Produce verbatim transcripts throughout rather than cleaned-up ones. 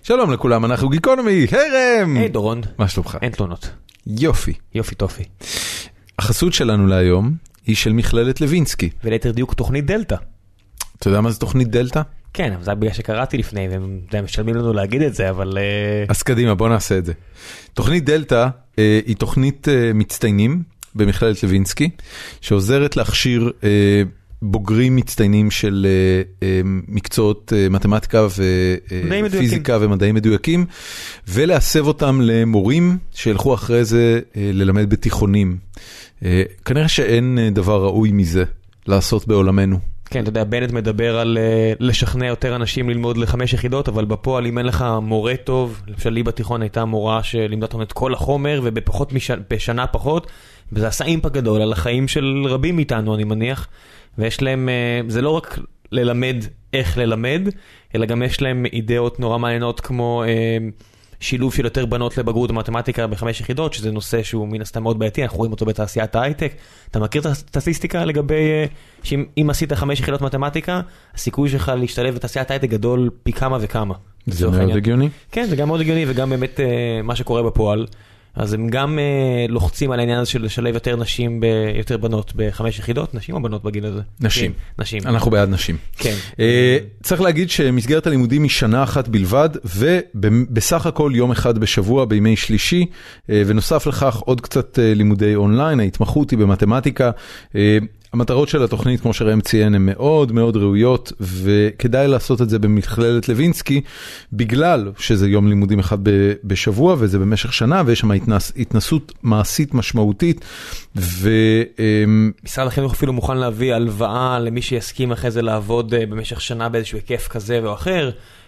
שלום לכולם, אנחנו גיקונומי, הרם! היי דורון. מה שלומך? אין תלונות. יופי. יופי טופי. החסות שלנו להיום היא של מכללת לוינסקי. וליתר דיוק תוכנית דלתא. אתה יודע מה זה תוכנית דלתא? כן, אבל זה היה בגלל שקראתי לפני, והם משלמים לנו להגיד את זה, אבל... אז קדימה, בוא נעשה את זה. תוכנית דלתא היא תוכנית מצטיינים במכללת לוינסקי, שעוזרת להכשיר בוגרים מצטיינים של מקצועות מתמטיקה ופיזיקה ומדעים מדויקים, ולהסב אותם למורים שילכו אחרי זה ללמד בתיכונים. כנראה שאין דבר ראוי מזה לעשות בעולמנו. כן, אתה יודע, בנט מדבר על לשכנע יותר אנשים ללמוד לחמש יחידות, אבל בפועל אם אין לך מורה טוב, למשל לי בתיכון הייתה מורה שלימדה אותנו את כל החומר, ובפחות בשנה פחות, וזה עשה אימפקט גדול על החיים של רבים מאיתנו, אני מניח, ויש להם, זה לא רק ללמד איך ללמד, אלא גם יש להם אידאות נורא מעניינות כמו שילוב של יותר בנות לבגרות במתמטיקה בחמש יחידות, שזה נושא שהוא מן הסתם מאוד בעייתי, אנחנו רואים אותו בתעשיית ההייטק. אתה מכיר את הסטטיסטיקה לגבי, שאם עשית חמש יחידות מתמטיקה, הסיכוי שלך להשתלב בתעשיית ההייטק גדול פי כמה וכמה. זה מאוד הגיוני? כן, זה גם מאוד הגיוני, וגם באמת מה שקורה בפועל. אז הם גם uh, לוחצים על העניין הזה של לשלב יותר נשים, ב, יותר בנות בחמש יחידות, נשים או בנות בגיל הזה? נשים. נשים. אנחנו בעד נשים. כן. Uh, צריך להגיד שמסגרת הלימודים היא שנה אחת בלבד, ובסך הכל יום אחד בשבוע בימי שלישי, uh, ונוסף לכך עוד קצת uh, לימודי אונליין, ההתמחות היא במתמטיקה, uh, המטרות של התוכנית, כמו שראם ציין, הן מאוד מאוד ראויות, וכדאי לעשות את זה במכללת לוינסקי, בגלל שזה יום לימודים אחד בשבוע, וזה במשך שנה, ויש שם התנס, התנסות מעשית משמעותית, ו... משרד החינוך אפילו מוכן להביא הלוואה למי שיסכים אחרי זה לעבוד במשך שנה באיזשהו היקף כזה או אחר.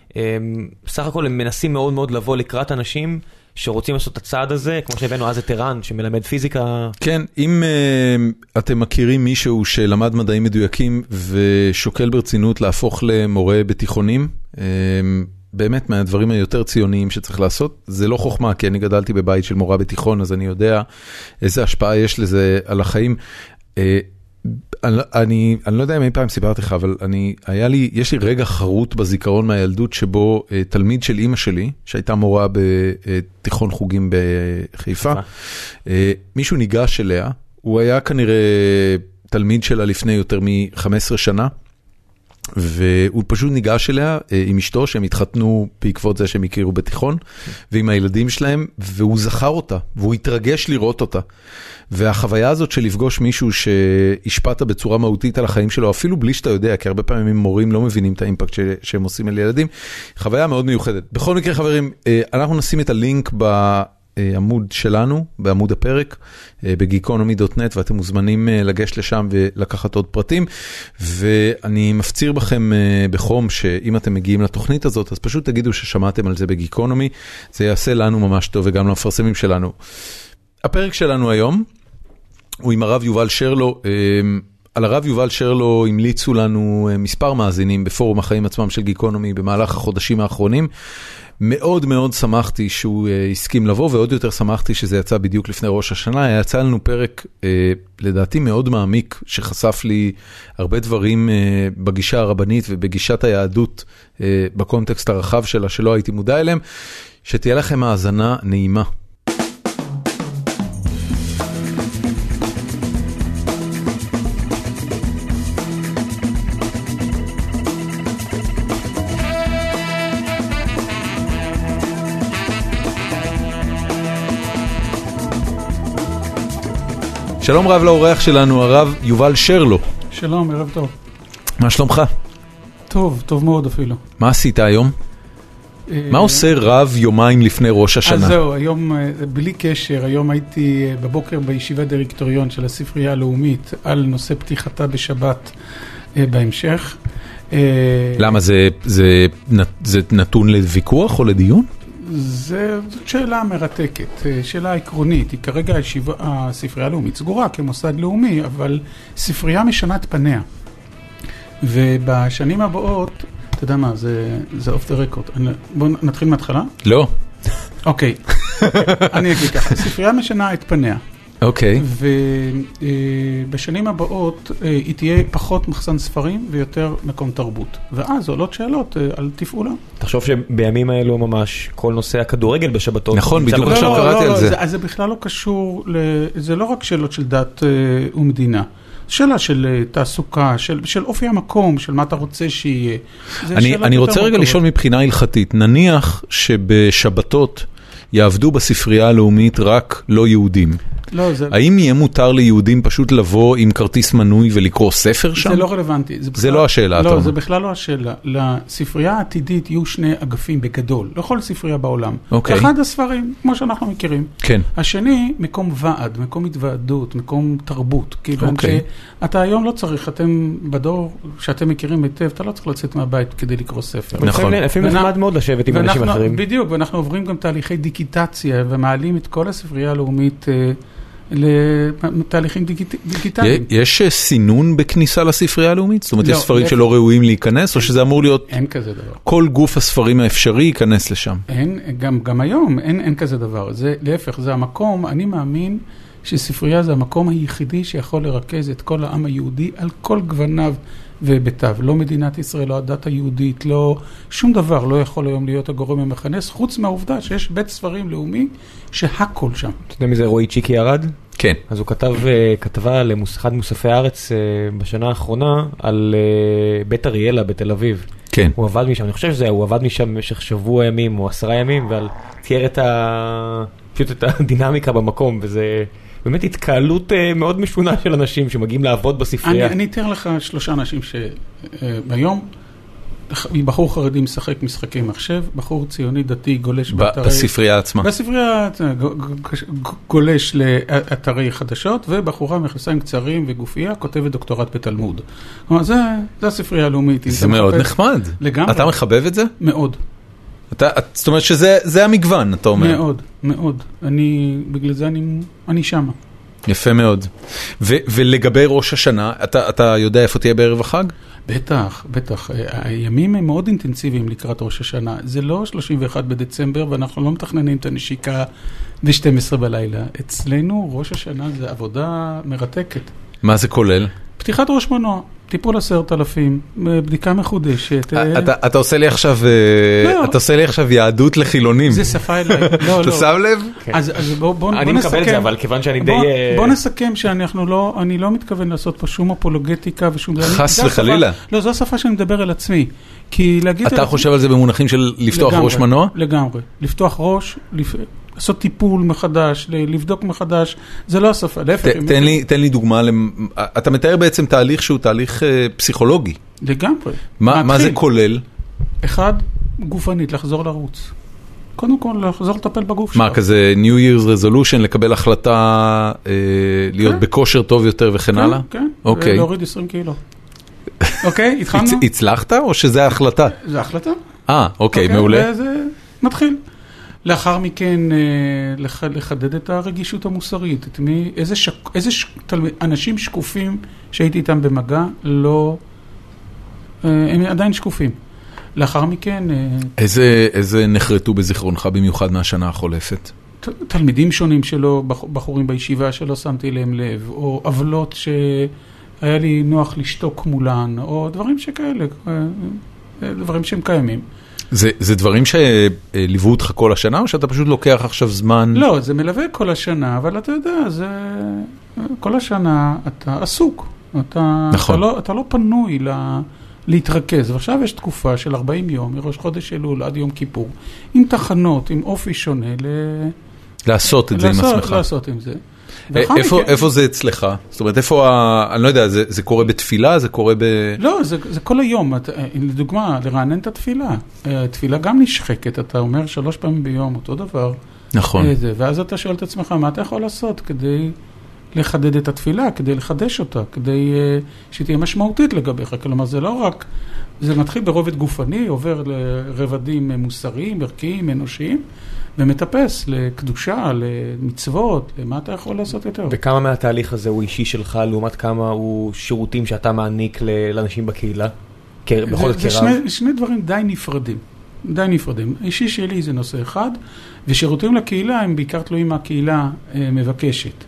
בסך הכל הם מנסים מאוד מאוד לבוא לקראת אנשים, שרוצים לעשות את הצעד הזה, כמו שהבאנו אז את ערן, שמלמד פיזיקה. כן, אם uh, אתם מכירים מישהו שלמד מדעים מדויקים, ושוקל ברצינות להפוך למורה בתיכונים, uh, באמת מהדברים היותר ציוניים שצריך לעשות, זה לא חוכמה, כי אני גדלתי בבית של מורה בתיכון, אז אני יודע איזה השפעה יש לזה על החיים. Uh, אני, אני, אני לא יודע אם אי פעם סיפרתי לך, אבל אני, היה לי, יש לי רגע חרוט בזיכרון מהילדות שבו uh, תלמיד של אמא שלי, שהייתה מורה בתיכון חוגים בחיפה, uh, מישהו ניגש אליה, הוא היה כנראה תלמיד שלה לפני יותר מ-חמש עשרה שנה, והוא פשוט ניגש אליה uh, עם אשתו, שהם התחתנו בעקבות זה שהם הכירו בתיכון, ועם הילדים שלהם, והוא זכר אותה, והוא התרגש לראות אותה. והחוויה הזאת של לפגוש מישהו שהשפעת בצורה מהותית על החיים שלו, אפילו בלי שאתה יודע, כי הרבה פעמים מורים לא מבינים את האימפקט שהם עושים על ילדים, חוויה מאוד מיוחדת. בכל מקרה חברים, אנחנו נשים את הלינק בעמוד שלנו, בעמוד הפרק, בגיקונומי דוט נט, ואתם מוזמנים לגשת לשם ולקחת עוד פרטים, ואני מפציר בכם בחום שאם אתם מגיעים לתוכנית הזאת, אז פשוט תגידו ששמעתם על זה בגיקונומי, זה יעשה לנו ממש טוב וגם למפרסמים שלנו. הפרק שלנו היום הוא עם הרב יובל שרלו. על הרב יובל שרלו המליצו לנו מספר מאזינים בפורום החיים עצמם של גיקונומי במהלך החודשים האחרונים. מאוד מאוד שמחתי שהוא הסכים לבוא, ועוד יותר שמחתי שזה יצא בדיוק לפני ראש השנה. יצא לנו פרק לדעתי מאוד מעמיק, שחשף לי הרבה דברים בגישה הרבנית ובגישת היהדות בקונטקסט הרחב שלה שלא הייתי מודע אליהם. שתהיה לכם האזנה נעימה. שלום רב לאורח שלנו, הרב יובל שרלו. שלום, ערב טוב. מה שלומך? טוב, טוב מאוד אפילו. מה עשית היום? מה עושה רב יומיים לפני ראש השנה? אז זהו, היום, בלי קשר, היום הייתי בבוקר בישיבת דירקטוריון של הספרייה הלאומית על נושא פתיחתה בשבת בהמשך. למה? זה, זה, זה נתון לוויכוח או לדיון? זאת שאלה מרתקת, שאלה עקרונית. היא כרגע הישיבה, הספרייה הלאומית סגורה כמוסד לאומי, אבל ספרייה משנה את פניה. ובשנים הבאות, אתה יודע מה, זה, זה off the record. בואו נתחיל מההתחלה? לא. אוקיי, אני אגיד ככה. ספרייה משנה את פניה. אוקיי. ובשנים הבאות היא תהיה פחות מחסן ספרים ויותר מקום תרבות. ואז עולות שאלות על תפעולה. תחשוב שבימים האלו ממש כל נושא הכדורגל בשבתות. נכון, בדיוק עכשיו קראתי על זה. אז זה בכלל לא קשור, זה לא רק שאלות של דת ומדינה. שאלה של תעסוקה, של, של אופי המקום, של מה אתה רוצה שיהיה. אני, אני רוצה רגע לשאול מבחינה הלכתית, נניח שבשבתות יעבדו בספרייה הלאומית רק לא יהודים. לא, זה... האם יהיה מותר ליהודים פשוט לבוא עם כרטיס מנוי ולקרוא ספר שם? זה לא רלוונטי. זה, בכלל... זה לא השאלה. לא, זה בכלל לא השאלה. לספרייה העתידית יהיו שני אגפים בגדול, לכל ספרייה בעולם. אוקיי. אחד הספרים, כמו שאנחנו מכירים. כן. השני, מקום ועד, מקום התוועדות, מקום תרבות. כיוון אוקיי. שאתה היום לא צריך, אתם בדור שאתם מכירים היטב, אתה לא צריך לצאת מהבית כדי לקרוא ספר. נכון. לפעמים נחמד מאוד לשבת עם אנשים אחרים. בדיוק, ואנחנו עוברים גם תהליכי דיגיטציה ומעלים את כל הספרייה הלאומית לתהליכים דיגיטליים. יש סינון בכניסה לספרייה הלאומית? זאת אומרת, יש ספרים שלא ראויים להיכנס, או שזה אמור להיות... אין כזה דבר. כל גוף הספרים האפשרי ייכנס לשם. אין, גם היום אין כזה דבר. זה, להפך, זה המקום, אני מאמין שספרייה זה המקום היחידי שיכול לרכז את כל העם היהודי על כל גווניו וביתיו. לא מדינת ישראל, לא הדת היהודית, לא... שום דבר לא יכול היום להיות הגורם המכנס, חוץ מהעובדה שיש בית ספרים לאומי שהכל שם. אתה יודע מי זה רועי צ'יקי ירד? כן. אז הוא כתב כתבה לאחד מוספי הארץ בשנה האחרונה על בית אריאלה בתל אביב. כן. הוא עבד משם, אני חושב שזה, הוא עבד משם במשך שבוע ימים או עשרה ימים, ועל תיאר את ה... פשוט את הדינמיקה במקום, וזה באמת התקהלות מאוד משונה של אנשים שמגיעים לעבוד בספרייה. אני, אני אתאר לך שלושה אנשים שביום, בחור חרדי משחק משחקי מחשב, בחור ציוני דתי גולש באתרי... בספרייה עצמה. בספרייה גולש לאתרי חדשות, ובחורה מכנסיים קצרים וגופייה כותבת דוקטורט בתלמוד. כלומר, זה, זה הספרייה הלאומית. זה מאוד נחמד. לגמרי. אתה מחבב את זה? מאוד. אתה, זאת אומרת שזה, זה המגוון, אתה אומר. מאוד, מאוד. אני, בגלל זה אני, אני שמה. יפה מאוד. ו, ולגבי ראש השנה, אתה, אתה יודע איפה תהיה בערב החג? בטח, בטח. הימים הם מאוד אינטנסיביים לקראת ראש השנה. זה לא שלושים ואחד בדצמבר, ואנחנו לא מתכננים את הנשיקה ב-שתים עשרה בלילה. אצלנו ראש השנה זה עבודה מרתקת. מה זה כולל? פתיחת ראש מנוע, טיפול עשרת אלפים, בדיקה מחודשת. אתה עושה לי עכשיו, אתה עושה לי עכשיו יהדות לחילונים. זה שפה אליי. אתה שם לב? אז בוא נסכם. אני מקבל את זה, אבל כיוון שאני די... בוא נסכם שאנחנו לא, אני לא מתכוון לעשות פה שום אפולוגטיקה ושום... חס וחלילה. לא, זו השפה שאני מדבר על עצמי. כי להגיד... אתה חושב על זה במונחים של לפתוח ראש מנוע? לגמרי. לפתוח ראש, לעשות טיפול מחדש, לבדוק מחדש, זה לא השפה. תן לי, תן לי דוגמה, אתה מתאר בעצם תהליך שהוא תהליך פסיכולוגי. לגמרי. מה זה כולל? אחד, גופנית, לחזור לרוץ. קודם כל, לחזור לטפל בגוף שלך. מה, כזה New Year's Resolution, לקבל החלטה להיות בכושר טוב יותר וכן הלאה? כן, כן. להוריד עשרים קילו. אוקיי, התחלנו? הצלחת או שזה ההחלטה? זה ההחלטה. אה, אוקיי, מעולה. וזה מתחיל. לאחר מכן, לחדד את הרגישות המוסרית. את מי, איזה, שק, איזה ש, תלמיד, אנשים שקופים שהייתי איתם במגע, לא, הם עדיין שקופים. לאחר מכן... איזה, איזה נחרטו בזיכרונך במיוחד מהשנה החולפת? ת, תלמידים שונים שלא, בחורים בישיבה שלא שמתי להם לב, או עוולות שהיה לי נוח לשתוק מולן, או דברים שכאלה, דברים שהם קיימים. זה, זה דברים שליוו אותך כל השנה, או שאתה פשוט לוקח עכשיו זמן? לא, זה מלווה כל השנה, אבל אתה יודע, זה, כל השנה אתה עסוק. אתה, נכון. אתה לא, אתה לא פנוי לה, להתרכז. ועכשיו יש תקופה של ארבעים יום, מראש חודש אלול עד יום כיפור, עם תחנות, עם אופי שונה. ל... לעשות את זה לעשות, עם עצמך. לעשות עם זה. איפה, איפה זה אצלך? זאת אומרת, איפה, אני לא יודע, זה, זה קורה בתפילה? זה קורה ב... לא, זה, זה כל היום. את, לדוגמה, לרענן את התפילה. התפילה גם נשחקת, אתה אומר שלוש פעמים ביום, אותו דבר. נכון. זה, ואז אתה שואל את עצמך, מה אתה יכול לעשות כדי לחדד את התפילה, כדי לחדש אותה, כדי שתהיה משמעותית לגביך. כלומר, זה לא רק, זה מתחיל ברובד גופני, עובר לרבדים מוסריים, ערכיים, אנושיים, ומטפס לקדושה, למצוות, למה אתה יכול לעשות יותר. וכמה מהתהליך הזה הוא אישי שלך, לעומת כמה הוא שירותים שאתה מעניק לאנשים בקהילה? בכל זאת זה שני, שני דברים די נפרדים. די נפרדים. האישי שלי זה נושא אחד, ושירותים לקהילה הם בעיקר תלויים מה הקהילה מבקשת.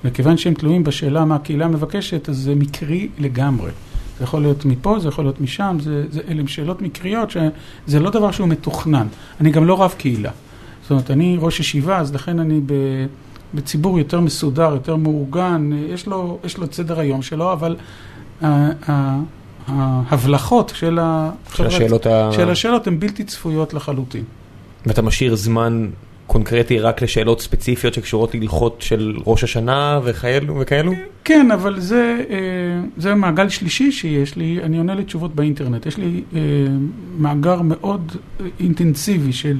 וכיוון שהם תלויים בשאלה מה הקהילה מבקשת, אז זה מקרי לגמרי. זה יכול להיות מפה, זה יכול להיות משם, זה, זה, אלה שאלות מקריות, שזה לא דבר שהוא מתוכנן. אני גם לא רב קהילה. זאת אומרת, אני ראש ישיבה, אז לכן אני ב, בציבור יותר מסודר, יותר מאורגן, יש לו, יש לו סדר היום שלו, אבל ה, ה, ההבלחות של, ה, של, השאלות ה... של השאלות הן בלתי צפויות לחלוטין. ואתה משאיר זמן קונקרטי רק לשאלות ספציפיות שקשורות להלכות של ראש השנה וכאלו? וכאלו? כן, אבל זה, זה מעגל שלישי שיש לי, אני עונה לתשובות באינטרנט. יש לי מאגר מאוד אינטנסיבי של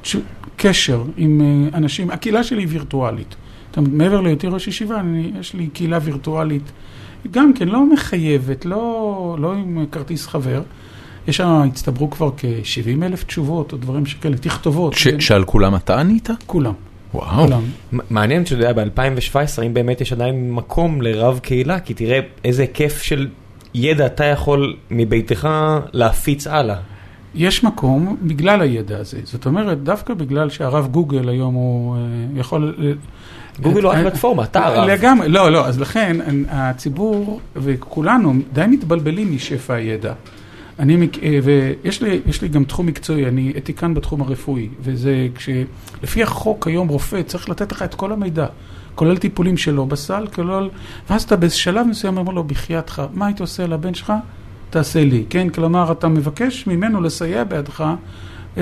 קשר עם אנשים. הקהילה שלי היא וירטואלית. זאת אומרת, מעבר להיותי ראש ישיבה, אני, יש לי קהילה וירטואלית, גם כן לא מחייבת, לא, לא עם כרטיס חבר. יש שם, הצטברו כבר כ-שבעים אלף תשובות או דברים שכאלה, תכתובות. ש- שעל כולם אתה ענית? כולם. וואו. כולם. מעניין שאתה יודע, ב-אלפיים שבע עשרה, אם באמת יש עדיין מקום לרב קהילה, כי תראה איזה כיף של ידע אתה יכול מביתך להפיץ הלאה. יש מקום בגלל הידע הזה. זאת אומרת, דווקא בגלל שהרב גוגל היום הוא יכול... גוגל הוא הפלטפורמה, אתה הרב. לגמרי, לא, לא, אז לכן הציבור וכולנו די מתבלבלים משפע הידע. אני, ויש לי, יש לי גם תחום מקצועי, אני אתיקן בתחום הרפואי, וזה כשלפי החוק היום רופא צריך לתת לך את כל המידע, כולל טיפולים שלו בסל, כולל, ואז אתה בשלב מסוים אומר לו, בחייתך, מה היית עושה לבן שלך? תעשה לי, כן? כלומר, אתה מבקש ממנו לסייע בידך, אה,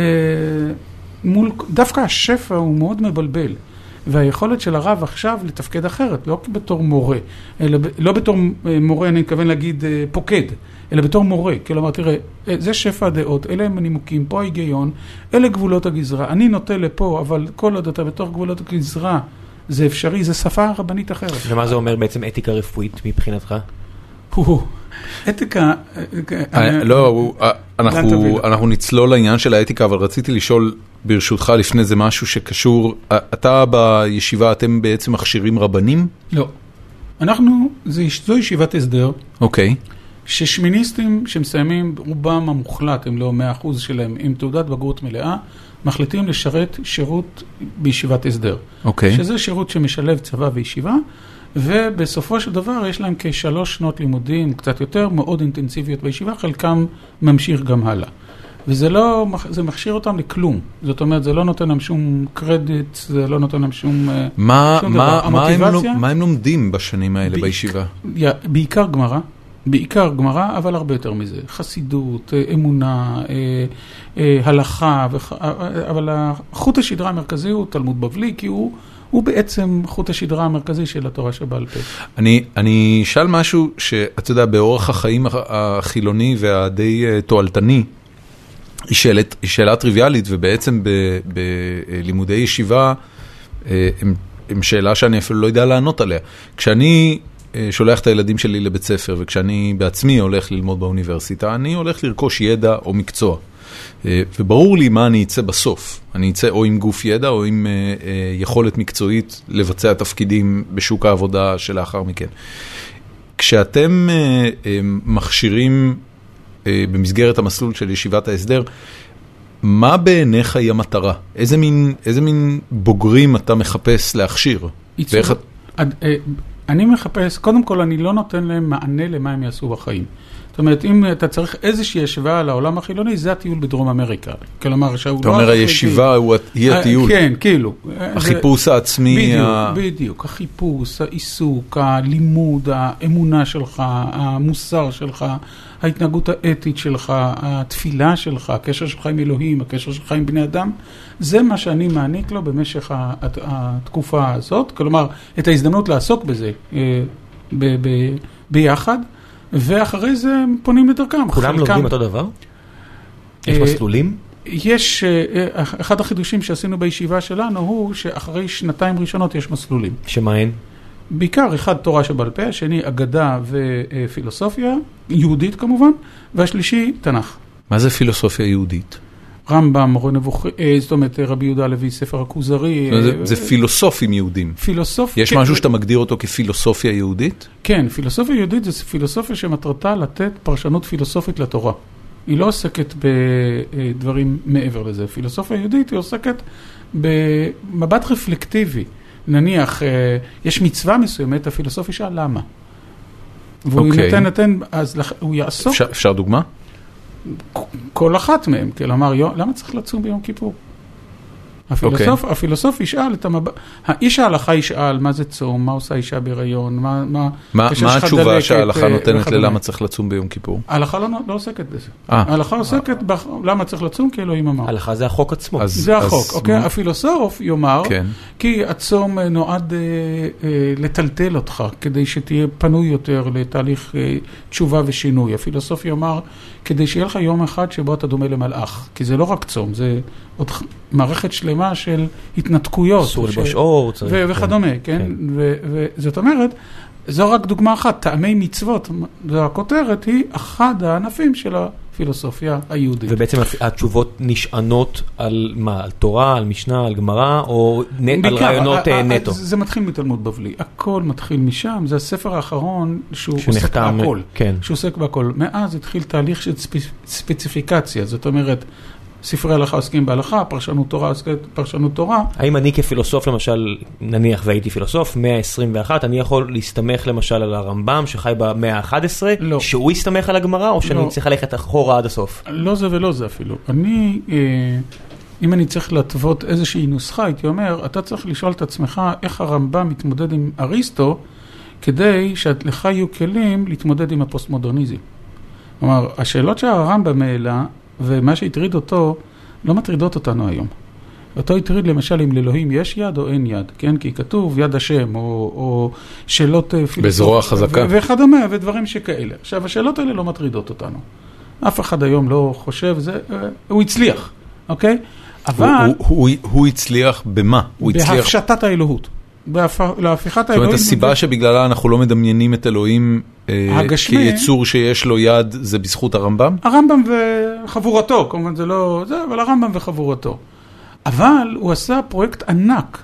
מול, דווקא השפע הוא מאוד מבלבל, והיכולת של הרב עכשיו לתפקד אחרת, לא בתור מורה, אלא, לא בתור מורה, אני מתכוון להגיד פוקד, אלא בתור מורה. כלומר, תראה, זה שפע הדעות, אלה הם הנימוקים, פה ההיגיון, אלה גבולות הגזרה. אני נוטה לפה, אבל כל עוד אתה בתוך גבולות הגזרה, זה אפשרי, זה שפה רבנית אחרת. ומה זה אומר בעצם אתיקה רפואית מבחינתך? אתיקה... לא, אנחנו נצלול לעניין של האתיקה, אבל רציתי לשאול ברשותך לפני זה משהו שקשור, אתה בישיבה, אתם בעצם מכשירים רבנים? לא. אנחנו, זו ישיבת הסדר. אוקיי. ששמיניסטים שמסיימים, רובם המוחלט, הם לא מאה אחוז שלהם, עם תעודת בגרות מלאה, מחליטים לשרת שירות בישיבת הסדר. אוקיי. שזה שירות שמשלב צבא וישיבה, ובסופו של דבר יש להם כשלוש שנות לימודים, קצת יותר, מאוד אינטנסיביות בישיבה, חלקם ממשיך גם הלאה. וזה לא, זה מכשיר אותם לכלום. זאת אומרת, זה לא נותן להם שום קרדיט, זה לא נותן להם שום, מה, שום מה, דבר. מה, המוטיבציה, הם, מה הם לומדים בשנים האלה בעיק, בישיבה? בעיקר גמרא, בעיקר גמרא, אבל הרבה יותר מזה. חסידות, אמונה, הלכה, אבל חוט השדרה המרכזי הוא תלמוד בבלי, כי הוא הוא בעצם חוט השדרה המרכזי של התורה שבעל פה. אני, אני אשאל משהו שאתה יודע, באורח החיים החילוני והדי תועלתני, היא שאלת, היא שאלה טריוויאלית, ובעצם ב, בלימודי ישיבה, הם, הם שאלה שאני אפילו לא יודע לענות עליה. כשאני שולח את הילדים שלי לבית ספר, וכשאני בעצמי הולך ללמוד באוניברסיטה, אני הולך לרכוש ידע או מקצוע. וברור לי מה אני אצא בסוף. אני אצא או עם גוף ידע, או עם יכולת מקצועית לבצע תפקידים בשוק העבודה שלאחר מכן. כשאתם מכשירים במסגרת המסלול של ישיבת ההסדר, מה בעיניך היא המטרה? איזה מין, איזה מין בוגרים אתה מחפש להכשיר? ואיך... אני מחפש, קודם כל אני לא נותן להם מענה למה הם יעשו בחיים. זאת אומרת, אם אתה צריך איזושהי ישיבה על העולם החילוני, זה הטיול בדרום אמריקה. כלומר, שהוא לא... אתה אומר, הישיבה היא הטיול. כן, כאילו. החיפוש העצמי. בדיוק, החיפוש, העיסוק, הלימוד, האמונה שלך, המוסר שלך, ההתנהגות האתית שלך, התפילה שלך, הקשר שלך עם אלוהים, הקשר שלך עם בני אדם, זה מה שאני מעניק לו במשך התקופה הזאת. כלומר, את ההזדמנות לעסוק בזה ביחד. ואחרי זה הם פונים לדרכם. כולם לומדים אותו דבר? יש מסלולים? יש, אחד החידושים שעשינו בישיבה שלנו הוא שאחרי שנתיים ראשונות יש מסלולים. שמה הן? בעיקר אחד תורה שבעל פה, השני אגדה ופילוסופיה, יהודית כמובן, והשלישי תנ"ך. מה זה פילוסופיה יהודית? רמב"ם, מורה נבוכי, זאת אומרת רבי יהודה הלוי, ספר הכוזרי. זה פילוסופים יהודים. פילוסופיה. יש משהו שאתה מגדיר אותו כפילוסופיה יהודית? כן, פילוסופיה יהודית זה פילוסופיה שמטרתה לתת פרשנות פילוסופית לתורה. היא לא עוסקת בדברים מעבר לזה. פילוסופיה יהודית היא עוסקת במבט רפלקטיבי. נניח, יש מצווה מסוימת, הפילוסוף ישאל למה. והוא אוקיי. נתן, נתן, אז הוא יעסוק... אפשר, אפשר דוגמה? כל אחת מהם, כלומר, למה צריך לצום ביום כיפור? הפילוסוף, okay. הפילוסוף ישאל את המבט, האיש ההלכה ישאל מה זה צום, מה עושה אישה בהיריון, מה, מה, מה, מה התשובה דלקת, שההלכה נותנת וכדומה. ללמה צריך לצום ביום כיפור? ההלכה לא, לא עוסקת בזה. 아. ההלכה עוסקת ב, למה צריך לצום כי אלוהים אמר. ההלכה זה החוק עצמו. אז, זה אז, החוק, אוקיי? מה? הפילוסוף יאמר, כן. כי הצום נועד אה, אה, לטלטל אותך, כדי שתהיה פנוי יותר לתהליך אה, תשובה ושינוי. הפילוסוף יאמר, כדי שיהיה לך יום אחד שבו אתה דומה למלאך, כי זה לא רק צום, זה עוד מערכת שלמה של התנתקויות. אסור לבוש אור, צריך. ו- וכדומה, כן? כן. ו- וזאת אומרת, זו רק דוגמה אחת, טעמי מצוות, והכותרת היא אחד הענפים של הפילוסופיה היהודית. ובעצם התשובות נשענות על מה? על תורה, על משנה, על גמרא, או נ- על רעיונות נטו? זה מתחיל מתלמוד בבלי, הכל מתחיל משם, זה הספר האחרון שהוא עוסק שנחתם, בהכל. כן. שהוא עוסק בהכל. מאז התחיל תהליך של ספ- ספציפיקציה, זאת אומרת, ספרי הלכה עוסקים בהלכה, פרשנות תורה עוסקת פרשנות תורה. האם אני כפילוסוף למשל, נניח והייתי פילוסוף, מאה עשרים ואחת, אני יכול להסתמך למשל על הרמב"ם שחי במאה ה-אחת עשרה, לא. שהוא יסתמך על הגמרא, או שאני לא. צריך ללכת אחורה עד הסוף? לא זה ולא זה אפילו. אני, אה, אם אני צריך להתוות איזושהי נוסחה, הייתי אומר, אתה צריך לשאול את עצמך איך הרמב"ם מתמודד עם אריסטו, כדי שלך יהיו כלים להתמודד עם הפוסט-מודרניזם. כלומר, השאלות שהרמב"ם העלה, ומה שהטריד אותו, לא מטרידות אותנו היום. אותו הטריד למשל אם לאלוהים יש יד או אין יד, כן? כי כתוב יד השם, או, או שאלות פילוסופיות. בזרוע חזקה. ו- וכדומה, ודברים שכאלה. עכשיו, השאלות האלה לא מטרידות אותנו. אף אחד היום לא חושב, זה, הוא הצליח, אוקיי? אבל... הוא, הוא, הוא, הוא הצליח במה? הוא הצליח... בהפשטת האלוהות. להפיכת האלוהים... זאת אומרת, הסיבה שבגללה אנחנו לא מדמיינים את אלוהים הגשמי, כיצור שיש לו יד, זה בזכות הרמב"ם? הרמב"ם וחבורתו, כמובן זה לא זה, אבל הרמב"ם וחבורתו. אבל הוא עשה פרויקט ענק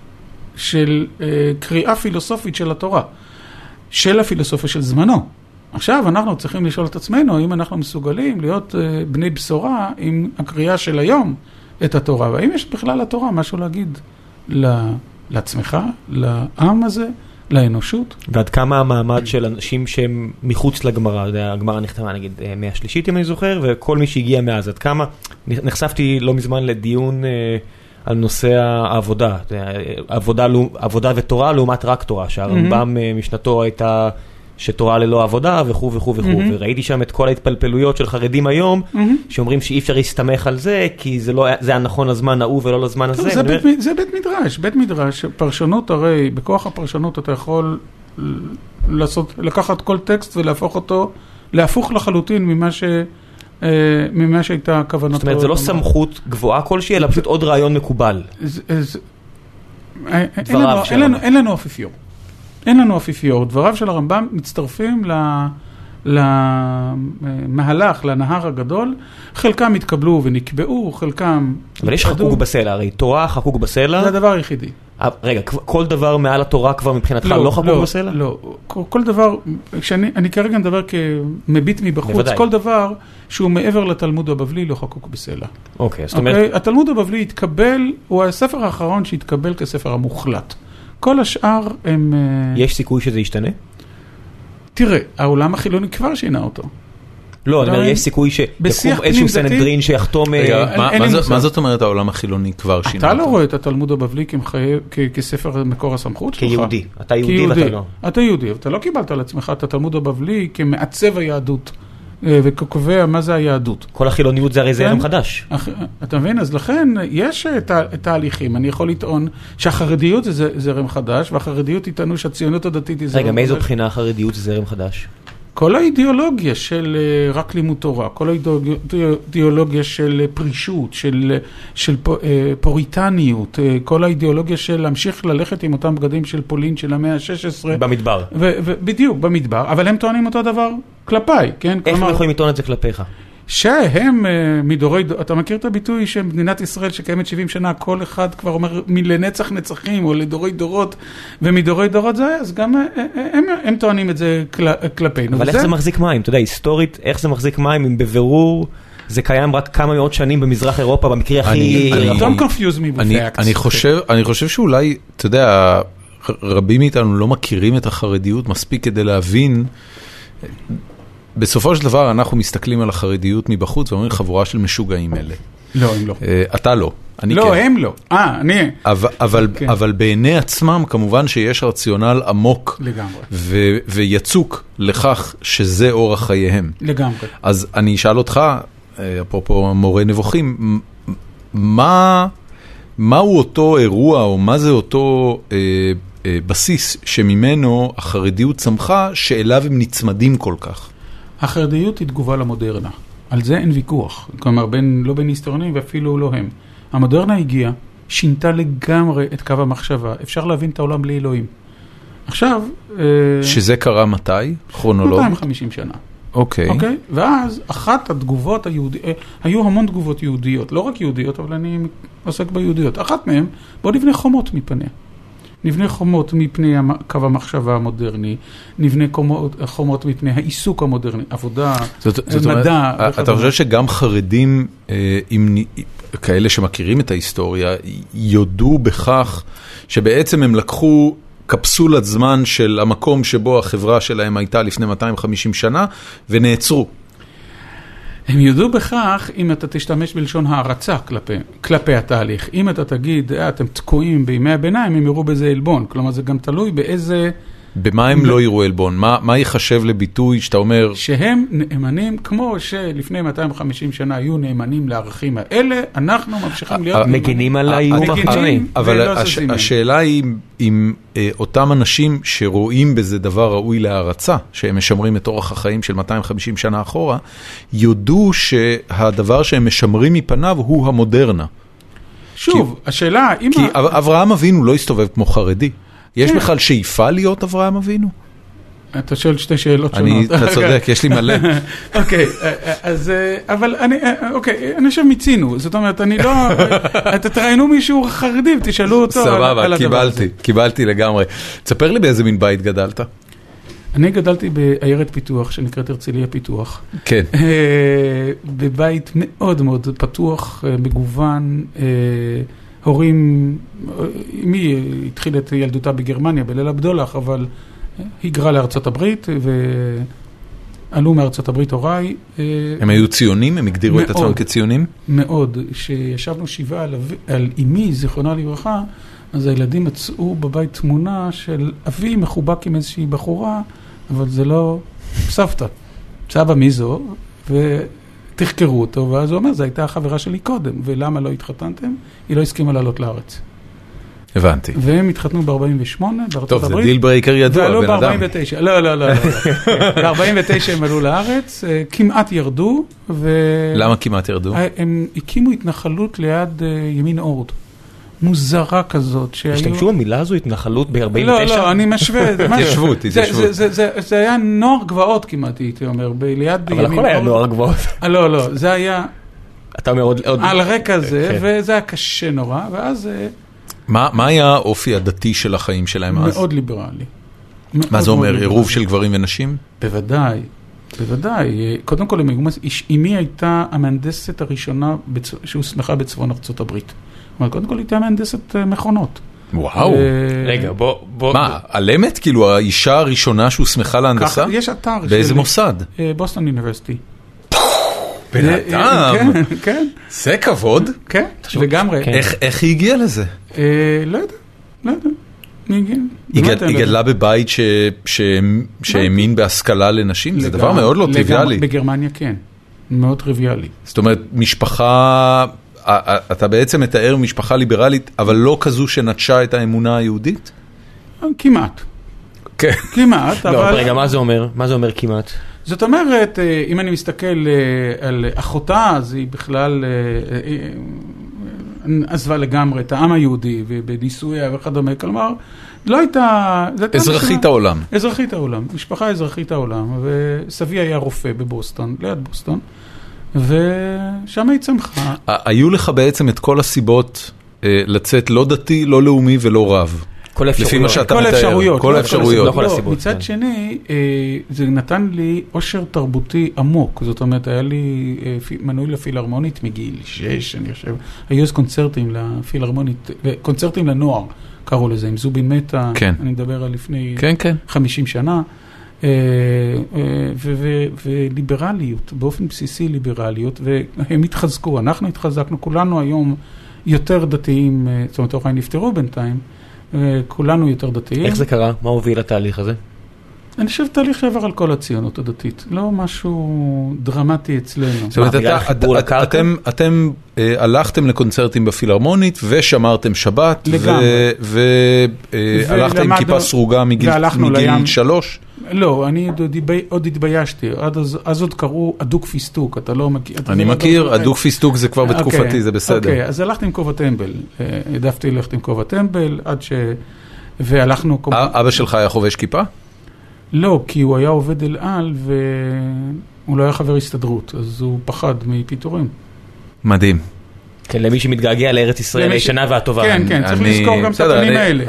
של אה, קריאה פילוסופית של התורה, של הפילוסופיה של זמנו. עכשיו אנחנו צריכים לשאול את עצמנו, האם אנחנו מסוגלים להיות אה, בני בשורה עם הקריאה של היום את התורה, והאם יש בכלל לתורה משהו להגיד לעצמך, לעם הזה, לאנושות. ועד כמה המעמד של אנשים שהם מחוץ לגמרא, הגמרא נחתמה נגיד מאה שלישית אם אני זוכר, וכל מי שהגיע מאז, עד כמה, נחשפתי לא מזמן לדיון על נושא העבודה, עבודה, עבודה ותורה לעומת רק תורה, שהרמב"ם משנתו הייתה שתורה ללא עבודה וכו' וכו' וכו', וראיתי שם את כל ההתפלפלויות של חרדים היום, שאומרים שאי אפשר להסתמך על זה, כי זה לא, זה הנכון לזמן ההוא ולא לזמן הזה. זה בית, זה בית מדרש, בית מדרש, פרשנות הרי, בכוח הפרשנות אתה יכול לעשות, לקחת כל טקסט ולהפוך אותו, להפוך לחלוטין ממה ש... ממה שהייתה כוונתו. זאת אומרת, זה לא סמכות גבוהה כלשהי, אלא פשוט עוד רעיון מקובל. אין לנו אפיפיור. אין לנו אפיפיור. דבריו של הרמב"ם מצטרפים למהלך, לנהר הגדול. חלקם התקבלו ונקבעו, חלקם... אבל יש חקוק בסלע, הרי תורה חקוק בסלע. זה הדבר היחידי. רגע, כל דבר מעל התורה כבר מבחינתך לא חקוק בסלע? לא, כל דבר, אני כרגע מדבר כמביט מבחוץ, כל דבר שהוא מעבר לתלמוד הבבלי לא חקוק בסלע. אוקיי, זאת אומרת... התלמוד הבבלי התקבל, הוא הספר האחרון שהתקבל כספר המוחלט. כל השאר הם... יש סיכוי שזה ישתנה? תראה, העולם החילוני כבר שינה אותו. לא, אני אומר, יש סיכוי שיקום איזשהו סנהדרין שיחתום... מה זאת אומרת העולם החילוני כבר שינה אותו? אתה לא רואה את התלמוד הבבלי כספר מקור הסמכות שלך? כיהודי. אתה יהודי ואתה לא. אתה יהודי, אבל אתה לא קיבלת על עצמך את התלמוד הבבלי כמעצב היהדות. וקובע מה זה היהדות. כל החילוניות זה הרי זרם חדש. אתה מבין? אז לכן יש תהליכים. אני יכול לטעון שהחרדיות זה זרם חדש, והחרדיות יטענו שהציונות הדתית היא זרם חדש. רגע, מאיזו בחינה החרדיות זה זרם חדש? כל האידיאולוגיה של רק לימוד תורה, כל האידיאולוגיה של פרישות, של, של פוריטניות, כל האידיאולוגיה של להמשיך ללכת עם אותם בגדים של פולין של המאה ה-שש עשרה. במדבר. ו- ו- בדיוק, במדבר, אבל הם טוענים אותו דבר כלפיי, כן? איך כלומר, הם יכולים לטעון את זה כלפיך? שהם מדורי, אתה מכיר את הביטוי שמדינת ישראל שקיימת שבעים שנה, כל אחד כבר אומר מלנצח נצחים או לדורי דורות, ומדורי דורות זה היה, אז גם הם, הם טוענים את זה כל, כלפינו. אבל וזה... איך זה מחזיק מים? אתה יודע, היסטורית, איך זה מחזיק מים אם בבירור זה קיים רק כמה מאות שנים במזרח אירופה, במקרה הכי... Don't confuse me with facts. אני חושב, אני חושב שאולי, אתה יודע, רבים מאיתנו לא מכירים את החרדיות מספיק כדי להבין, בסופו של דבר אנחנו מסתכלים על החרדיות מבחוץ, ואומרים חבורה של משוגעים אלה. לא, הם לא. אתה לא. לא, הם לא. אה, אני... אבל בעיני עצמם, כמובן שיש רציונל עמוק ויצוק לכך שזה אורח חייהם. לגמרי. אז אני אשאל אותך, אפרופו מורה נבוכים, מה מהו אותו אירוע, או מה זה אותו בסיס שממנו החרדיות צמחה, שאליו הם נצמדים כל כך? החרדיות היא תגובה למודרנה. על זה אין ויכוח. כלומר, בין, לא בין היסטוריונים ואפילו לא הם. המודרנה הגיעה, שינתה לגמרי את קו המחשבה. אפשר להבין את העולם בלי אלוהים. עכשיו... שזה קרה מתי? כרונולוגית? מאתיים וחמישים שנה. אוקיי. אוקיי? ואז אחת התגובות היהודיות, היו המון תגובות יהודיות, לא רק יהודיות, אבל אני עוסק ביהודיות. אחת מהן, בוא נבנה חומות מפניה. נבנה חומות מפני קו המחשבה המודרני, נבנה חומות מפני העיסוק המודרני, עבודה, מדע. אתה חושב שגם חרדים, כאלה שמכירים את ההיסטוריה, יודו בכך שבעצם הם לקחו קפסולת זמן של המקום שבו החברה שלהם הייתה לפני מאתיים וחמישים שנה, ונעצרו. הם יודו בכך אם אתה תשתמש בלשון הערצה כלפי, כלפי התהליך. אם אתה תגיד, אה, אתם תקועים בימי הביניים, הם יראו בזה אלבון. כלומר, זה גם תלוי באיזה... במה הם לא יראו אלבון? מה, מה יחשב לביטוי שאתה אומר... שהם נאמנים, כמו שלפני מאתיים וחמישים שנה היו נאמנים לערכים האלה, אנחנו ממשיכים להיות... מגינים על האיום החיצוני. אבל השאלה היא אם אותם אנשים שרואים בזה דבר ראוי להערצה, שהם משמרים את אורח החיים של מאתיים וחמישים שנה אחורה, יודו שהדבר שהם משמרים מפניו הוא המודרנה. שוב, השאלה... כי אברהם אבינו לא הסתובב כמו חרדי. יש בכלל שאיפה להיות אברהם אבינו? אתה שואל שתי שאלות שונות. אני, אתה צודק, יש לי מלא. אוקיי, אז, אבל אני, אוקיי, אני חושב מיצינו, זאת אומרת, אני לא, אתה תראיינו מישהו חרדי ותשאלו אותו על הדבר הזה. סבבה, קיבלתי, קיבלתי לגמרי. תספר לי באיזה מין בית גדלת? אני גדלתי בעיירת פיתוח, שנקראת הרצליה פיתוח. כן. בבית מאוד מאוד פתוח, מגוון, הורים, מי התחיל את ילדותה בגרמניה, בליל הבדולח, אבל היגרה לארצות הברית, ועלו מארצות הברית הוריי. הם היו ציונים? הם הגדירו את עצמם כציונים? מאוד. כשישבנו שבעה על, על אמי, זיכרונה לברכה, אז הילדים מצאו בבית תמונה של אבי מחובק עם איזושהי בחורה, אבל זה לא סבתא. סבא מי זו, ותחקרו אותו, ואז הוא אומר, זו הייתה החברה שלי קודם, ולמה לא התחתנתם? היא לא הסכימה לעלות לארץ. הבנתי. והם התחתנו ב-ארבעים ושמונה, בארצות טוב, הברית. זה דיל ברייקר ידוע, בן אדם. ועלו ב-ארבעים ותשע. לא, לא, לא. ב-ארבעים ותשע הם עלו לארץ, כמעט ירדו, ו... למה כמעט ירדו? הם הקימו התנחלות ליד ימין אורד. מוזרה כזאת שהיו... השתמשו במילה הזו, התנחלות ב-ארבעים ותשע? לא, לא, אני משווה. התיישבות, התיישבות. זה היה נוער גבעות כמעט, הייתי אומר, ליד ימין אורד. אבל הכל היה נוער גבעות. לא, לא, זה היה... אתה אומר עוד... על רקע זה, וזה היה קשה נורא, ואז... מה היה האופי הדתי של החיים שלהם אז? מאוד ליברלי. מה זה אומר, עירוב של גברים ונשים? בוודאי, בוודאי. קודם כל, אמי הייתה המהנדסת הראשונה שהוסמכה בצפון ארצות הברית. אבל קודם כל הייתה מהנדסת מכונות. וואו. רגע, בוא... מה, על אמת? כאילו האישה הראשונה שהוסמכה להנדסה? יש אתר. באיזה מוסד? בוסטון אוניברסיטי. בן אדם. כן, כן. זה כבוד. כן, לגמרי. איך היא הגיעה לזה? לא יודע, לא יודע. היא גדלה בבית שהאמין בהשכלה לנשים? זה דבר מאוד לא טריוויאלי. בגרמניה כן, מאוד טריוויאלי. זאת אומרת, משפחה, אתה בעצם מתאר משפחה ליברלית, אבל לא כזו שנטשה את האמונה היהודית? כמעט. כן. כמעט, אבל... לא, רגע, מה זה אומר? מה זה אומר כמעט? זאת אומרת, אם אני מסתכל על אחותה, אז היא בכלל עזבה לגמרי את העם היהודי ובניסויה וכדומה, כלומר, לא הייתה... אזרחית העולם. אזרחית העולם, משפחה אזרחית העולם, וסבי היה רופא בבוסטון, ליד בוסטון, ושם היא צמחה. היו לך בעצם את כל הסיבות לצאת לא דתי, לא לאומי ולא רב. כל לפי מה שאתה כל מתאר. האפשרויות. כל האפשרויות. לא כל הסיבות. מצד שני, זה נתן לי עושר תרבותי עמוק. זאת אומרת, היה לי מנוי לפילהרמונית מגיל שש, אני חושב. היו אז קונצרטים לפילהרמונית, קונצרטים לנוער, קראו לזה, עם זובין מטה. כן. אני מדבר על לפני כן, כן. חמישים שנה. וליברליות, באופן בסיסי ליברליות, והם התחזקו, אנחנו התחזקנו, כולנו היום יותר דתיים, זאת אומרת, אורחיים נפטרו בינתיים, כולנו יותר דתיים. איך זה קרה? מה הוביל לתהליך הזה? אני חושב תהליך שעבר על כל הציונות הדתית, לא משהו דרמטי אצלנו. זאת אומרת, אתם הלכתם לקונצרטים בפילהרמונית ושמרתם שבת, והלכתם עם כיפה סרוגה מגיל שלוש? לא, אני עוד התביישתי, אז עוד קראו אדוק פיסטוק, אתה לא מכיר. אני מכיר, אדוק פיסטוק זה כבר בתקופתי, זה בסדר. אוקיי, אז הלכתי עם כובע טמבל, העדפתי ללכת עם כובע טמבל, עד ש... והלכנו... אבא שלך היה חובש כיפה? לא, כי הוא היה עובד אל על, והוא לא היה חבר הסתדרות, אז הוא פחד מפיטורים. מדהים. כן, למי שמתגעגע לארץ ישראל הישנה והטובה. כן, כן, צריך לזכור גם את הפנים האלה.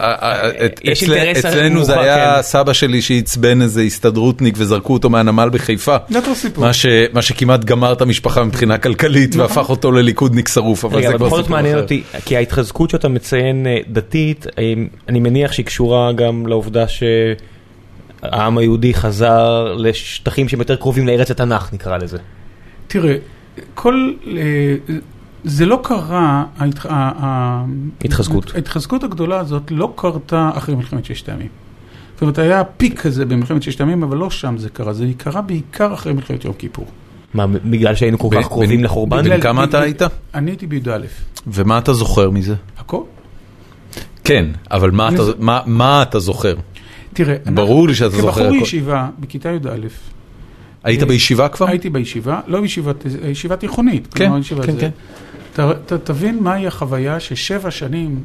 אצלנו זה היה סבא שלי שהצבן איזה הסתדרותניק וזרקו אותו מהנמל בחיפה. זה אותו סיפור. מה שכמעט גמר את המשפחה מבחינה כלכלית והפך אותו לליכודניק שרוף, אבל זה כבר סיפור אחר. מעניין אותי, כי ההתחזקות שאתה מציין דתית, אני מניח שהיא קשורה גם לעובדה שהעם היהודי חזר לשטחים שהם יותר קרובים לארץ התנ"ך, נקרא לזה. תראה, כל... זה לא קרה, התחזקות. ההתחזקות הגדולה הזאת לא קרתה אחרי מלחמת ששת הימים. זאת אומרת, היה פיק כזה במלחמת ששת הימים, אבל לא שם זה קרה. זה קרה בעיקר אחרי מלחמת יום כיפור. מה, בגלל שהיינו כל כך קרובים לחורבן? בן כמה אתה היית? אני הייתי בי"א. ומה אתה זוכר מזה? הכל? כן, אבל מה אתה זוכר? תראה, ברור לי שאתה זוכר. כבחור ישיבה, בכיתה י"א, היית בישיבה כבר? הייתי בישיבה, לא בישיבה תיכונית. כן, כן, כן. תבין מהי החוויה ששבע שנים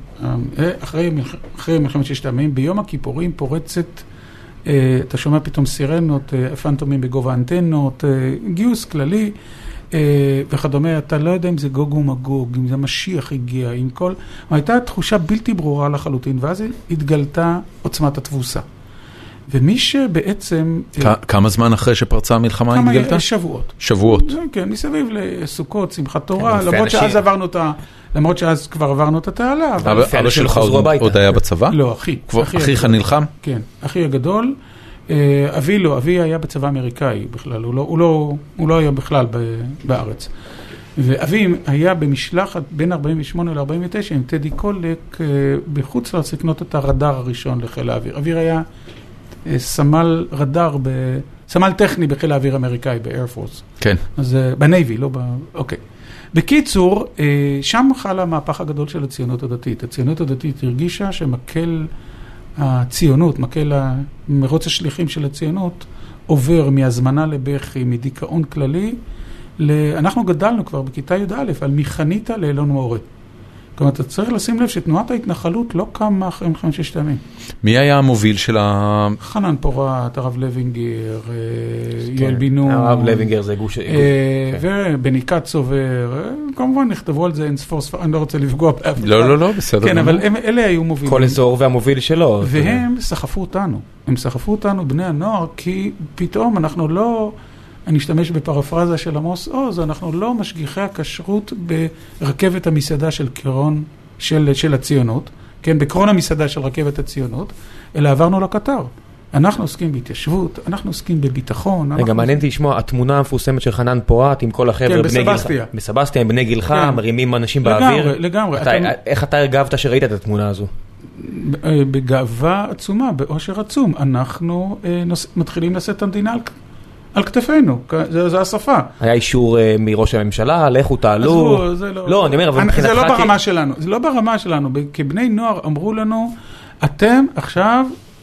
אחרי מלחמת ששת הימים, ביום הכיפורים פורצת, אתה שומע פתאום סירנות, פנטומים בגובה אנטנות, גיוס כללי וכדומה, אתה לא יודע אם זה גוג ומגוג, אם זה משיח הגיע, עם כל... הייתה תחושה בלתי ברורה לחלוטין, ואז התגלתה עוצמת התבוסה. ומי שבעצם... כמה זמן אחרי שפרצה המלחמה התגלתה? כמה שבועות. שבועות. כן, מסביב לסוכות, שמחת תורה, למרות שאז עברנו את ה... למרות שאז כבר עברנו את התעלה. אבא שלך עוד היה בצבא? לא, אחי. אחיך נלחם? כן, אחי הגדול. אבי לא, אבי היה בצבא אמריקאי בכלל, הוא לא היה בכלל בארץ. ואבי היה במשלחת בין ארבעים ושמונה ל-ארבעים ותשע עם טדי קולק בחוץ לארץ לקנות את הרדאר הראשון לחיל האוויר. אוויר היה סמל רדאר, סמל טכני בחיל האוויר האמריקאי, ב-Air Force. כן. אז בנייבי, לא ב... אוקיי. בקיצור, שם חל המהפך הגדול של הציונות הדתית. הציונות הדתית הרגישה שמקל הציונות, מקל מרוץ השליחים של הציונות, עובר מהזמנה לבכי, מדיכאון כללי, אנחנו גדלנו כבר בכיתה י"א על מחניתה לאלון מורה. כלומר, אתה צריך לשים לב שתנועת ההתנחלות לא קמה אחרי מלחמת ששת הימים. מי היה המוביל של ה... חנן פורת, הרב לוינגר, יואל בן-נון. הרב לוינגר זה גוש... ובני קצובר, כמובן נכתבו על זה אין ספור ספר, אני לא רוצה לפגוע באף אחד. לא, לא, לא, בסדר. כן, אבל אלה היו מובילים. כל אזור והמוביל שלו. והם סחפו אותנו. הם סחפו אותנו, בני הנוער, כי פתאום אנחנו לא... אני אשתמש בפרפרזה של עמוס עוז, אנחנו לא משגיחי הכשרות ברכבת המסעדה של קרון, של, של הציונות, כן, בקרון המסעדה של רכבת הציונות, אלא עברנו לקטר. אנחנו עוסקים בהתיישבות, אנחנו עוסקים בביטחון. רגע, מעניין לשמוע, התמונה המפורסמת של חנן פורת עם כל החבר'ה בני גילך. בסבסטיה, עם בני גילך, מרימים אנשים באוויר. לגמרי, לגמרי. איך אתה הרגבת שראית את התמונה הזו? בגאווה עצומה, באושר עצום. אנחנו מתחילים לשאת את המדינה על על כתפינו, זו השפה. היה אישור מראש הממשלה, לכו תעלו. לא, אני אומר, אבל מבחינתך... זה לא ברמה שלנו, זה לא ברמה שלנו. כבני נוער אמרו לנו, אתם עכשיו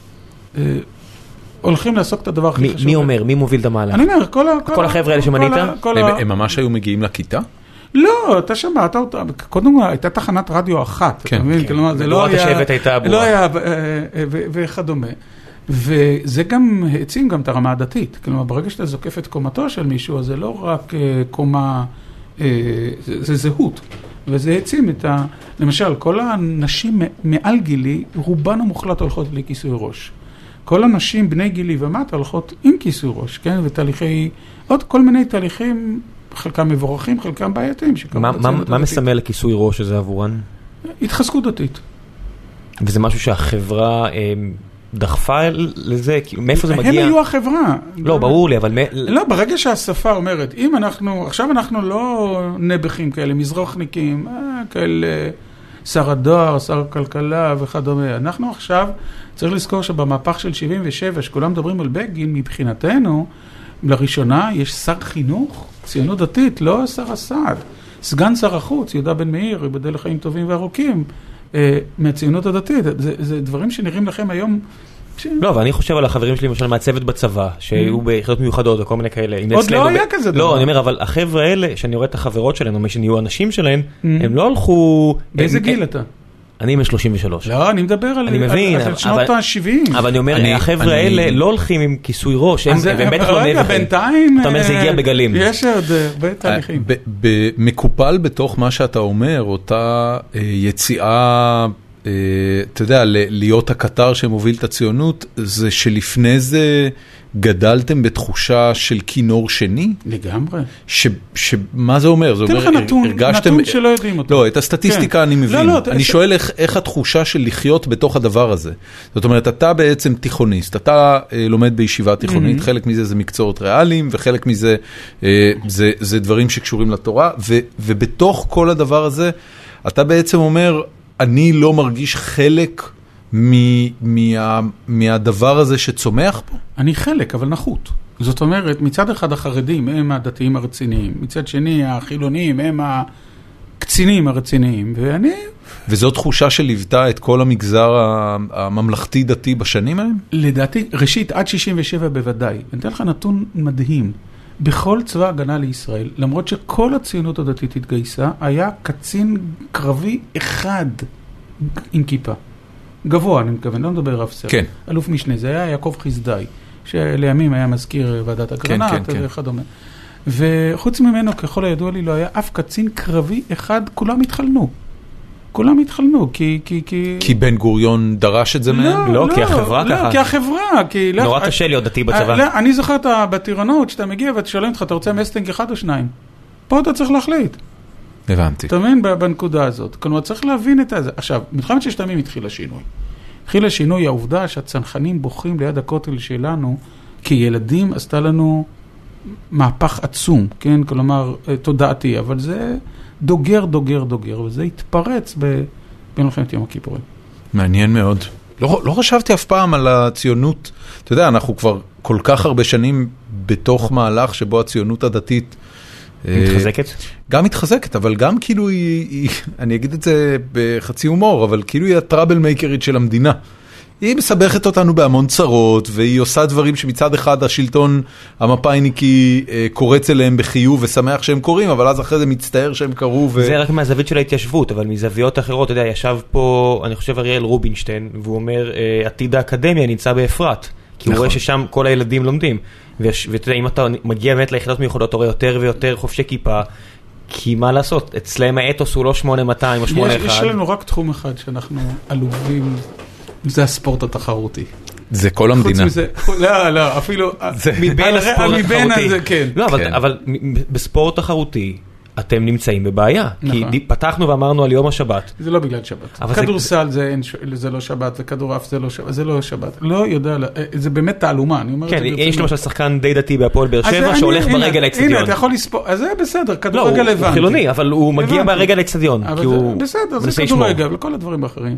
הולכים לעסוק את הדבר הכי חשוב. מי אומר? מי מוביל את המהלך? אני אומר, כל החבר'ה האלה שמנית? הם ממש היו מגיעים לכיתה? לא, אתה שמעת אותה, קודם הייתה תחנת רדיו אחת. כן, דורת השבט הייתה לא היה, וכדומה. וזה גם העצים גם את הרמה הדתית. כלומר, ברגע שאתה זוקף את קומתו של מישהו, אז זה לא רק קומה, זה זהות. וזה העצים את ה... למשל, כל הנשים מעל גילי, רובן המוחלט הולכות בלי כיסוי ראש. כל הנשים בני גילי ומטה הולכות עם כיסוי ראש, כן? ותהליכי... עוד כל מיני תהליכים, חלקם מבורכים, חלקם בעייתיים. מה, מה, מה מסמל לכיסוי ראש הזה עבורן? התחזקות דתית. וזה משהו שהחברה אה, דחפה לזה? מאיפה זה מגיע? הם היו החברה. לא, ברור לי, אבל... לא, ברגע שהשפה אומרת, אם אנחנו... עכשיו אנחנו לא נבחים כאלה, מזרוחניקים, כאלה... שר הדואר, שר הכלכלה וכדומה. אנחנו עכשיו צריך לזכור שבמהפך של שבעים ושבע, שכולם מדברים על בגין, מבחינתנו, לראשונה יש שר חינוך, ציונות דתית, לא שר הסעד. סגן שר החוץ, יהודה בן מאיר, ייבדל לחיים טובים וארוכים, אה, מהציונות הדתית. זה, זה דברים שנראים לכם היום... ש... לא, ואני חושב על החברים שלי, למשל, מהצוות בצבא, שהיו ביחידות מיוחדות וכל מיני כאלה. עוד לא היה כזה דבר. לא, אני אומר, אבל החבר'ה האלה, שאני רואה את החברות שלהם, או מי שנהיו אנשים שלהם, הם לא הלכו... באיזה גיל אתה? אני מ-שלושים ושלוש. לא, אני מדבר על שנות ה-שבעים. אבל אני אומר, החבר'ה האלה לא הולכים עם כיסוי ראש, הם בטח לא נבחים. בינתיים... אתה אומר, זה הגיע בגלים. יש עוד הרבה תהליכים. מקופל בתוך מה שאתה אומר, אותה יציאה... אתה יודע, להיות הקטר שמוביל את הציונות, זה שלפני זה גדלתם בתחושה של כינור שני? לגמרי. מה זה אומר? תן לך נתון, נתון שלא יודעים אותו. לא, את הסטטיסטיקה אני מבין. אני שואל איך התחושה של לחיות בתוך הדבר הזה. זאת אומרת, אתה בעצם תיכוניסט, אתה לומד בישיבה תיכונית, חלק מזה זה מקצועות ריאליים, וחלק מזה זה דברים שקשורים לתורה, ובתוך כל הדבר הזה, אתה בעצם אומר, אני לא מרגיש חלק מהדבר הזה שצומח פה? אני חלק, אבל נחות. זאת אומרת, מצד אחד החרדים הם הדתיים הרציניים, מצד שני החילונים הם הקצינים הרציניים, ואני... וזו תחושה שליוותה את כל המגזר הממלכתי-דתי בשנים ההם? לדעתי, ראשית, עד שישים ושבע בוודאי. אני אתן לך נתון מדהים. בכל צבא הגנה לישראל, למרות שכל הציונות הדתית התגייסה, היה קצין קרבי אחד עם כיפה. גבוה, אני מתכוון, לא מדבר רב סרן. כן. אלוף משנה, זה היה יעקב חסדאי, שלימים היה מזכיר ועדת אגרנט כן, כן, וכדומה. וחוץ ממנו, ככל הידוע לי, לא היה אף קצין קרבי אחד, כולם התחלנו. כולם התחלנו, כי... כי, כי... כי בן גוריון דרש את זה מהם? לא, כי החברה ככה. לא, כי החברה, כי... נורא קשה להיות דתי בצבא. לא, אני זוכר את בטירונות, שאתה מגיע ואתה שואלים אותך, אתה רוצה מסטינג אחד או שניים? פה אתה צריך להחליט. הבנתי. אתה מבין בנקודה הזאת. כלומר, צריך להבין את זה. עכשיו, מלחמת ששת הימים התחיל השינוי. התחיל השינוי, העובדה שהצנחנים בוכים ליד הכותל שלנו, כילדים עשתה לנו מהפך עצום, כן? כלומר, תודעתי, אבל זה... דוגר, דוגר, דוגר, וזה התפרץ במלחמת יום הכיפורים. מעניין מאוד. לא, לא חשבתי אף פעם על הציונות. אתה יודע, אנחנו כבר כל כך הרבה שנים בתוך מהלך שבו הציונות הדתית... מתחזקת? גם מתחזקת, אבל גם כאילו היא, היא, אני אגיד את זה בחצי הומור, אבל כאילו היא הטראבל מייקרית של המדינה. היא מסבכת אותנו בהמון צרות, והיא עושה דברים שמצד אחד השלטון המפאיניקי קורץ אליהם בחיוב ושמח שהם קוראים, אבל אז אחרי זה מצטער שהם קרו. ו... זה רק מהזווית של ההתיישבות, אבל מזוויות אחרות, אתה יודע, ישב פה, אני חושב, אריאל רובינשטיין, והוא אומר, עתיד האקדמיה נמצא באפרת, כי הוא רואה ששם כל הילדים לומדים. ואתה יודע, אם אתה מגיע באמת ליחידות מיוחדות, אתה רואה יותר ויותר חופשי כיפה, כי מה לעשות? אצלם האתוס הוא לא שמונה מאתיים או שמונה אחת. יש לנו רק תחום אחד שאנחנו עלובים, זה הספורט התחרותי. זה כל המדינה. חוץ מזה, לא, לא, אפילו... מבין הספורט התחרותי. כן. לא, אבל בספורט תחרותי, אתם נמצאים בבעיה. כי פתחנו ואמרנו על יום השבת. זה לא בגלל שבת. כדורסל זה לא שבת, וכדורעף זה לא שבת. לא יודע, זה באמת תעלומה. כן, יש למשל שחקן די דתי בהפועל באר שבע, שהולך ברגל לאצטדיון. הנה, אתה יכול לספור, אז זה בסדר, כדורגל הבנתי. לא, הוא חילוני, אבל הוא מגיע ברגל לאצטדיון. בסדר, זה כדורגל, וכל הדברים האחרים.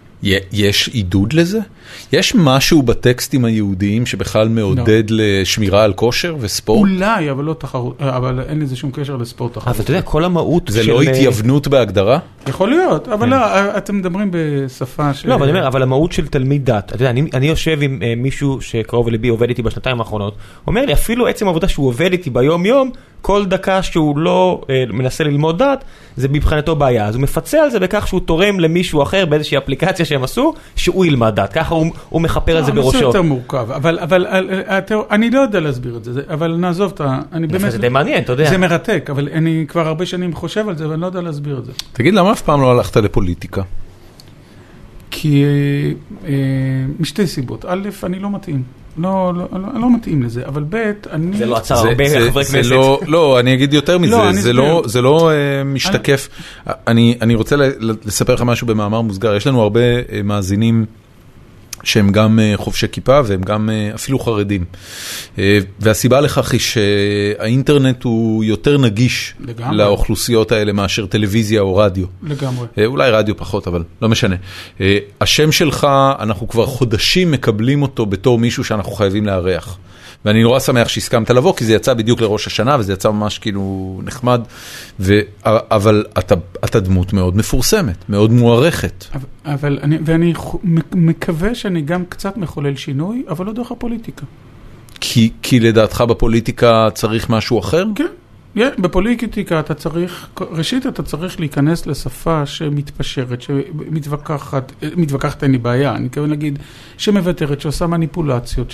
יש עידוד לזה? יש משהו בטקסטים היהודיים שבכלל מעודד לשמירה על כושר וספורט? אולי, אבל לא תחרות, אבל אין לזה שום קשר לספורט תחרות. אבל אתה יודע, כל המהות זה לא התייוונות בהגדרה? יכול להיות, אבל לא, אתם מדברים בשפה ש... לא, אבל אני אומר, אבל המהות של תלמיד דת, אתה יודע, אני יושב עם מישהו שקרוב לבי עובד איתי בשנתיים האחרונות, אומר לי, אפילו עצם העבודה שהוא עובד איתי ביום יום, כל דקה שהוא לא מנסה ללמוד דת, זה מבחינתו בעיה. אז הוא מפצה על זה בכך שהוא תורם למישהו אחר באיזושהי אפליקציה שהם עשו, שהוא ילמד דת, ככה הוא, הוא מחפר את זה בראשו. זה יותר מורכב, אבל, אבל, אני לא יודע להסביר את זה, אבל נעזוב את ה... זה די מעניין, אתה יודע. זה מרתק, אבל אני כבר הרבה שנים חושב על זה, ואני לא יודע להסביר את זה. תגיד, למה אף פעם לא הלכת לפוליטיקה? כי, משתי סיבות. א', אני לא מתאים. לא, לא, לא, לא מתאים לזה, אבל ב', אני... זה לא עצר הרבה חברי כנסת. לא, לא, אני אגיד יותר מזה, לא, זה, לא, זה לא uh, משתקף. אני... אני, אני רוצה לספר לך משהו במאמר מוסגר. יש לנו הרבה uh, מאזינים שהם גם uh, חובשי כיפה, והם גם uh, אפילו חרדים. Uh, והסיבה לכך היא שהאינטרנט הוא יותר נגיש לגמרי. לאוכלוסיות האלה מאשר טלוויזיה או רדיו. לגמרי. Uh, אולי רדיו פחות, אבל לא משנה. Uh, השם שלך, אנחנו כבר חודשים מקבלים אותו בתור מישהו שאנחנו חייבים לארח. ואני נורא שמח שהסכמת לבוא, כי זה יצא בדיוק לראש השנה, וזה יצא ממש כאילו נחמד, ו... אבל אתה, אתה דמות מאוד מפורסמת, מאוד מוערכת. אבל אני, ואני מקווה שאני גם קצת מחולל שינוי, אבל לא דרך הפוליטיקה. כי, כי לדעתך בפוליטיקה צריך משהו אחר? כן. בפוליטיקה אתה צריך, ראשית אתה צריך להיכנס לשפה שמתפשרת, שמתווכחת, מתווכחת אין לי בעיה, אני מתכוון להגיד, שמוותרת, שעושה מניפולציות,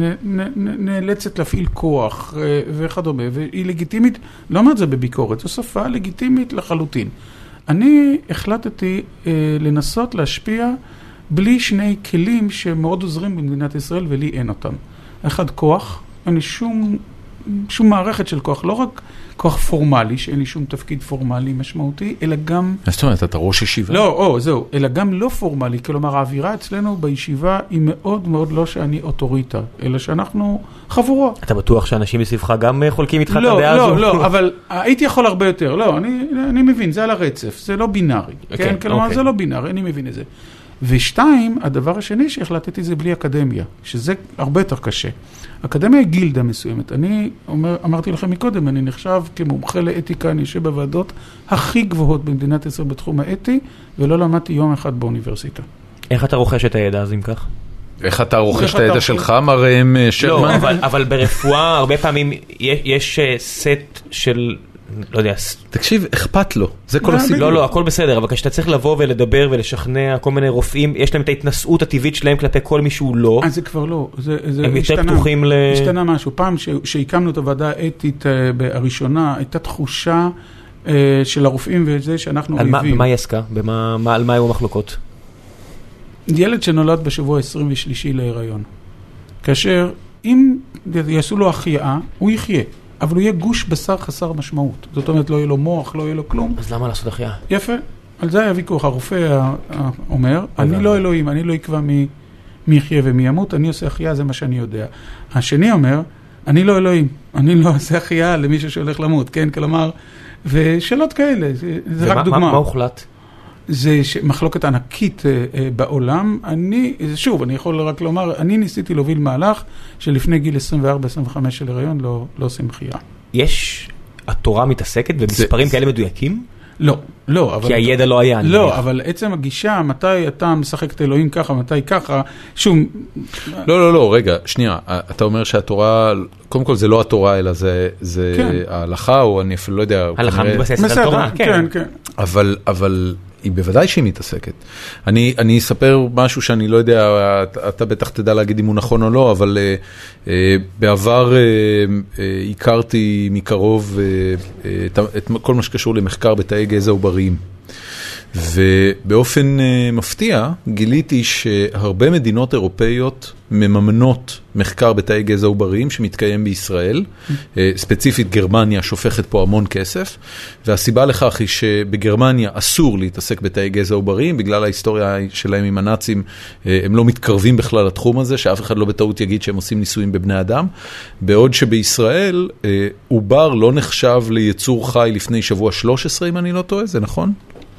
שנאלצת להפעיל כוח וכדומה, והיא לגיטימית, לא אומרת זה בביקורת, זו שפה לגיטימית לחלוטין. אני החלטתי לנסות להשפיע בלי שני כלים שמאוד עוזרים במדינת ישראל ולי אין אותם. אחד כוח, אין לי שום... שום מערכת של כוח, לא רק כוח פורמלי, שאין לי שום תפקיד פורמלי משמעותי, אלא גם... זאת אומרת, אתה ראש ישיבה? לא, או, זהו, אלא גם לא פורמלי, כלומר, האווירה אצלנו בישיבה היא מאוד מאוד לא שאני אוטוריטה, אלא שאנחנו חבורות. אתה בטוח שאנשים מסביבך גם חולקים איתך את לא, הדעה הזו? לא, לא, אבל הייתי יכול הרבה יותר, לא, אני, אני מבין, זה על הרצף, זה לא בינארי, כן? כלומר, זה לא בינארי, אני מבין את זה. ושתיים, הדבר השני שהחלטתי זה בלי אקדמיה, שזה הרבה יותר קשה. אקדמיה היא גילדה מסוימת. אני אומר, אמרתי לכם מקודם, אני נחשב כמומחה לאתיקה, אני יושב בוועדות הכי גבוהות במדינת ישראל בתחום האתי, ולא למדתי יום אחד באוניברסיטה. איך אתה רוכש את הידע אז אם כך? איך אתה רוכש את הידע שלך, מרם שרמן? לא, אבל ברפואה הרבה פעמים יש סט של... לא יודע. תקשיב, אכפת לו. זה כל הסיפור. לא, לא, הכל בסדר, אבל כשאתה צריך לבוא ולדבר ולשכנע כל מיני רופאים, יש להם את ההתנסות הטבעית שלהם כלפי כל מישהו לא. אז זה כבר לא. הם יותר פתוחים ל... השתנה משהו. פעם שהקמנו את הוועדה האתית הראשונה, הייתה תחושה של הרופאים וזה שאנחנו אויבים. במה היא עסקה? על מה היו המחלוקות? ילד שנולד בשבוע העשרים ושלישי להיריון. כאשר אם יעשו לו החייאה, הוא יחיה. אבל הוא יהיה גוש בשר חסר משמעות. זאת אומרת, לא יהיה לו מוח, לא יהיה לו כלום. אז למה לעשות החייאה? יפה. על זה היה ויכוח. הרופא אומר, אני לא אלוהים, אני לא אקבע מי יחיה ומי ימות, אני עושה החייאה, זה מה שאני יודע. השני אומר, אני לא אלוהים, אני לא עושה החייאה למישהו שהולך למות, כן? כלומר, ושאלות כאלה, זה רק דוגמה. מה הוחלט? זה מחלוקת ענקית בעולם. אני, שוב, אני יכול רק לומר, אני ניסיתי להוביל מהלך שלפני גיל עשרים וארבע עשרים וחמש של הריון לא, לא עושים חייאה. יש, התורה מתעסקת במספרים זה, כאלה מדויקים? לא, לא. אבל, כי הידע לא היה. לא, נניח. אבל עצם הגישה, מתי אתה משחק את אלוהים ככה, מתי ככה, שוב... לא, לא, לא, רגע, שנייה. אתה אומר שהתורה, קודם כל זה לא התורה, אלא זה, זה כן. ההלכה, או אני אפילו לא יודע... הלכה מתבססת על תורה, כן. כן, כן. אבל, אבל... היא בוודאי שהיא מתעסקת. אני, אני אספר משהו שאני לא יודע, אתה בטח תדע להגיד אם הוא נכון או לא, אבל uh, uh, בעבר uh, uh, הכרתי מקרוב uh, uh, את כל מה שקשור למחקר בתאי גזע עובריים. ובאופן uh, מפתיע גיליתי שהרבה מדינות אירופאיות מממנות מחקר בתאי גזע עובריים שמתקיים בישראל, mm. uh, ספציפית גרמניה שופכת פה המון כסף, והסיבה לכך היא שבגרמניה אסור להתעסק בתאי גזע עובריים, בגלל ההיסטוריה שלהם עם הנאצים, uh, הם לא מתקרבים בכלל לתחום הזה, שאף אחד לא בטעות יגיד שהם עושים ניסויים בבני אדם, בעוד שבישראל uh, עובר לא נחשב ליצור חי לפני שבוע שלוש עשרה, אם אני לא טועה, זה נכון?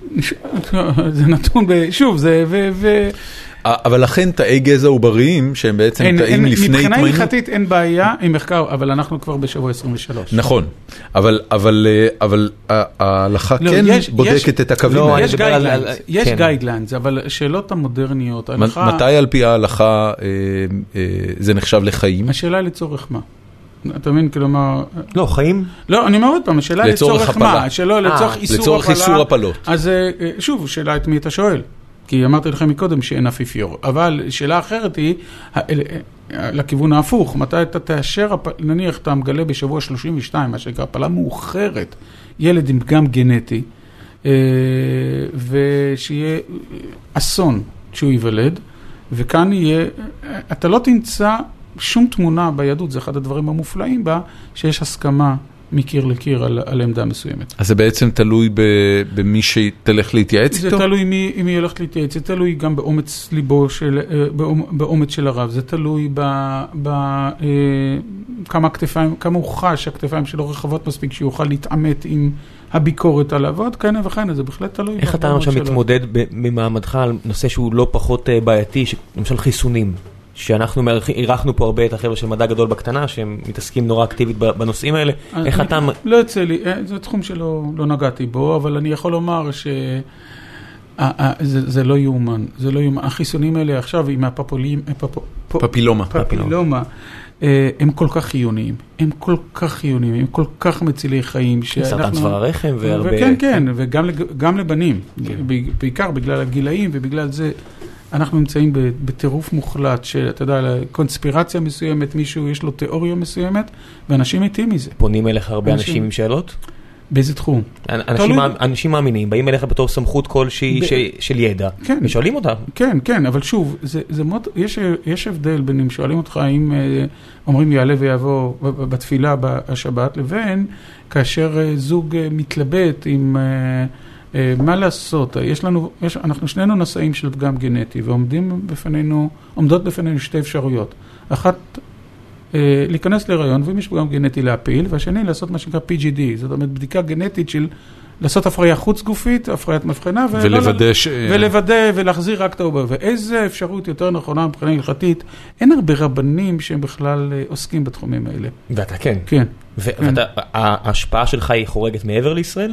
זה נתון, שוב, זה ו... ו... אבל לכן תאי גזע עובריים, שהם בעצם אין, תאים אין, לפני התמיינות... מבחינה הלכתית אין בעיה עם מחקר, אבל אנחנו כבר בשבוע עשרים ושלוש. נכון, אבל, אבל, אבל ההלכה לא, כן יש, בודקת יש, את הקווים לא, האלה. יש גיידליינס, על, יש כן. גיידליינס, אבל השאלות המודרניות, ההלכה... מתי על פי ההלכה אה, אה, זה נחשב לחיים? השאלה לצורך מה? אתה מבין, כלומר... לא, חיים? לא, אני אומר עוד פעם, השאלה לצורך מה? השאלה לצורך איסור הפלות. אז שוב, שאלה את מי אתה שואל. כי אמרתי לכם מקודם שאין אפיפיור. אבל שאלה אחרת היא, לכיוון ההפוך, מתי אתה תאשר, נניח אתה מגלה בשבוע שלושים ושתיים, מה שנקרא, הפלה מאוחרת, ילד עם פגם גנטי, ושיהיה אסון שהוא ייוולד, וכאן יהיה, אתה לא תמצא שום תמונה ביהדות, זה אחד הדברים המופלאים בה, שיש הסכמה מקיר לקיר על, על עמדה מסוימת. אז זה בעצם תלוי במי שתלך להתייעץ איתו? זה תלוי מי, אם היא הולכת להתייעץ, זה תלוי גם באומץ ליבו של, באומץ של הרב, זה תלוי ב, ב, כמה כתפיים, כמה הוא חש, הכתפיים שלו רחבות מספיק, שיוכל להתעמת עם הביקורת עליו, ועוד כהנה וכהנה, זה בהחלט תלוי. איך אתה עכשיו מתמודד ממעמדך על נושא שהוא לא פחות בעייתי, למשל חיסונים? שאנחנו עירכנו פה הרבה את החבר'ה של מדע גדול בקטנה, שהם מתעסקים נורא אקטיבית בנושאים האלה. איך אתה... לא יוצא לי, זה תחום שלא נגעתי בו, אבל אני יכול לומר שזה לא יאומן. זה לא יאומן. החיסונים האלה עכשיו עם הפפילומה. פפילומה. הם כל כך חיוניים. הם כל כך חיוניים. הם כל כך מצילי חיים. סרטן צוואר הרחם והרבה... כן, כן, וגם לבנים. בעיקר בגלל הגילאים ובגלל זה... אנחנו נמצאים בטירוף מוחלט שאתה יודע, קונספירציה מסוימת, מישהו יש לו תיאוריה מסוימת, ואנשים מתים מזה. פונים אליך הרבה אנשים, אנשים עם שאלות? באיזה תחום? אנשים, אנשים מאמינים, באים אליך בתור סמכות כלשהי ב... של ידע, כן, ושואלים אותם. כן, כן, אבל שוב, זה, זה מאוד, יש, יש הבדל בין אם שואלים אותך, אם אומרים יעלה ויבוא בתפילה בשבת, לבין כאשר זוג מתלבט עם... מה לעשות? יש לנו, יש, אנחנו שנינו נשאים של פגם גנטי, ועומדים בפנינו, עומדות בפנינו שתי אפשרויות. אחת, אה, להיכנס להיריון, ואם יש פגם גנטי להפיל, והשני, לעשות מה שנקרא פי ג'י די, זאת אומרת, בדיקה גנטית של לעשות הפריה חוץ גופית, הפריית מבחנה, ולוודא ש... ולוודא ולהחזיר רק את העובר. ואיזה אפשרות יותר נכונה מבחינה הלכתית, אין הרבה רבנים שהם בכלל עוסקים בתחומים האלה. ואתה כן. כן. ואתה, ההשפעה שלך היא חורגת מעבר לישראל?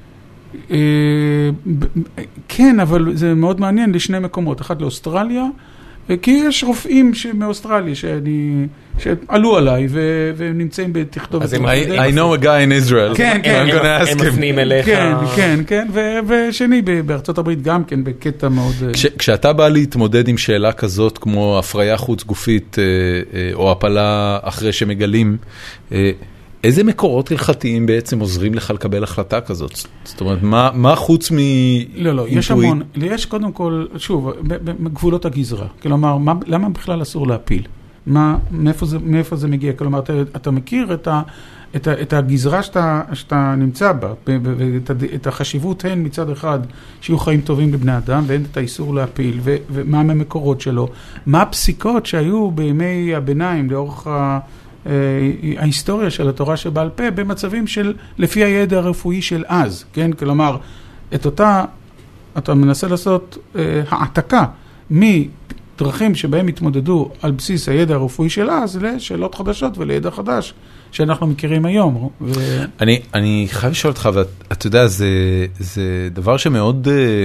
כן, אבל זה מאוד מעניין לשני מקומות. אחד לאוסטרליה, כי יש רופאים מאוסטרליה שעלו עליי ונמצאים בתכתובת. I know a guy in Israel. כן, כן. הם מפנים אליך. כן, כן, כן. ושני בארצות הברית גם כן בקטע מאוד... כשאתה בא להתמודד עם שאלה כזאת כמו הפריה חוץ גופית או הפלה אחרי שמגלים, איזה מקורות הלכתיים בעצם עוזרים לך לקבל החלטה כזאת? זאת אומרת, מה, מה חוץ מ... לא, לא, יש המון. יש קודם כל, שוב, בגבולות הגזרה. כלומר, מה, למה בכלל אסור להפיל? מה, מאיפה זה, מאיפה זה מגיע? כלומר, אתה, אתה מכיר את ה, את ה, את הגזרה שאתה, שאתה נמצא בה, ואת את החשיבות הן מצד אחד, שיהיו חיים טובים לבני אדם, והן את האיסור להפיל, ו, ומה המקורות שלו. מה הפסיקות שהיו בימי הביניים, לאורך ה... ההיסטוריה של התורה שבעל פה במצבים של לפי הידע הרפואי של אז, כן? כלומר, את אותה, אתה מנסה לעשות אה, העתקה מדרכים שבהם התמודדו על בסיס הידע הרפואי של אז לשאלות חדשות ולידע חדש שאנחנו מכירים היום. ו... אני, אני חייב לשאול אותך, ואתה יודע, זה, זה דבר שמאוד...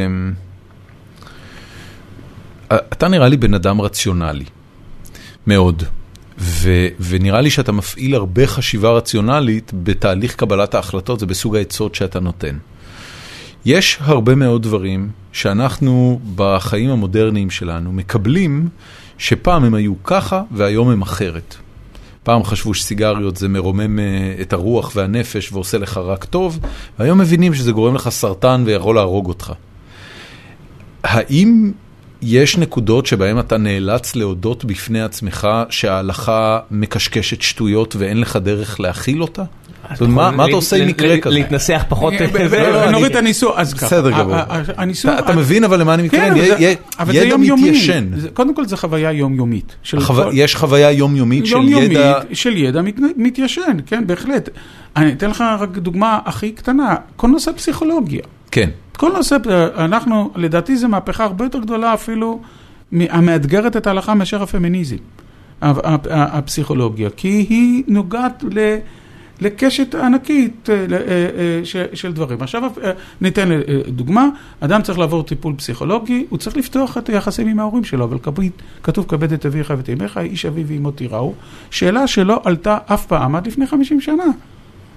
אה, אתה נראה לי בן אדם רציונלי, מאוד. ו- ונראה לי שאתה מפעיל הרבה חשיבה רציונלית בתהליך קבלת ההחלטות, זה בסוג העצות שאתה נותן. יש הרבה מאוד דברים שאנחנו בחיים המודרניים שלנו מקבלים שפעם הם היו ככה והיום הם אחרת. פעם חשבו שסיגריות זה מרומם את הרוח והנפש ועושה לך רק טוב, והיום מבינים שזה גורם לך סרטן ויכול להרוג אותך. האם... יש נקודות שבהן אתה נאלץ להודות בפני עצמך שההלכה מקשקשת שטויות ואין לך דרך להכיל אותה? מה אתה עושה עם מקרה כזה? להתנסח פחות... נוריד את הניסוח, אז ככה. בסדר גמור. אתה מבין אבל למה אני מתכוון? ידע מתיישן. קודם כל זה חוויה יומיומית. יש חוויה יומיומית של ידע... של ידע מתיישן, כן, בהחלט. אני אתן לך רק דוגמה הכי קטנה. כל נושא פסיכולוגיה. כן. כל נושא, אנחנו, לדעתי זה מהפכה הרבה יותר גדולה אפילו, המאתגרת את ההלכה מאשר הפמיניזם, הפסיכולוגיה, כי היא נוגעת לקשת ענקית של דברים. עכשיו ניתן דוגמה, אדם צריך לעבור טיפול פסיכולוגי, הוא צריך לפתוח את היחסים עם ההורים שלו, אבל כתוב כבד את אביך ואת אמך, איש אבי ואמו תיראו, שאלה שלא עלתה אף פעם עד לפני חמישים שנה.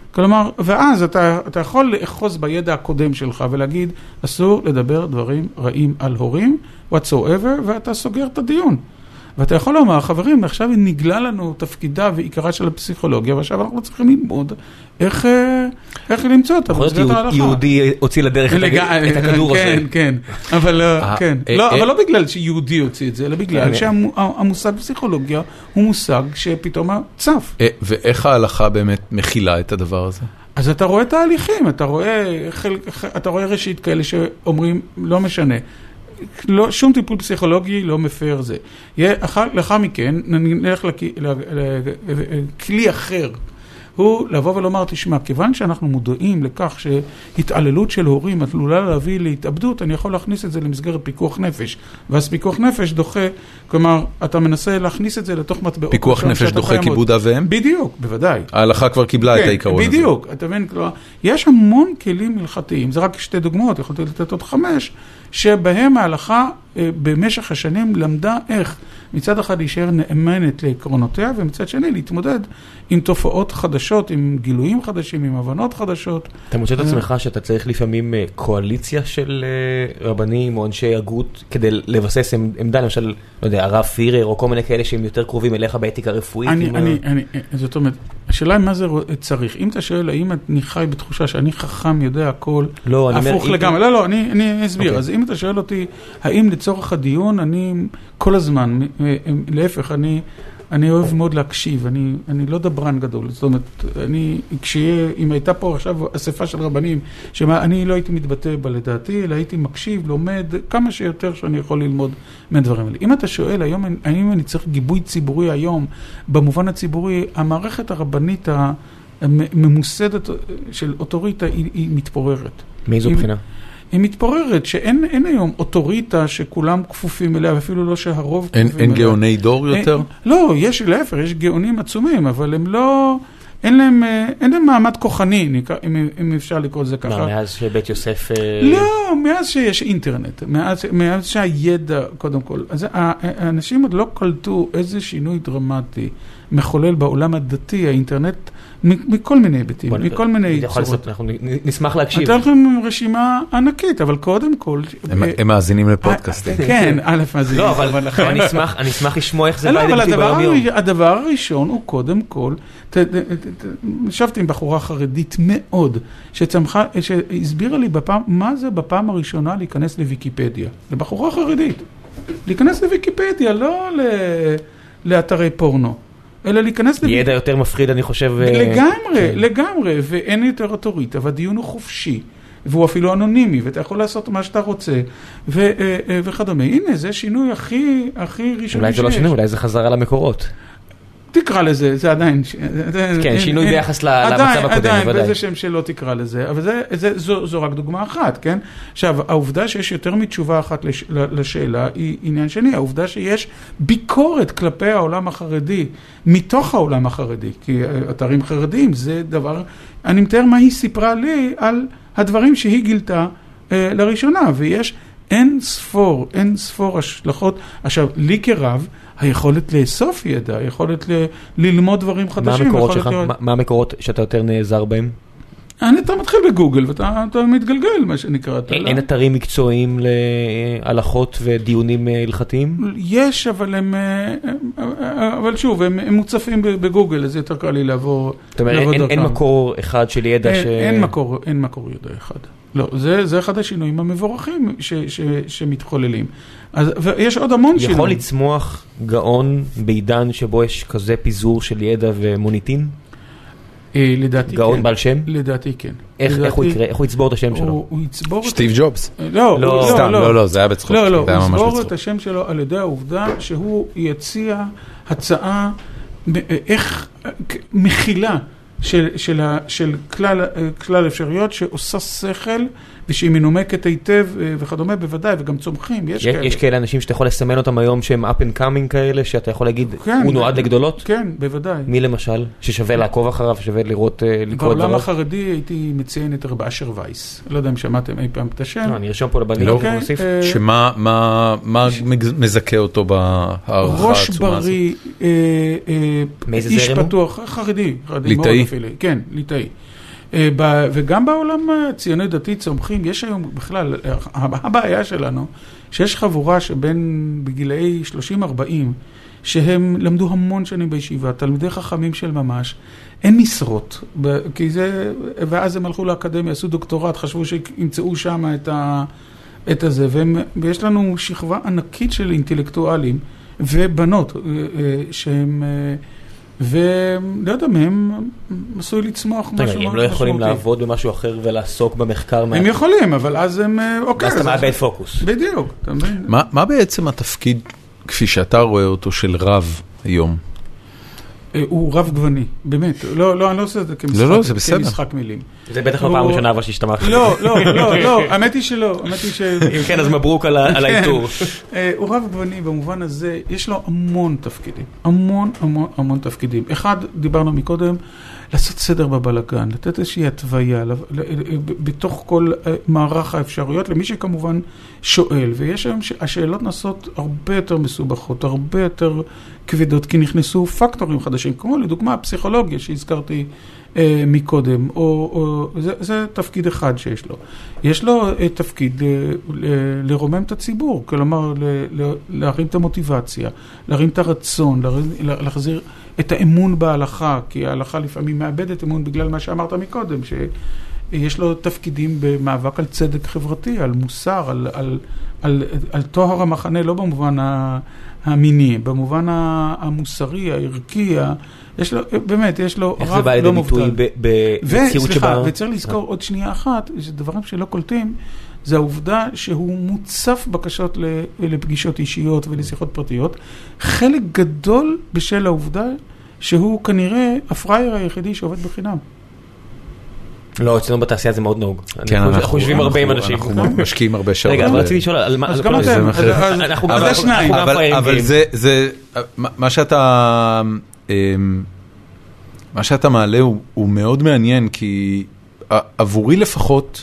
כלומר, ואז אתה, אתה יכול לאחוז בידע הקודם שלך ולהגיד, אסור לדבר דברים רעים על הורים, whatsoever, ואתה סוגר את הדיון. ואתה יכול לומר, חברים, עכשיו נגלה לנו תפקידה ועיקרה של הפסיכולוגיה, ועכשיו אנחנו צריכים ללמוד איך, איך למצוא אותה. יכול להיות יהודי הוציא לדרך את הכדור הזה. כן, כן. אבל כן. לא, אבל לא בגלל שיהודי הוציא את זה, אלא בגלל שהמושג פסיכולוגיה הוא מושג שפתאום צף. ואיך ההלכה באמת מכילה את הדבר הזה? אז אתה רואה תהליכים, אתה רואה, אתה רואה ראשית כאלה שאומרים, לא משנה. לא, שום טיפול פסיכולוגי לא מפר זה. לאחר מכן, נלך לכלי אחר. הוא לבוא ולומר, תשמע, כיוון שאנחנו מודעים לכך שהתעללות של הורים עלולה להביא להתאבדות, אני יכול להכניס את זה למסגרת פיקוח נפש. ואז פיקוח נפש דוחה, כלומר, אתה מנסה להכניס את זה לתוך מטבעות. פיקוח נפש דוחה כיבוד אב ואם? בדיוק, בוודאי. ההלכה כבר קיבלה כן, את העיקרון הזה. בדיוק, אתה מבין, כלומר, יש המון כלים הלכתיים, זה רק שתי דוגמאות, יכולתי לתת עוד חמש, שבהם ההלכה במשך השנים למדה איך מצד אחד להישאר נאמנת לעקרונותיה, ומצד שני להתמודד עם תופעות חדשות, עם גילויים חדשים, עם הבנות חדשות. אתה מוצא את עצמך שאתה צריך לפעמים קואליציה של רבנים או אנשי הגות כדי לבסס עמדה, למשל, לא יודע, הרב פירר או כל מיני כאלה שהם יותר קרובים אליך באתיקה רפואית? אני, אני, אני, זאת אומרת, השאלה היא מה זה צריך. אם אתה שואל, האם אני חי בתחושה שאני חכם, יודע הכל, לא, הפוך לגמרי. לא, לא, אני, אני אסביר. אז אם אתה שואל אותי, האם לצורך הדיון, אני כל הזמן, להפך, אני, אני אוהב מאוד להקשיב, אני, אני לא דברן גדול. זאת אומרת, אני, כשיהיה, אם הייתה פה עכשיו אספה של רבנים, שאני לא הייתי מתבטא בלדעתי, אלא הייתי מקשיב, לומד, כמה שיותר שאני יכול ללמוד מהדברים האלה. אם אתה שואל, היום, האם אני צריך גיבוי ציבורי היום, במובן הציבורי, המערכת הרבנית הממוסדת של אוטוריטה היא, היא מתפוררת. מאיזו בחינה? היא מתפוררת, שאין אין היום אוטוריטה שכולם כפופים אליה, ואפילו לא שהרוב אין, כפופים אין אליה. אין גאוני דור יותר? אין, לא, יש להפך, יש גאונים עצומים, אבל הם לא, אין להם, אין להם מעמד כוחני, אם, אם אפשר לקרוא לזה ככה. מה, מאז שבית יוסף... לא, מאז שיש אינטרנט, מאז, מאז שהידע, קודם כל. אז האנשים עוד לא קלטו איזה שינוי דרמטי מחולל בעולם הדתי, האינטרנט, מכל מיני היבטים, מכל מיני צורות. אנחנו נשמח להקשיב. אתה לכם רשימה ענקית, אבל קודם כל... הם מאזינים לפודקאסטים. כן, א' מאזינים. לא, אבל אני אשמח לשמוע איך זה בא לידי ביום יום. הדבר הראשון הוא קודם כל, ישבתי עם בחורה חרדית מאוד, שהסבירה לי בפעם, מה זה בפעם הראשונה להיכנס לוויקיפדיה? לבחורה חרדית. להיכנס לוויקיפדיה, לא לאתרי פורנו. אלא להיכנס... ידע יותר מפחיד, אני חושב... לגמרי, לגמרי, ואין יותר אוטוריטה, והדיון הוא חופשי, והוא אפילו אנונימי, ואתה יכול לעשות מה שאתה רוצה, וכדומה. הנה, זה שינוי הכי, הכי ראשוני שיש. אולי זה לא שינוי, אולי זה חזרה למקורות. תקרא לזה, זה עדיין... כן, שינוי ביחס למצב הקודם, עדיין, באיזה שם שלא תקרא לזה, אבל זה, זה, זו, זו רק דוגמה אחת, כן? עכשיו, העובדה שיש יותר מתשובה אחת לש, לשאלה היא עניין שני, העובדה שיש ביקורת כלפי העולם החרדי, מתוך העולם החרדי, כי אתרים חרדיים זה דבר, אני מתאר מה היא סיפרה לי על הדברים שהיא גילתה אה, לראשונה, ויש אין ספור, אין ספור השלכות. עכשיו, לי כרב, היכולת לאסוף ידע, היכולת ל- ללמוד דברים חדשים. מה המקורות שלך? לראות... מה, מה המקורות שאתה יותר נעזר בהם? אני, אתה מתחיל בגוגל ואתה אתה מתגלגל, מה שנקרא. אין, אין אתרים מקצועיים להלכות ודיונים הלכתיים? יש, אבל הם, אבל שוב, הם, הם מוצפים בגוגל, אז יותר קל לי לעבור. זאת אומרת, אין, אין מקור אחד של ידע אין, ש... אין מקור, אין מקור ידע אחד. לא, זה, זה אחד השינויים המבורכים ש, ש, שמתחוללים. אז, ויש עוד המון יכול שינויים. יכול לצמוח גאון בעידן שבו יש כזה פיזור של ידע ומוניטין? אה, לדעתי גאון כן. בעל שם? לדעתי כן. איך, לדעתי, איך הוא יקרה? איך הוא יצבור את השם שלו? הוא, הוא יצבור סטיב ג'ובס. לא, לא, לא, סתם, לא, לא, לא, זה היה בצחוק. לא, לא, זה היה הוא ממש יצבור בצחוק. את השם שלו על ידי העובדה שהוא יציע הצעה, איך, מכילה של, של, של כלל, כלל אפשריות שעושה שכל ושהיא מנומקת היטב וכדומה, בוודאי, וגם צומחים, יש, יש כאלה. יש כאלה אנשים שאתה יכול לסמן אותם היום שהם up and coming כאלה, שאתה יכול להגיד, כן, הוא נועד לגדולות? כן, בוודאי. מי למשל? ששווה לעקוב אחריו, שווה לראות, לקרוא את דברו? בעולם החרדי הייתי מציין את רב אשר וייס. לא יודע אם שמעתם אי פעם את השם. לא, אני ארשום פה לבנים. לא, שמה מה, מה מזכה אותו בהערכה ראש העצומה הזאת? בריא, איש פתוח, חרדי. ליטאי? כן, ליטאי. וגם בעולם הציוני דתי צומחים, יש היום בכלל, הבעיה שלנו, שיש חבורה שבין בגילאי שלושים ארבעים, שהם למדו המון שנים בישיבה, תלמידי חכמים של ממש, אין משרות, כי זה, ואז הם הלכו לאקדמיה, עשו דוקטורט, חשבו שימצאו שם את, ה, את הזה, והם, ויש לנו שכבה ענקית של אינטלקטואלים ובנות שהם, ולא יודע, מהם עשוי לצמוח משהו משמעותי. הם לא יכולים לעבוד במשהו אחר ולעסוק במחקר? הם יכולים, אבל אז הם, אוקיי. אז אתה מאבד פוקוס. בדיוק, אתה מבין? מה בעצם התפקיד, כפי שאתה רואה אותו, של רב היום? הוא רב גווני, באמת. לא, לא, אני לא עושה את זה כמשחק מילים. זה בטח לא פעם ראשונה אבל שהשתמחת. לא, לא, לא, לא, האמת היא שלא, האמת היא ש... אם כן, אז מברוק על האיתור. הוא רב גווני במובן הזה, יש לו המון תפקידים, המון, המון, המון תפקידים. אחד, דיברנו מקודם, לעשות סדר בבלגן, לתת איזושהי התוויה, בתוך כל מערך האפשרויות, למי שכמובן שואל, ויש היום שהשאלות נעשות הרבה יותר מסובכות, הרבה יותר כבדות, כי נכנסו פקטורים חדשים, כמו לדוגמה הפסיכולוגיה שהזכרתי אה, מקודם, או, או, זה, זה תפקיד אחד שיש לו. יש לו אה, תפקיד אה, לרומם את הציבור, כלומר ל, ל, להרים את המוטיבציה, להרים את הרצון, להרים, להחזיר את האמון בהלכה, כי ההלכה לפעמים מאבדת אמון בגלל מה שאמרת מקודם, שיש לו תפקידים במאבק על צדק חברתי, על מוסר, על, על, על, על תואר המחנה, לא במובן המיני, במובן המוסרי, הערכי, יש לו, באמת, יש לו רב לא מובטל. וסליחה, וצריך לזכור עוד שנייה אחת, יש דברים שלא קולטים, זה העובדה שהוא מוצף בקשות לפגישות אישיות ולשיחות פרטיות, חלק גדול בשל העובדה שהוא כנראה הפרייר היחידי שעובד בחינם. לא, אצלנו בתעשייה זה מאוד נהוג. אנחנו חושבים הרבה עם אנשים. אנחנו משקיעים הרבה שעות. רגע, אבל רציתי לשאול על מה... אז גם אתם, אז זה שניים. אבל זה, מה שאתה, מה שאתה מעלה הוא מאוד מעניין, כי עבורי לפחות,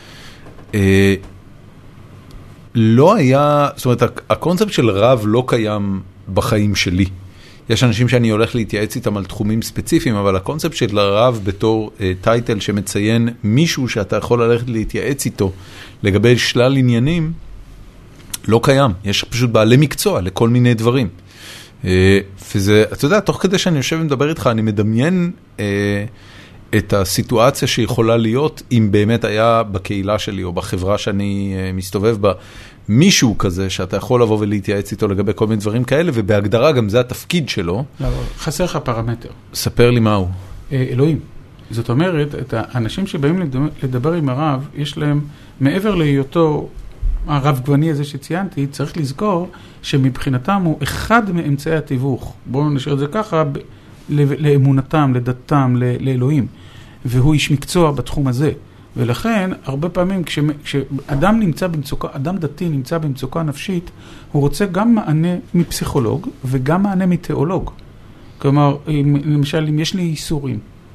לא היה, זאת אומרת, הקונספט של רב לא קיים בחיים שלי. יש אנשים שאני הולך להתייעץ איתם על תחומים ספציפיים, אבל הקונספט של הרב בתור uh, טייטל שמציין מישהו שאתה יכול ללכת להתייעץ איתו לגבי שלל עניינים, לא קיים. יש פשוט בעלי מקצוע לכל מיני דברים. Uh, וזה, אתה יודע, תוך כדי שאני יושב ומדבר איתך, אני מדמיין uh, את הסיטואציה שיכולה להיות, אם באמת היה בקהילה שלי או בחברה שאני uh, מסתובב בה, מישהו כזה שאתה יכול לבוא ולהתייעץ איתו לגבי כל מיני דברים כאלה, ובהגדרה גם זה התפקיד שלו. לא, חסר לך פרמטר. ספר לי מהו. אלוהים. זאת אומרת, את האנשים שבאים לדבר עם הרב, יש להם, מעבר להיותו הרב גווני הזה שציינתי, צריך לזכור שמבחינתם הוא אחד מאמצעי התיווך. בואו נשאיר את זה ככה, לאמונתם, לדתם, לאלוהים. והוא איש מקצוע בתחום הזה. ולכן, הרבה פעמים, כש, כשאדם נמצא במצוקה, אדם דתי נמצא במצוקה נפשית, הוא רוצה גם מענה מפסיכולוג וגם מענה מתיאולוג. כלומר, למשל, אם יש לי איסורים,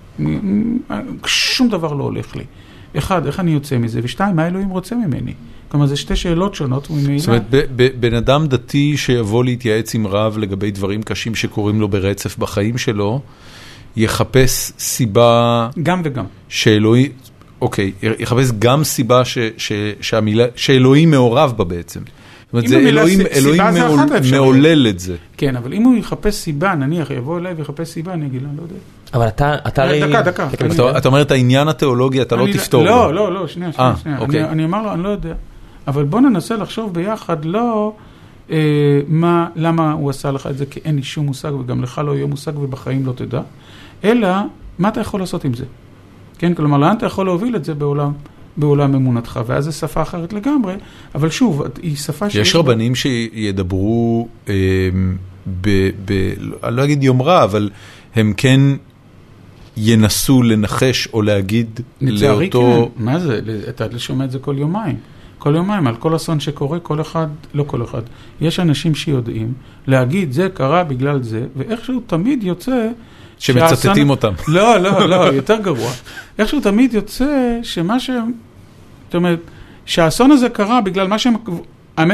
שום דבר לא הולך לי. אחד, איך אני יוצא מזה? ושתיים, מה אלוהים רוצה ממני? כלומר, זה שתי שאלות שונות. זאת אומרת, בן אדם דתי שיבוא להתייעץ עם רב לגבי דברים קשים שקורים לו ברצף בחיים שלו, יחפש סיבה... גם וגם. שאלוהי... אוקיי, יחפש גם סיבה ש, ש, שהמילה, שאלוהים מעורב בה בעצם. זאת אומרת, זה אלוהים, אלוהים מעול, מעולל את זה. כן, אבל אם הוא יחפש סיבה, נניח, יבוא אליי ויחפש סיבה, אני אגיד, אני לא יודע. אבל אתה, אתה... דקה, דקה. אתה, אתה אומר את העניין התיאולוגי, אתה לא תפתור. לא, לא, לא, שנייה, שנייה, שנייה. אני, אני אומר לו, אני לא יודע. אבל בוא ננסה לחשוב ביחד, לא אה, מה, למה הוא עשה לך את זה, כי אין לי שום מושג, וגם לך לא יהיה מושג, ובחיים לא תדע. אלא, מה אתה יכול לעשות עם זה? כן, כלומר, לאן אתה יכול להוביל את זה בעולם, בעולם אמונתך, ואז זו שפה אחרת לגמרי, אבל שוב, היא שפה שיש... יש רבנים בה... שידברו, אה, ב, ב, אני לא אגיד יומרה, אבל הם כן ינסו לנחש או להגיד לצערי לאותו... כן, מה זה? אתה שומע את זה כל יומיים. כל יומיים, על כל אסון שקורה, כל אחד, לא כל אחד. יש אנשים שיודעים להגיד, זה קרה בגלל זה, ואיכשהו תמיד יוצא... שמצטטים אותם. לא, לא, לא, יותר גרוע. איכשהו תמיד יוצא שמה ש... זאת אומרת, שהאסון הזה קרה בגלל מה שהם...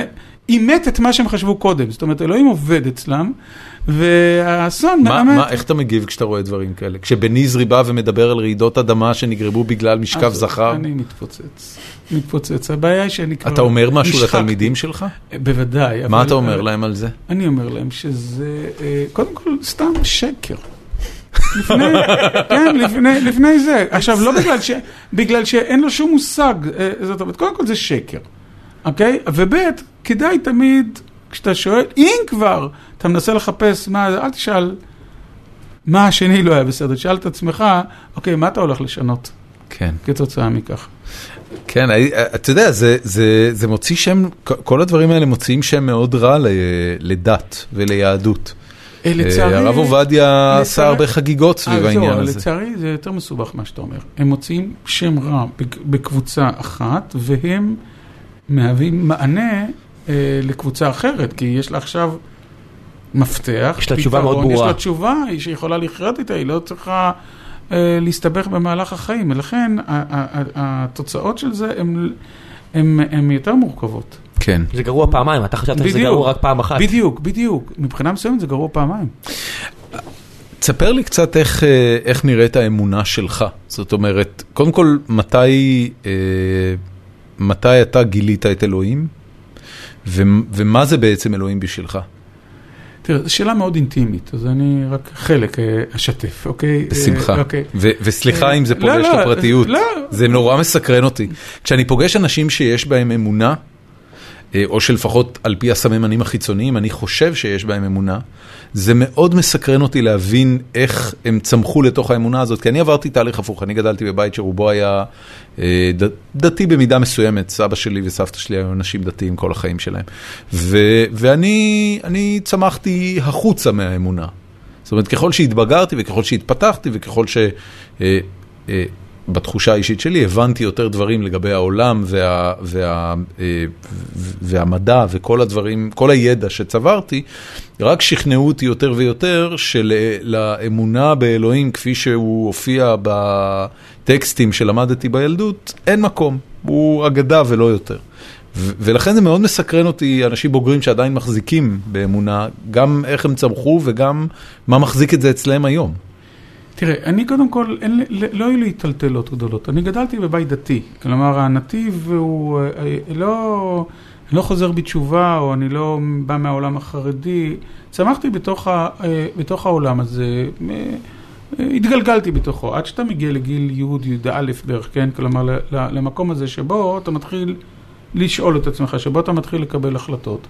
אימת את מה שהם חשבו קודם. זאת אומרת, אלוהים עובד אצלם, והאסון מאמת... איך אתה מגיב כשאתה רואה דברים כאלה? כשבניזרי בא ומדבר על רעידות אדמה שנגרבו בגלל משכב זכר? אני מתפוצץ. מתפוצץ. הבעיה היא שאני כבר... אתה אומר משהו לתלמידים שלך? בוודאי. מה אתה אומר להם על זה? אני אומר להם שזה, קודם כל, סתם שקר. לפני, כן, לפני, לפני זה. עכשיו, לא בגלל ש... בגלל שאין לו שום מושג. זאת אומרת, קודם כל זה שקר. אוקיי? ובית, כדאי תמיד, כשאתה שואל, אם כבר אתה מנסה לחפש מה, אל תשאל מה השני לא היה בסדר. תשאל את עצמך, אוקיי, מה אתה הולך לשנות? כן. כתוצאה מכך. כן, אתה יודע, זה, זה, זה מוציא שם, כל הדברים האלה מוציאים שם מאוד רע לדת וליהדות. לצערי, הרב עובדיה עשה הרבה חגיגות סביב העניין הזה. לצערי זה יותר מסובך מה שאתה אומר. הם מוציאים שם רע בקבוצה אחת, והם מהווים מענה לקבוצה אחרת, כי יש לה עכשיו מפתח, יש לה תשובה מאוד ברורה. יש לה תשובה שיכולה לחיות איתה, היא לא צריכה להסתבך במהלך החיים, ולכן התוצאות של זה הן יותר מורכבות. כן. זה גרוע פעמיים, אתה חשבת שזה גרוע רק פעם אחת. בדיוק, בדיוק. מבחינה מסוימת זה גרוע פעמיים. תספר לי קצת איך, איך נראית האמונה שלך. זאת אומרת, קודם כל, מתי, מתי אתה גילית את אלוהים? ו, ומה זה בעצם אלוהים בשבילך? תראה, זו שאלה מאוד אינטימית, אז אני רק חלק אשתף, אוקיי? בשמחה. אוקיי. ו- וסליחה אם זה פוגש לא, לפרטיות. לא. זה נורא מסקרן אותי. כשאני פוגש אנשים שיש בהם אמונה, או שלפחות על פי הסממנים החיצוניים, אני חושב שיש בהם אמונה, זה מאוד מסקרן אותי להבין איך הם צמחו לתוך האמונה הזאת, כי אני עברתי תהליך הפוך, אני גדלתי בבית שרובו היה ד, דתי במידה מסוימת, סבא שלי וסבתא שלי היו אנשים דתיים כל החיים שלהם, ו, ואני אני צמחתי החוצה מהאמונה. זאת אומרת, ככל שהתבגרתי וככל שהתפתחתי וככל ש... בתחושה האישית שלי, הבנתי יותר דברים לגבי העולם וה, וה, והמדע וכל הדברים, כל הידע שצברתי, רק שכנעו אותי יותר ויותר שלאמונה באלוהים, כפי שהוא הופיע בטקסטים שלמדתי בילדות, אין מקום, הוא אגדה ולא יותר. ולכן זה מאוד מסקרן אותי, אנשים בוגרים שעדיין מחזיקים באמונה, גם איך הם צמחו וגם מה מחזיק את זה אצלם היום. תראה, אני קודם כל, אין, לא היו לי טלטלות גדולות. אני גדלתי בבית דתי. כלומר, הנתיב הוא לא, לא חוזר בתשובה, או אני לא בא מהעולם החרדי. צמחתי בתוך, ה, בתוך העולם הזה, התגלגלתי בתוכו. עד שאתה מגיע לגיל יהוד, יהודה א' דרך, כן? כלומר, למקום הזה שבו אתה מתחיל לשאול את עצמך, שבו אתה מתחיל לקבל החלטות.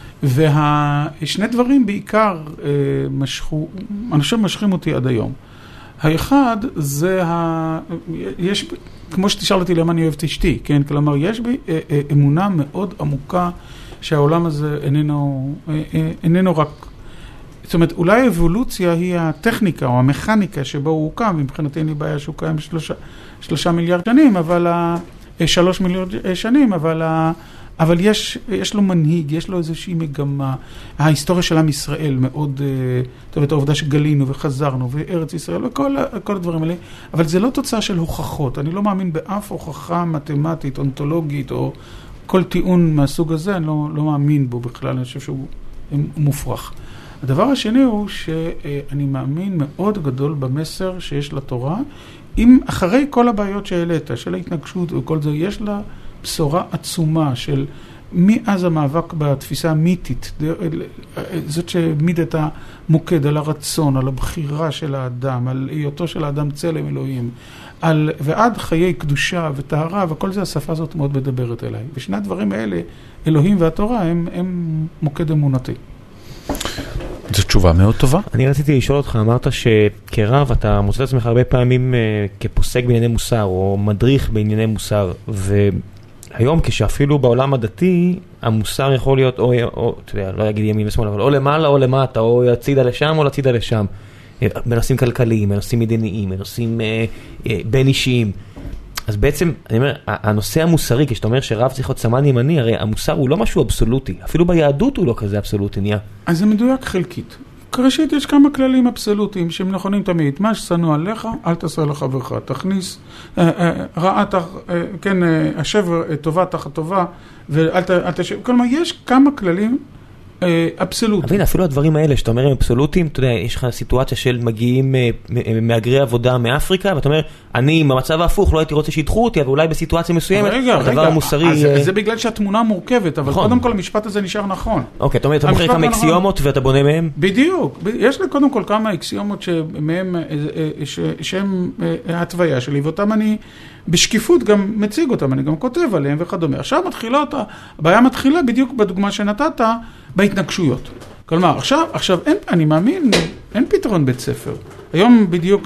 והשני דברים בעיקר משכו, אני חושב משכים אותי עד היום. האחד זה, ה... יש, כמו שתשאל אותי למה אני אוהב את אשתי, כן? כלומר, יש בי אמונה מאוד עמוקה שהעולם הזה איננו, איננו רק... זאת אומרת, אולי האבולוציה היא הטכניקה או המכניקה שבו הוא הוקם, מבחינתי אין לי בעיה שהוא קיים בשלושה, שלושה מיליארד שנים, אבל... שלוש מיליארד שנים, אבל... אבל יש, יש לו מנהיג, יש לו איזושהי מגמה. ההיסטוריה של עם ישראל מאוד, טוב, את העובדה שגלינו וחזרנו, וארץ ישראל, וכל כל הדברים האלה. אבל זה לא תוצאה של הוכחות. אני לא מאמין באף הוכחה מתמטית, אונתולוגית, או כל טיעון מהסוג הזה, אני לא, לא מאמין בו בכלל, אני חושב שהוא מופרך. הדבר השני הוא שאני מאמין מאוד גדול במסר שיש לתורה, אם אחרי כל הבעיות שהעלית, של ההתנגשות וכל זה, יש לה בשורה עצומה של מאז המאבק בתפיסה המיתית, זאת שמיד את המוקד על הרצון, על הבחירה של האדם, על היותו של האדם צלם אלוהים, על, ועד חיי קדושה וטהרה, וכל זה השפה הזאת מאוד מדברת אליי. ושני הדברים האלה, אלוהים והתורה, הם, הם מוקד אמונתי. זו תשובה מאוד טובה. אני רציתי לשאול אותך, אמרת שכרב אתה מוצא את עצמך הרבה פעמים כפוסק בענייני מוסר, או מדריך בענייני מוסר, והיום כשאפילו בעולם הדתי, המוסר יכול להיות, או, או אתה יודע, לא אגיד ימין ושמאל, אבל או למעלה או למטה, או הצידה לשם או לצידה לשם. בנושאים כלכליים, בנושאים מדיניים, בנושאים אה, אה, בין אישיים. אז בעצם, אני אומר, הנושא המוסרי, כשאתה אומר שרב צריך להיות סמן ימני, הרי המוסר הוא לא משהו אבסולוטי. אפילו ביהדות הוא לא כזה אבסולוטי, נהיה. אז זה מדויק חלקית. ראשית, יש כמה כללים אבסולוטיים שהם נכונים תמיד. מה ששנוא עליך, אל תעשה לחברך. תכניס, רעה, כן, השב טובה תחת טובה, ואל תשב. כלומר, יש כמה כללים אבסולוטיים. אבל אפילו הדברים האלה שאתה אומר הם אבסולוטיים, אתה יודע, יש לך סיטואציה של מגיעים מהגרי עבודה מאפריקה, ואתה אומר, אני במצב ההפוך לא הייתי רוצה שידחו אותי, אבל אולי בסיטואציה מסוימת, הדבר המוסרי... זה בגלל שהתמונה מורכבת, אבל קודם כל המשפט הזה נשאר נכון. אוקיי, אתה אומר, אתה מוכר כמה אקסיומות ואתה בונה מהם? בדיוק. יש לי קודם כל כמה אקסיומות שהן התוויה שלי, ואותם אני בשקיפות גם מציג אותם, אני גם כותב עליהם וכדומה. עכשיו מתחילה אותה, הבעיה מתחילה בדיוק בדוגמה שנתת, בהתנגשויות. כלומר, עכשיו, עכשיו, אין, אני מאמין, אין פתרון בית ספר. היום בדיוק,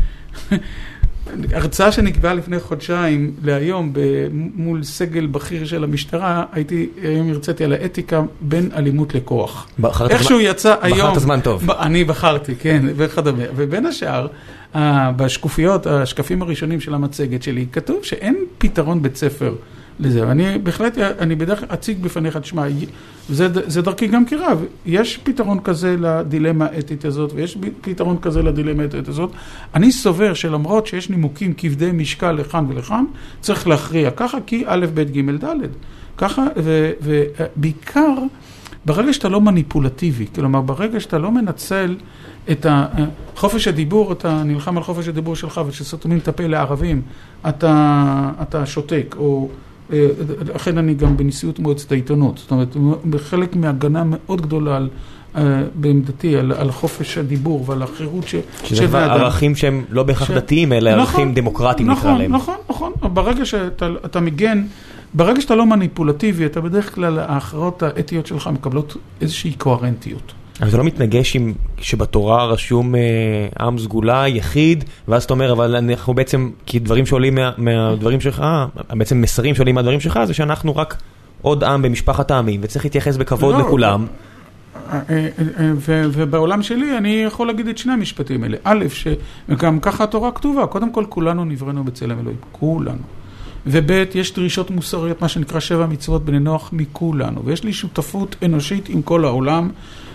הרצאה שנקבעה לפני חודשיים להיום, מול סגל בכיר של המשטרה, הייתי, היום הרציתי על האתיקה בין אלימות לכוח. איכשהו יצא היום... בחרת זמן טוב. אני בחרתי, כן, וכדומה. ובין השאר, בשקופיות, השקפים הראשונים של המצגת שלי, כתוב שאין פתרון בית ספר לזה. ואני בהחלט, אני בדרך אציג בפניך, תשמע, זה, זה דרכי גם כרב. יש פתרון כזה לדילמה האתית הזאת, ויש פתרון כזה לדילמה האתית הזאת. אני סובר שלמרות שיש נימוקים כבדי משקל לכאן ולכאן, צריך להכריע ככה, כי א', ב', ג', ד'. ככה, ובעיקר, ברגע שאתה לא מניפולטיבי, כלומר, ברגע שאתה לא מנצל את חופש הדיבור, אתה נלחם על חופש הדיבור שלך, ושסתומים את הפה לערבים, אתה, אתה שותק, או לכן אני גם בנשיאות מועצת העיתונות. זאת אומרת, בחלק מהגנה מאוד גדולה על, בעמדתי, על, על חופש הדיבור ועל החירות ש, שזה ערכים שהם לא בהכרח דתיים, אלא נכון, ערכים דמוקרטיים נכון, נקרא להם. נכון, נכון. ברגע שאתה אתה מגן, ברגע שאתה לא מניפולטיבי, אתה בדרך כלל, ההכרעות האתיות שלך מקבלות איזושהי קוהרנטיות. אבל זה לא מתנגש עם שבתורה רשום אה, עם סגולה, יחיד, ואז אתה אומר, אבל אנחנו בעצם, כי דברים שעולים מה, מהדברים שלך, בעצם מסרים שעולים מהדברים שלך, זה שאנחנו רק עוד עם במשפחת העמים, וצריך להתייחס בכבוד לא, לכולם. ובעולם שלי אני יכול להגיד את שני המשפטים האלה. א', שגם ככה התורה כתובה, קודם כל כולנו נבראנו בצלם אלוהים, כולנו. וב', יש דרישות מוסריות, מה שנקרא שבע מצוות בני נוח מכולנו, ויש לי שותפות אנושית עם כל העולם,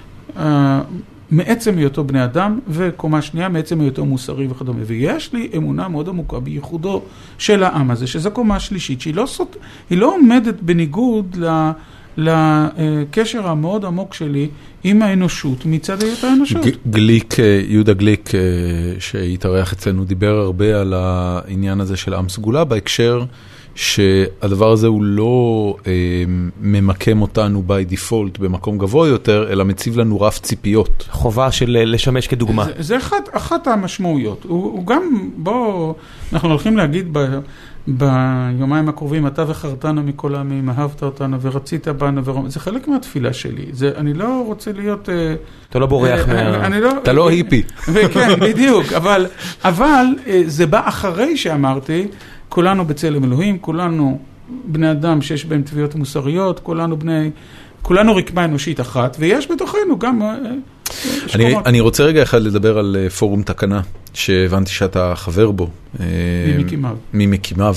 מעצם היותו בני אדם, וקומה שנייה, מעצם היותו מוסרי וכדומה. ויש לי אמונה מאוד עמוקה בייחודו של העם הזה, שזו קומה שלישית, שהיא לא, סוט... היא לא עומדת בניגוד ל... לקשר המאוד עמוק שלי עם האנושות, מצד היות האנושות. גליק, יהודה גליק, שהתארח אצלנו, דיבר הרבה על העניין הזה של עם סגולה, בהקשר שהדבר הזה הוא לא אה, ממקם אותנו by default במקום גבוה יותר, אלא מציב לנו רף ציפיות. חובה של לשמש כדוגמה. זה, זה אחת, אחת המשמעויות. הוא, הוא גם, בוא, אנחנו הולכים להגיד ב, ביומיים הקרובים, אתה וחרתנו מכל העמים, אהבת אותנו ורצית בנו, ורומ... זה חלק מהתפילה שלי. זה, אני לא רוצה להיות... אתה לא בורח אה, מה... אני לא, אתה לא היפי. כן, בדיוק. אבל, אבל זה בא אחרי שאמרתי, כולנו בצלם אלוהים, כולנו בני אדם שיש בהם טביעות מוסריות, כולנו בני, כולנו רקמה אנושית אחת, ויש בתוכנו גם... אני, אני רוצה רגע אחד לדבר על פורום תקנה, שהבנתי שאתה חבר בו. ממקימיו. ממקימיו.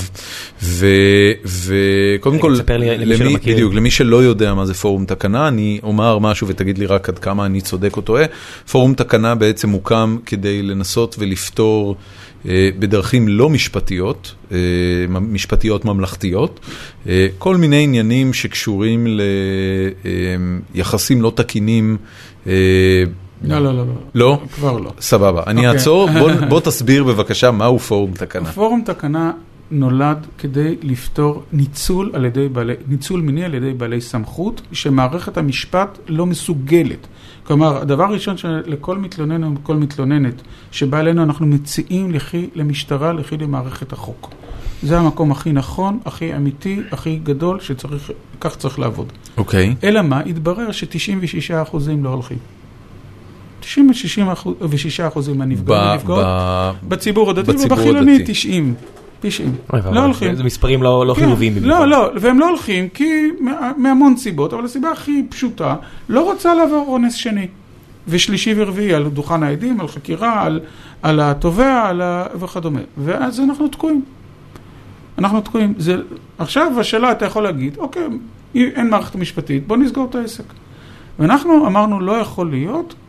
וקודם כל, לי, למי, למי, בדיוק, למי שלא יודע מה זה פורום תקנה, אני אומר משהו ותגיד לי רק עד כמה אני צודק או טועה. פורום תקנה בעצם הוקם כדי לנסות ולפתור בדרכים לא משפטיות, משפטיות ממלכתיות, כל מיני עניינים שקשורים ליחסים לא תקינים. לא, לא, לא. לא? כבר לא. סבבה. אני אעצור. בוא תסביר בבקשה מהו פורום תקנה. פורום תקנה נולד כדי לפתור ניצול על ידי בעלי, ניצול מיני על ידי בעלי סמכות, שמערכת המשפט לא מסוגלת. כלומר, הדבר הראשון שלכל מתלונן או כל מתלוננת שבא אלינו, אנחנו מציעים לכי למשטרה, לכי למערכת החוק. זה המקום הכי נכון, הכי אמיתי, הכי גדול, שצריך, כך צריך לעבוד. אוקיי. אלא מה? התברר ש-תשעים ושישה אחוזים לא הולכים. תשעים ושישה אחוזים מהנפגעים ונפגעות בציבור הדתי, ובחילוני תשעים. תשעים. לא הולכים. זה מספרים לא חיוביים. לא, לא, והם לא הולכים כי מהמון סיבות, אבל הסיבה הכי פשוטה, לא רוצה לעבור אונס שני. ושלישי ורביעי על דוכן העדים, על חקירה, על התובע, וכדומה. ואז אנחנו תקועים. אנחנו תקועים. עכשיו השאלה אתה יכול להגיד, אוקיי, אין מערכת משפטית, בוא נסגור את העסק. ואנחנו אמרנו לא יכול להיות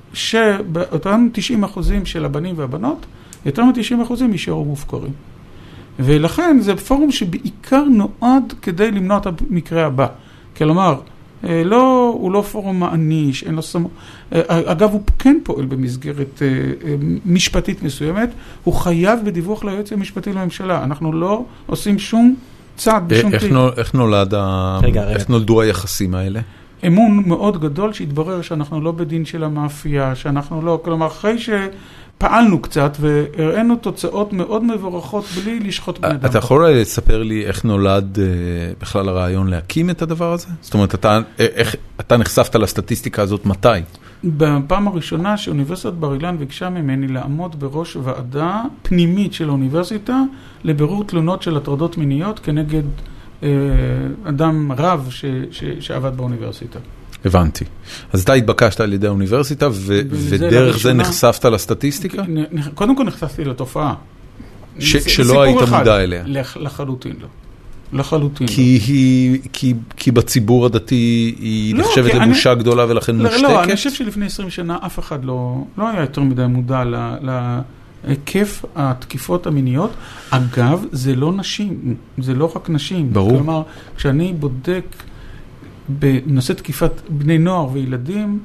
שבאותם תשעים אחוזים של הבנים והבנות, יותר מ-תשעים אחוזים יישארו מופקרים. ולכן זה פורום שבעיקר נועד כדי למנוע את המקרה הבא. כלומר, לא, הוא לא פורום מעניש, אין לו סמכות. אגב, הוא כן פועל במסגרת משפטית מסוימת, הוא חייב בדיווח ליועץ המשפטי לממשלה. אנחנו לא עושים שום צעד בשום איך, כלי. איך נולד ה... רגע, איך רגע. נולדו היחסים האלה? אמון מאוד גדול שהתברר שאנחנו לא בדין של המאפיה, שאנחנו לא, כלומר, אחרי שפעלנו קצת והראינו תוצאות מאוד מבורכות בלי לשחוט בני אדם. אתה יכול לספר לי איך נולד בכלל הרעיון להקים את הדבר הזה? זאת אומרת, אתה, איך, אתה נחשפת לסטטיסטיקה הזאת מתי? בפעם הראשונה שאוניברסיטת בר אילן ביקשה ממני לעמוד בראש ועדה פנימית של האוניברסיטה לבירור תלונות של הטרדות מיניות כנגד אדם רב ש, ש, שעבד באוניברסיטה. הבנתי. אז אתה התבקשת על ידי האוניברסיטה, ו, ודרך זה נחשפת לסטטיסטיקה? קודם כל נחשפתי לתופעה. ש, שלא היית מודע אליה? לחלוטין לא. לחלוטין כי, היא, כי, כי בציבור הדתי היא לא, נחשבת לבושה אני, גדולה ולכן לא, מושתקת? לא, אני חושב שלפני עשרים שנה אף אחד לא, לא היה יותר מדי מודע ל... ל היקף התקיפות המיניות. אגב, זה לא נשים, זה לא רק נשים. ברור. כלומר, כשאני בודק בנושא תקיפת בני נוער וילדים,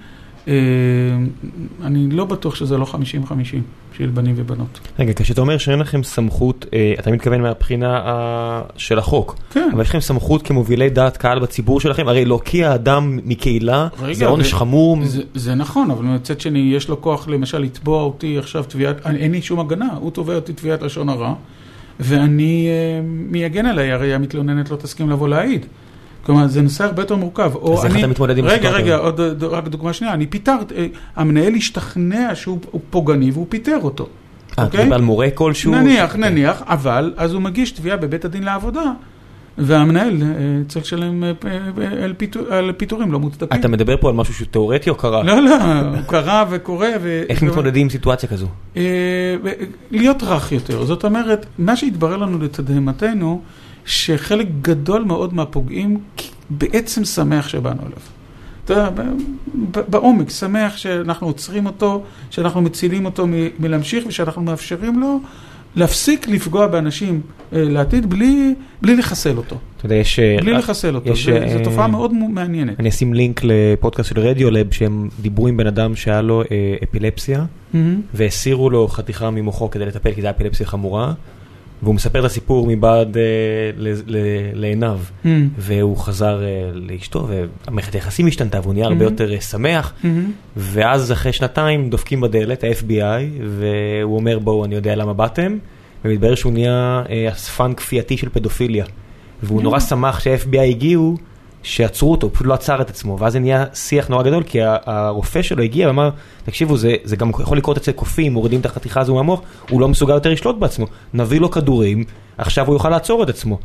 אני לא בטוח שזה לא חמישים חמישים של בנים ובנות. רגע, כשאתה אומר שאין לכם סמכות, אתה מתכוון מהבחינה של החוק, כן. אבל יש לכם סמכות כמובילי דעת קהל בציבור שלכם, הרי להוקיע אדם מקהילה, זה עונש חמור. זה, זה נכון, אבל מצד שני, יש לו כוח למשל לתבוע אותי עכשיו תביעת, אין לי שום הגנה, הוא תובע אותי תביעת לשון הרע, ואני מי יגן עליי, הרי המתלוננת לא תסכים לבוא להעיד. כלומר, זה נושא הרבה יותר מורכב. אז איך אתה מתמודד עם רגע, רגע, עוד רק דוגמה שנייה. אני פיתרת, המנהל השתכנע שהוא פוגעני והוא פיתר אותו. אה, אתה מדבר על מורה כלשהו? נניח, נניח, אבל אז הוא מגיש תביעה בבית הדין לעבודה, והמנהל צריך לשלם על פיתורים לא מוצדקים. אתה מדבר פה על משהו שהוא תיאורטי או קרה? לא, לא, הוא קרה וקורה. איך מתמודדים עם סיטואציה כזו? להיות רך יותר. זאת אומרת, מה שהתברר לנו לתדהמתנו, שחלק גדול מאוד מהפוגעים בעצם שמח שבאנו אליו. אתה יודע, בעומק, שמח שאנחנו עוצרים אותו, שאנחנו מצילים אותו מלהמשיך, ושאנחנו מאפשרים לו להפסיק לפגוע באנשים לעתיד בלי, בלי לחסל אותו. אתה יודע, יש... בלי לחסל אותו. יש, זו, זו תופעה מאוד מעניינת. אני אשים לינק לפודקאסט של רדיולב, שהם דיברו עם בן אדם שהיה לו אפילפסיה, mm-hmm. והסירו לו חתיכה ממוחו כדי לטפל, כי זה היה אפילפסיה חמורה. והוא מספר את הסיפור מבעד לעיניו, והוא חזר לאשתו, והמערכת היחסים השתנתה, והוא נהיה הרבה יותר שמח, ואז אחרי שנתיים דופקים בדלת, ה-אף בי איי, והוא אומר, בואו, אני יודע למה באתם, ומתברר שהוא נהיה אספן כפייתי של פדופיליה, והוא נורא שמח שה-אף בי איי הגיעו, שעצרו אותו, הוא פשוט לא עצר את עצמו, ואז זה נהיה שיח נורא גדול, כי הרופא שלו הגיע ואמר, תקשיבו, זה, זה גם יכול לקרות אצל קופים, מורידים את החתיכה הזו מהמוח, הוא לא מסוגל יותר לשלוט בעצמו, נביא לו כדורים, עכשיו הוא יוכל לעצור את עצמו.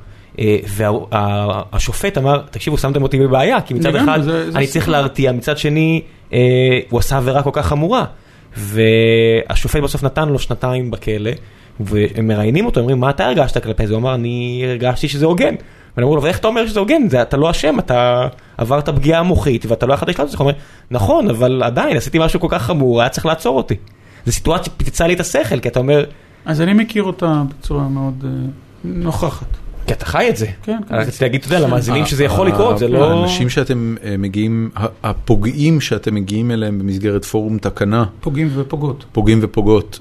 והשופט אמר, תקשיבו, שמתם אותי בבעיה, כי מצד אחד אני צריך להרתיע, מצד שני, הוא עשה עבירה כל כך חמורה, והשופט בסוף נתן לו שנתיים בכלא, והם מראיינים אותו, אומרים, מה אתה הרגשת כלפי זה? הוא אמר, אני הרגשתי שזה הוגן. ואני אומר לו, ואיך אתה אומר שזה הוגן? אתה לא אשם, אתה עברת פגיעה מוחית, ואתה לא יכול לשלוט את זה. הוא אומר, נכון, אבל עדיין, עשיתי משהו כל כך חמור, היה צריך לעצור אותי. זו סיטואציה שפיצצה לי את השכל, כי אתה אומר... אז אני מכיר אותה בצורה מאוד נוכחת. כי אתה חי את זה. כן. אני רציתי להגיד, אתה יודע, למאזינים שזה יכול לקרות, זה לא... האנשים שאתם מגיעים, הפוגעים שאתם מגיעים אליהם במסגרת פורום תקנה. פוגעים ופוגעות. פוגעים ופוגעות.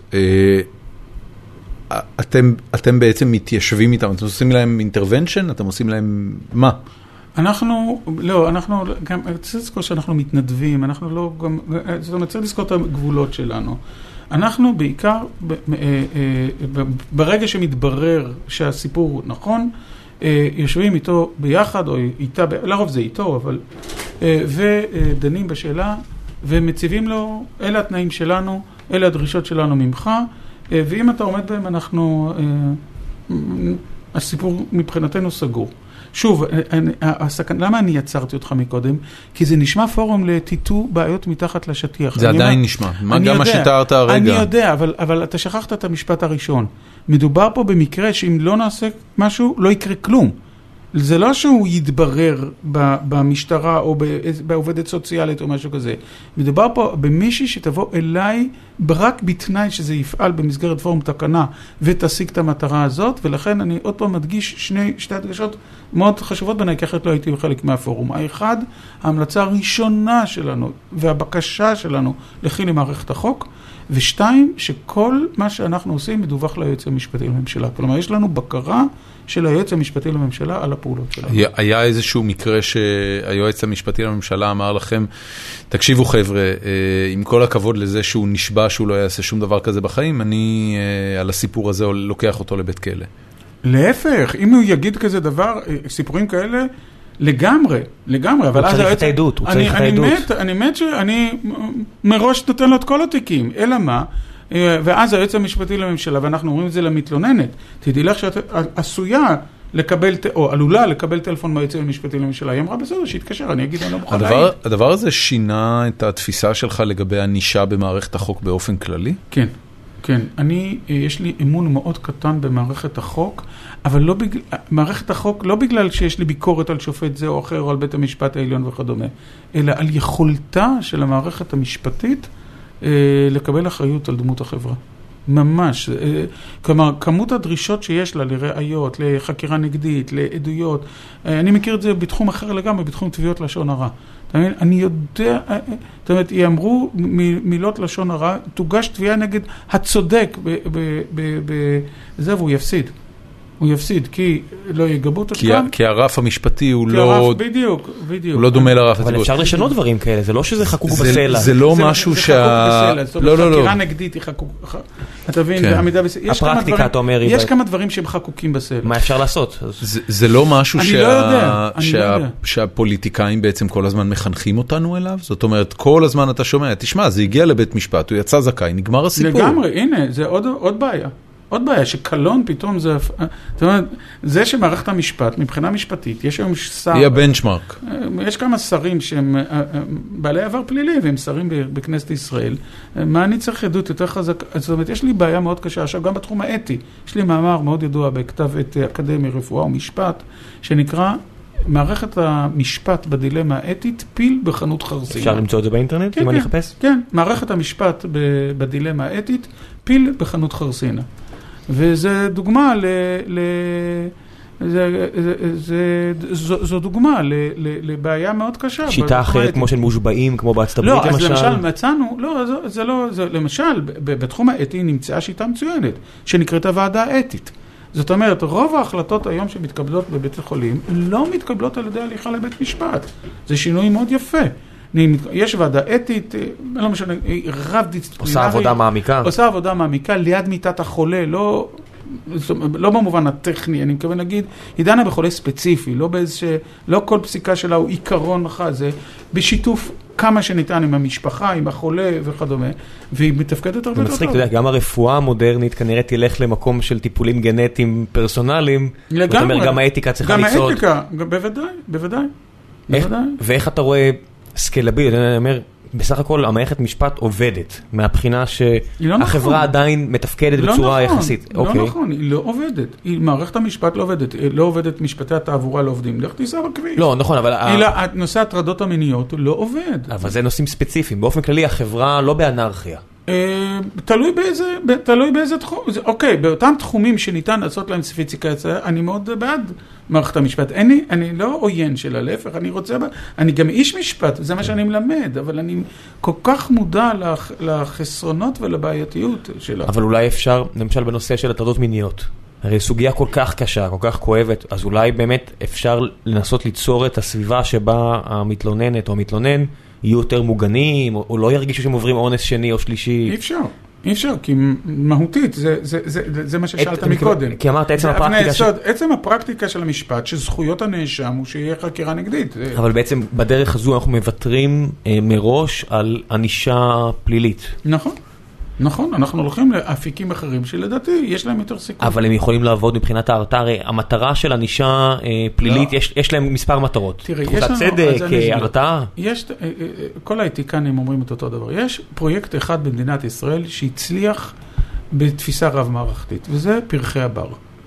אתם, אתם בעצם מתיישבים איתם, אתם עושים להם אינטרוונשן, אתם עושים להם מה? אנחנו, לא, אנחנו, גם, צריך לזכור שאנחנו מתנדבים, אנחנו לא, גם, זאת אומרת, צריך לזכור את הגבולות שלנו. אנחנו בעיקר, ברגע שמתברר שהסיפור נכון, יושבים איתו ביחד, או איתה, לרוב זה איתו, אבל, ודנים בשאלה, ומציבים לו, אלה התנאים שלנו, אלה הדרישות שלנו ממך, ואם אתה עומד בהם, אנחנו, הסיפור מבחינתנו סגור. שוב, למה אני יצרתי אותך מקודם? כי זה נשמע פורום לטיטו בעיות מתחת לשטיח. זה עדיין נשמע. גם מה שתיארת הרגע. אני יודע, אבל אתה שכחת את המשפט הראשון. מדובר פה במקרה שאם לא נעשה משהו, לא יקרה כלום. זה לא שהוא יתברר במשטרה או בעובדת סוציאלית או משהו כזה. מדובר פה במישהי שתבוא אליי רק בתנאי שזה יפעל במסגרת פורום תקנה ותשיג את המטרה הזאת, ולכן אני עוד פעם מדגיש שני, שתי הדגשות מאוד חשובות בעיניי, כי אחרת לא הייתי בחלק מהפורום. האחד, ההמלצה הראשונה שלנו והבקשה שלנו לכיל למערכת החוק, ושתיים, שכל מה שאנחנו עושים מדווח ליועץ המשפטי לממשלה. כלומר, יש לנו בקרה של היועץ המשפטי לממשלה על הפעולות שלנו. היה, היה איזשהו מקרה שהיועץ המשפטי לממשלה אמר לכם, תקשיבו חבר'ה, עם כל הכבוד לזה שהוא נשבע שהוא לא יעשה שום דבר כזה בחיים, אני על הסיפור הזה לוקח אותו לבית כלא. להפך, אם הוא יגיד כזה דבר, סיפורים כאלה, לגמרי, לגמרי, אבל הוא צריך את העדות, הוא צריך את העדות. אני מת שאני מראש נותן לו את כל התיקים, אלא מה? ואז היועץ המשפטי לממשלה, ואנחנו אומרים את זה למתלוננת, תדעי לך שאת עשויה לקבל, או עלולה לקבל טלפון מהיועץ המשפטי לממשלה, היא אמרה בסדר, שיתקשר, אני אגיד, אני לא מוכן להעיד. הדבר הזה שינה את התפיסה שלך לגבי הנישה במערכת החוק באופן כללי? כן. כן, אני, יש לי אמון מאוד קטן במערכת החוק, אבל לא בגלל, מערכת החוק לא בגלל שיש לי ביקורת על שופט זה או אחר או על בית המשפט העליון וכדומה, אלא על יכולתה של המערכת המשפטית אה, לקבל אחריות על דמות החברה. ממש. אה, כלומר, כמות הדרישות שיש לה לראיות, לחקירה נגדית, לעדויות, אה, אני מכיר את זה בתחום אחר לגמרי, בתחום תביעות לשון הרע. אני יודע, זאת אומרת, יאמרו מילות לשון הרע, תוגש תביעה נגד הצודק בזה, והוא יפסיד. הוא יפסיד, כי לא יגבו את עצמם. כי הרף המשפטי הוא לא... בדיוק, בדיוק. הוא לא דומה לרף הציבורי. אבל אפשר לשנות דברים כאלה, זה לא שזה חקוק בסלע. זה לא משהו שה... לא, לא, לא. חקירה נגדית היא חקוק... אתה מבין, בעמידה בסלע. הפרקטיקה, אתה אומר... יש כמה דברים שהם חקוקים בסלע. מה אפשר לעשות? זה לא משהו אני לא יודע. שהפוליטיקאים בעצם כל הזמן מחנכים אותנו אליו? זאת אומרת, כל הזמן אתה שומע, תשמע, זה הגיע לבית משפט, הוא יצא זכאי, נגמר הסיפור. לגמרי, הנה, זה עוד בעיה. עוד בעיה, שקלון פתאום זה... זאת אומרת, זה שמערכת המשפט, מבחינה משפטית, יש היום שר... היא הבנצ'מרק. יש כמה שרים שהם בעלי עבר פלילי, והם שרים בכנסת ישראל. מה אני צריך עדות יותר חזק? זאת אומרת, יש לי בעיה מאוד קשה. עכשיו, גם בתחום האתי, יש לי מאמר מאוד ידוע בכתב עת אקדמי, רפואה ומשפט, שנקרא מערכת המשפט בדילמה האתית, פיל בחנות חרסינה. אפשר למצוא את זה באינטרנט, כן, אם כן, אני אחפש? כן, מערכת המשפט בדילמה האתית, פיל בחנות חרסינה. וזה דוגמה ל... ל... זה, זה, זה, זו, זו דוגמה ל, ל, לבעיה מאוד קשה. שיטה אחרת כמו של מושבעים, כמו בארצות הברית למשל? לא, אז למשל מצאנו, לא, זה, זה לא, זה, למשל, בתחום האתי נמצאה שיטה מצוינת, שנקראת הוועדה האתית. זאת אומרת, רוב ההחלטות היום שמתקבלות בבית החולים, לא מתקבלות על ידי הליכה לבית משפט. זה שינוי מאוד יפה. יש ועדה אתית, לא משנה, רב דיסציפלינרי. עושה עבודה מעמיקה. עושה עבודה מעמיקה ליד מיטת החולה, לא, לא במובן הטכני, אני מתכוון להגיד, היא דנה בחולה ספציפי, לא באיזה, לא כל פסיקה שלה הוא עיקרון אחד, זה בשיתוף כמה שניתן עם המשפחה, עם החולה וכדומה, והיא מתפקדת הרבה יותר טוב. אתה יודע, גם הרפואה המודרנית כנראה תלך למקום של טיפולים גנטיים פרסונליים. לגמרי. זאת אומרת, גם האתיקה צריכה לצעוד. גם האתיקה, בוודאי, בוודאי. בוודאי. ואיך אתה רואה סקלביל, אני אומר, בסך הכל המערכת משפט עובדת, מהבחינה שהחברה עדיין מתפקדת בצורה יחסית. לא נכון, היא לא עובדת. מערכת המשפט לא עובדת. לא עובדת, משפטי התעבורה לא עובדים. לך תיסע בכביש. לא, נכון, אבל... נושא הטרדות המיניות לא עובד. אבל זה נושאים ספציפיים. באופן כללי, החברה לא באנרכיה. תלוי באיזה, תלוי באיזה תחום. אוקיי, באותם תחומים שניתן לעשות להם ספיציקציה, אני מאוד בעד מערכת המשפט. אני, אני לא עוין שלה, להפך, אני רוצה, אני גם איש משפט, זה מה שאני מלמד, אבל אני כל כך מודע לחסרונות ולבעייתיות שלה. אבל אולי אפשר, למשל בנושא של הטרדות מיניות, הרי סוגיה כל כך קשה, כל כך כואבת, אז אולי באמת אפשר לנסות ליצור את הסביבה שבה המתלוננת או המתלונן יהיו יותר מוגנים, או, או לא ירגישו שהם עוברים אונס שני או שלישי. אי אפשר, אי אפשר, כי מהותית, זה, זה, זה, זה מה ששאלת את, מקודם. כי אמרת, עצם הפרקטיקה... ש... עצם הפרקטיקה של המשפט, שזכויות הנאשם הוא שיהיה חקירה נגדית. אבל בעצם בדרך הזו אנחנו מוותרים אה, מראש על ענישה פלילית. נכון. נכון, אנחנו הולכים לאפיקים אחרים שלדעתי יש להם יותר סיכוי. אבל הם יכולים לעבוד מבחינת ההרתעה, הרי המטרה של ענישה אה, פלילית, יש, יש להם מספר מטרות. תראי, תחושת צדק, הרתעה. יש, כל האתיקנים אומרים את אותו דבר. יש פרויקט אחד במדינת ישראל שהצליח בתפיסה רב מערכתית, וזה פרחי הבר.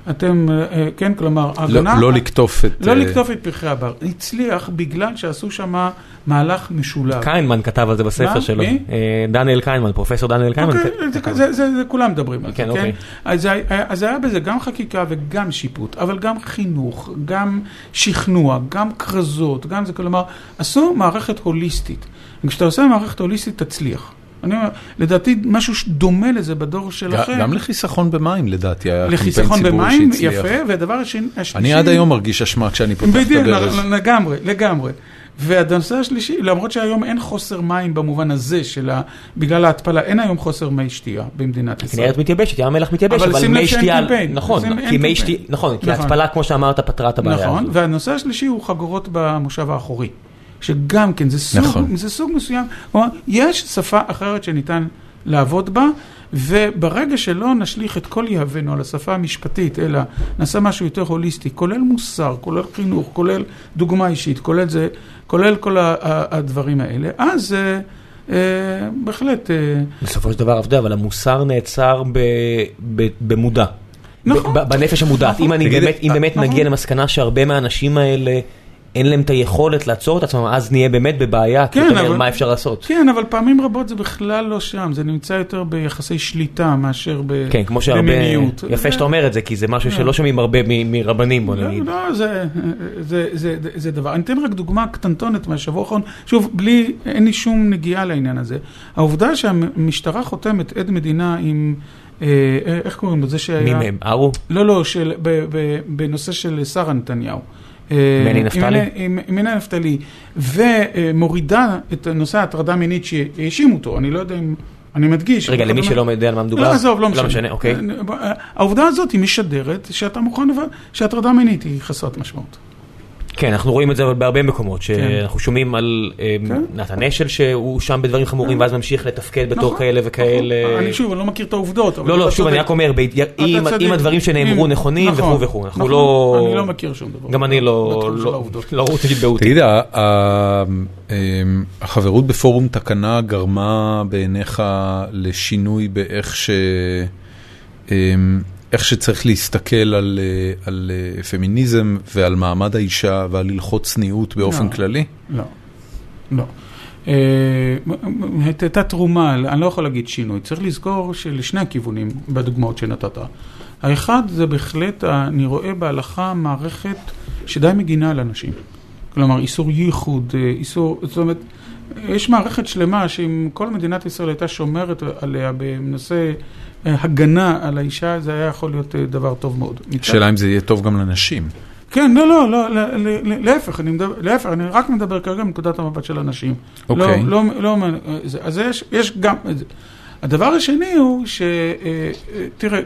אתם, כן, כלומר, ההגנה... לא, לא לקטוף את... לא לקטוף את פרחי הבר. הצליח בגלל שעשו שם מהלך משולב. קיינמן כתב על זה בספר שלו. מי? דניאל קיינמן, פרופסור דניאל קיינמן. אוקיי, זה, זה, זה כולם מדברים על זה, כן? כן? אז, אז היה בזה גם חקיקה וגם שיפוט, אבל גם חינוך, גם שכנוע, גם קרזות, גם זה, כלומר, עשו מערכת הוליסטית. וכשאתה עושה מערכת הוליסטית, תצליח. אני אומר, לדעתי, משהו דומה לזה בדור שלכם. גם לחיסכון במים, לדעתי, היה קמפיין לחיסכון ציבורי במים, שהצליח. יפה, והדבר השלישי... אני עד היום מרגיש אשמה כשאני פותח את הברז. לגמרי, לגמרי. והנושא השלישי, למרות שהיום אין חוסר מים במובן הזה של ה... בגלל ההתפלה, אין היום חוסר מי שתייה במדינת ישראל. כנראה מתייבשת, ים המלח מתייבש, אבל מי שתייה... נכון, כי מי שתייה... נכון, כי ההתפלה, כמו שאמרת, פתרה את הבעיה. נכון, והנושא השלישי הוא חגורות במושב האחורי. שגם כן, זה סוג, נכון. זה סוג מסוים. כלומר, יש שפה אחרת שניתן לעבוד בה, וברגע שלא נשליך את כל יהבנו על השפה המשפטית, אלא נעשה משהו יותר הוליסטי, כולל מוסר, כולל חינוך, כולל דוגמה אישית, כולל זה, כולל כל הדברים האלה, אז אה, אה, בהחלט... אה, בסופו של דבר עבדה, אבל המוסר נעצר ב, ב, במודע. נכון. ב, בנפש המודעת. נכון. אם, אני תגיד, באמת, אם באמת נכון. נגיע למסקנה שהרבה מהאנשים האלה, אין להם את היכולת לעצור את עצמם, אז נהיה באמת בבעיה, כי כן, אתה אומר, אבל... מה אפשר לעשות? כן, אבל פעמים רבות זה בכלל לא שם, זה נמצא יותר ביחסי שליטה מאשר במיניות. כן, כמו שהרבה... יפה שאתה אומר את זה, כי זה משהו שלא שומעים הרבה מ- מרבנים, בוא נגיד. לא, לא, זה, זה, זה, זה דבר. אני אתן רק דוגמה קטנטונת מהשבוע האחרון, שוב, בלי, אין לי שום נגיעה לעניין הזה. העובדה שהמשטרה חותמת עד מדינה עם... איך קוראים לו? זה שהיה... מי מהם? ארו? לא, לא, של, ב, ב, בנושא של שרה נתניהו. מני נפתלי? מני נפתלי, ומורידה את נושא ההטרדה מינית שהאשים אותו, אני לא יודע אם, אני מדגיש. רגע, למי שלא יודע על מה מדובר? לא, עזוב, לא משנה. לא משנה, אוקיי. העובדה הזאת היא משדרת שאתה מוכן שההטרדה מינית היא חסרת משמעות. כן, אנחנו רואים את זה בהרבה מקומות, שאנחנו שומעים על נתן אשל שהוא שם בדברים חמורים, ואז ממשיך לתפקד בתור כאלה וכאלה. אני שוב, אני לא מכיר את העובדות. לא, לא, שוב, אני רק אומר, אם הדברים שנאמרו נכונים וכו' וכו', אנחנו לא... אני לא מכיר שום דבר. גם אני לא רוצה להתבאות. תגיד, החברות בפורום תקנה גרמה בעיניך לשינוי באיך ש... איך שצריך להסתכל על, על פמיניזם ועל מעמד האישה ועל הלכות צניעות באופן לא, כללי? לא, לא. הייתה תרומה, אני לא יכול להגיד שינוי, צריך לזכור שלשני הכיוונים בדוגמאות שנתת. האחד זה בהחלט, אני רואה בהלכה מערכת שדי מגינה על אנשים. כלומר, איסור ייחוד, איסור, זאת אומרת, יש מערכת שלמה שאם כל מדינת ישראל הייתה שומרת עליה בנושא הגנה על האישה, זה היה יכול להיות דבר טוב מאוד. שאלה אם זה יהיה טוב גם לנשים. כן, לא, לא, לא, להפך, אני מדבר, להפך, אני רק מדבר כרגע מנקודת המבט של אנשים. אוקיי. לא, לא, לא, אז יש, יש גם, הדבר השני הוא ש, תראה,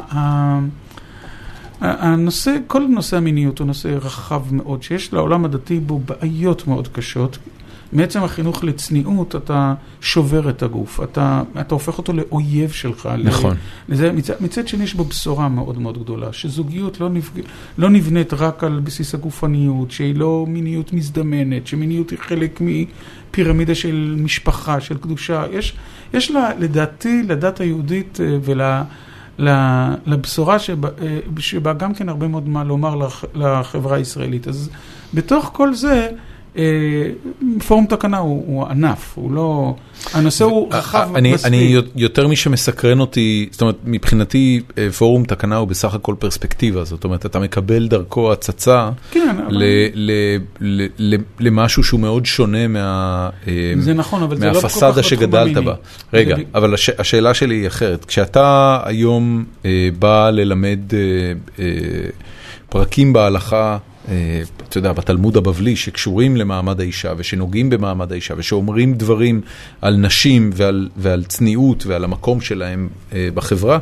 הנושא, כל נושא המיניות הוא נושא רחב מאוד, שיש לעולם הדתי בו בעיות מאוד קשות. מעצם החינוך לצניעות, אתה שובר את הגוף, אתה, אתה הופך אותו לאויב שלך. נכון. לזה, מצד, מצד שני יש בו בשורה מאוד מאוד גדולה, שזוגיות לא, נפג... לא נבנית רק על בסיס הגופניות, שהיא לא מיניות מזדמנת, שמיניות היא חלק מפירמידה של משפחה, של קדושה. יש, יש לה, לדעתי, לדת היהודית ול... לבשורה שבה, שבה גם כן הרבה מאוד מה לומר לחברה הישראלית. אז בתוך כל זה, פורום תקנה הוא, הוא ענף, הוא לא... הנושא הוא רחב אני, מספיק. אני יותר מי שמסקרן אותי, זאת אומרת, מבחינתי פורום תקנה הוא בסך הכל פרספקטיבה, זאת אומרת, אתה מקבל דרכו הצצה כן, ל, ל, ל, ל, למשהו שהוא מאוד שונה מה, זה נכון, אבל זה לא כל כך מהפסדה שגדלת בה. רגע, זה... אבל הש, השאלה שלי היא אחרת. כשאתה היום אה, בא ללמד אה, אה, פרקים בהלכה, אתה יודע, בתלמוד הבבלי, שקשורים למעמד האישה, ושנוגעים במעמד האישה, ושאומרים דברים על נשים ועל, ועל צניעות ועל המקום שלהם בחברה,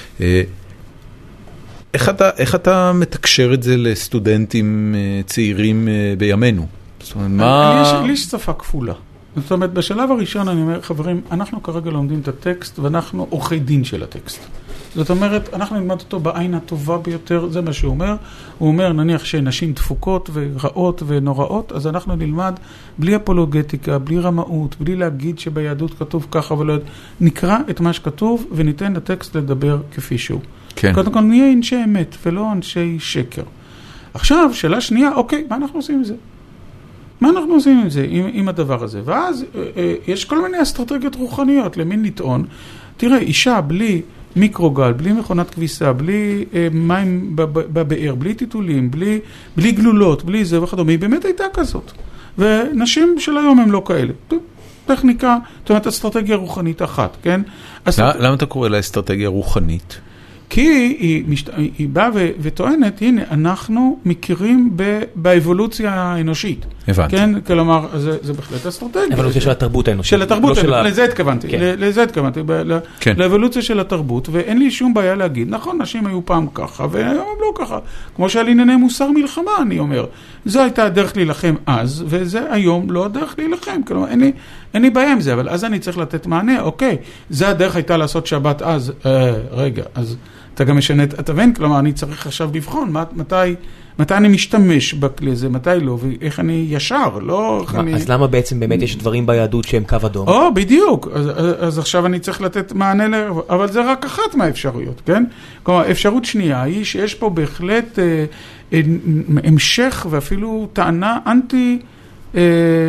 איך אתה, איך אתה מתקשר את זה לסטודנטים צעירים בימינו? זאת אומרת, מה... יש, לי יש שפה כפולה. זאת אומרת, בשלב הראשון אני אומר, חברים, אנחנו כרגע לומדים את הטקסט, ואנחנו עורכי דין של הטקסט. זאת אומרת, אנחנו נלמד אותו בעין הטובה ביותר, זה מה שהוא אומר. הוא אומר, נניח שנשים דפוקות ורעות ונוראות, אז אנחנו נלמד בלי אפולוגטיקה, בלי רמאות, בלי להגיד שביהדות כתוב ככה ולא... נקרא את מה שכתוב וניתן לטקסט לדבר כפי שהוא. כן. קודם כל נהיה אנשי אמת ולא אנשי שקר. עכשיו, שאלה שנייה, אוקיי, מה אנחנו עושים עם זה? מה אנחנו עושים עם זה, עם, עם הדבר הזה? ואז אה, אה, יש כל מיני אסטרטגיות רוחניות למין לטעון. תראה, אישה בלי מיקרוגל, בלי מכונת כביסה, בלי אה, מים בבאר, בלי טיטולים, בלי, בלי גלולות, בלי זה וכדומה, היא באמת הייתה כזאת. ונשים של היום הם לא כאלה. טכניקה, זאת אומרת, אסטרטגיה רוחנית אחת, כן? אסטרט... למה אתה קורא לה אסטרטגיה רוחנית? כי היא, משת... היא באה ו... וטוענת, הנה, אנחנו מכירים ב... באבולוציה האנושית. הבנתי. כן? כלומר, זה, זה בהחלט אסטרטגיה. אבולוציה של התרבות האנושית. של התרבות, לא של... של... לזה התכוונתי. כן. לזה התכוונתי. ל... כן. לאבולוציה של התרבות, ואין לי שום בעיה להגיד, נכון, נשים היו פעם ככה, והיום הם לא ככה. כמו שעל ענייני מוסר מלחמה, אני אומר. זו הייתה הדרך להילחם אז, וזה היום לא הדרך להילחם. כלומר, אין לי, אין לי בעיה עם זה, אבל אז אני צריך לתת מענה. אוקיי, זה הדרך הייתה לעשות שבת אז. אה, רגע, אז אתה גם משנה את התוון, כלומר, אני צריך עכשיו לבחון מתי, מתי אני משתמש בכלי הזה, מתי לא, ואיך אני ישר, לא איך אני... אז למה בעצם באמת יש דברים ביהדות שהם קו אדום? או, בדיוק. אז, אז עכשיו אני צריך לתת מענה, ל... אבל זה רק אחת מהאפשרויות, כן? כלומר, אפשרות שנייה היא שיש פה בהחלט אה, אה, המשך ואפילו טענה אנטי, אה,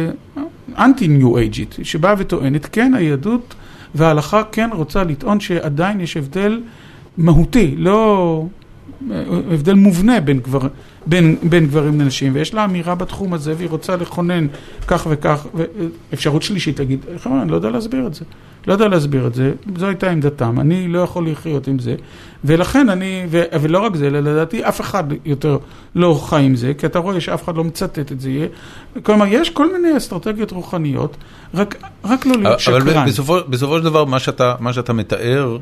אנטי ניו אייג'ית, שבאה וטוענת, כן, היהדות וההלכה כן רוצה לטעון שעדיין יש הבדל מהותי, לא הבדל מובנה בין, גבר, בין, בין גברים לנשים, ויש לה אמירה בתחום הזה, והיא רוצה לכונן כך וכך, ואפשרות שלישית להגיד, אני לא יודע להסביר את זה, לא יודע להסביר את זה, זו הייתה עמדתם, אני לא יכול לחיות עם זה, ולכן אני, ו, ולא רק זה, לדעתי אף אחד יותר לא חי עם זה, כי אתה רואה שאף אחד לא מצטט את זה, כלומר, יש כל מיני אסטרטגיות רוחניות, רק, רק לא להיות שקרן. אבל בסופו, בסופו של דבר, מה שאתה, מה שאתה מתאר,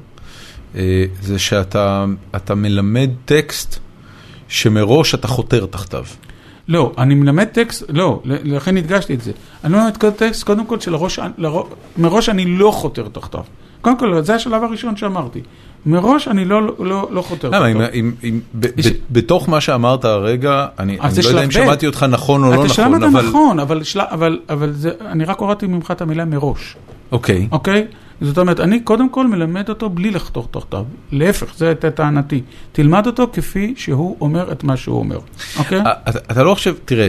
זה שאתה אתה מלמד טקסט שמראש אתה חותר תחתיו. לא, אני מלמד טקסט, לא, לכן הדגשתי את זה. אני מלמד טקסט, קודם כל, שלראש, מראש אני לא חותר תחתיו. קודם כל, זה השלב הראשון שאמרתי. מראש אני לא, לא, לא חותר תחתיו. למה, אם, אם, בתוך מה שאמרת הרגע, אני לא יודע אם שמעתי אותך נכון או לא נכון, אתה שלמת נכון, אבל אני רק הורדתי ממך את המילה מראש. אוקיי. אוקיי? זאת אומרת, אני קודם כל מלמד אותו בלי לחתוך תחתיו. להפך, זה הייתה טענתי. תלמד אותו כפי שהוא אומר את מה שהוא אומר. אוקיי? אתה לא חושב, תראה,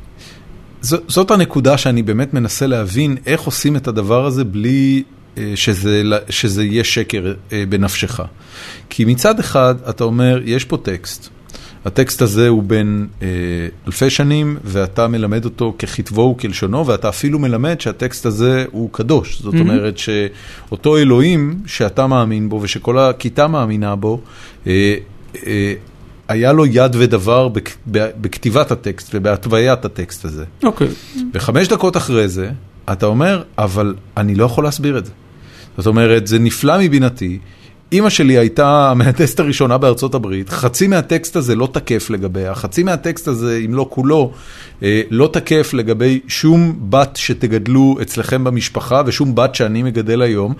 זאת הנקודה שאני באמת מנסה להבין איך עושים את הדבר הזה בלי שזה, שזה יהיה שקר בנפשך. כי מצד אחד אתה אומר, יש פה טקסט. הטקסט הזה הוא בין אה, אלפי שנים, ואתה מלמד אותו ככתבו וכלשונו, ואתה אפילו מלמד שהטקסט הזה הוא קדוש. זאת mm-hmm. אומרת שאותו אלוהים שאתה מאמין בו, ושכל הכיתה מאמינה בו, אה, אה, היה לו יד ודבר בכ, בכתיבת הטקסט ובהתוויית הטקסט הזה. אוקיי. Okay. וחמש דקות אחרי זה, אתה אומר, אבל אני לא יכול להסביר את זה. זאת אומרת, זה נפלא מבינתי, אמא שלי הייתה המהנדסת הראשונה בארצות הברית, חצי מהטקסט הזה לא תקף לגביה, חצי מהטקסט הזה, אם לא כולו, לא תקף לגבי שום בת שתגדלו אצלכם במשפחה, ושום בת שאני מגדל היום.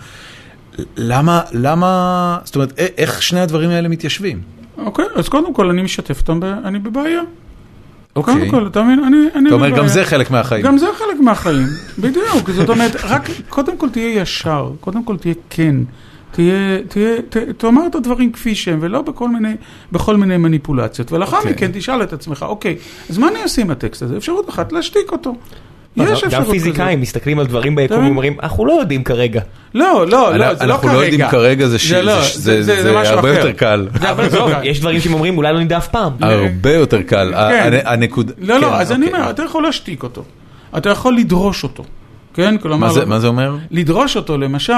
למה, למה, זאת אומרת, איך שני הדברים האלה מתיישבים? אוקיי, אז קודם כל אני משתף אותם, אני בבעיה. אוקיי. קודם כל, אתה מבין, אני, אני אתה אומר, גם זה חלק מהחיים. גם זה חלק מהחיים, בדיוק. זאת אומרת, רק, קודם כל תהיה ישר, קודם כל תהיה כן. תהיה, תהיה, תאמר את הדברים כפי שהם, ולא בכל מיני, בכל מיני מניפולציות. ולאחר מכן תשאל את עצמך, אוקיי, אז מה אני עושה עם הטקסט הזה? אפשרות אחת, להשתיק אותו. גם פיזיקאים מסתכלים על דברים ביקום ואומרים, אנחנו לא יודעים כרגע. לא, לא, לא, זה לא כרגע. אנחנו לא יודעים כרגע, זה הרבה יותר קל. יש דברים שהם אומרים, אולי לא נדע אף פעם. הרבה יותר קל. לא, לא, אז אני אומר, אתה יכול להשתיק אותו. אתה יכול לדרוש אותו. כן? מה זה אומר? לדרוש אותו, למשל,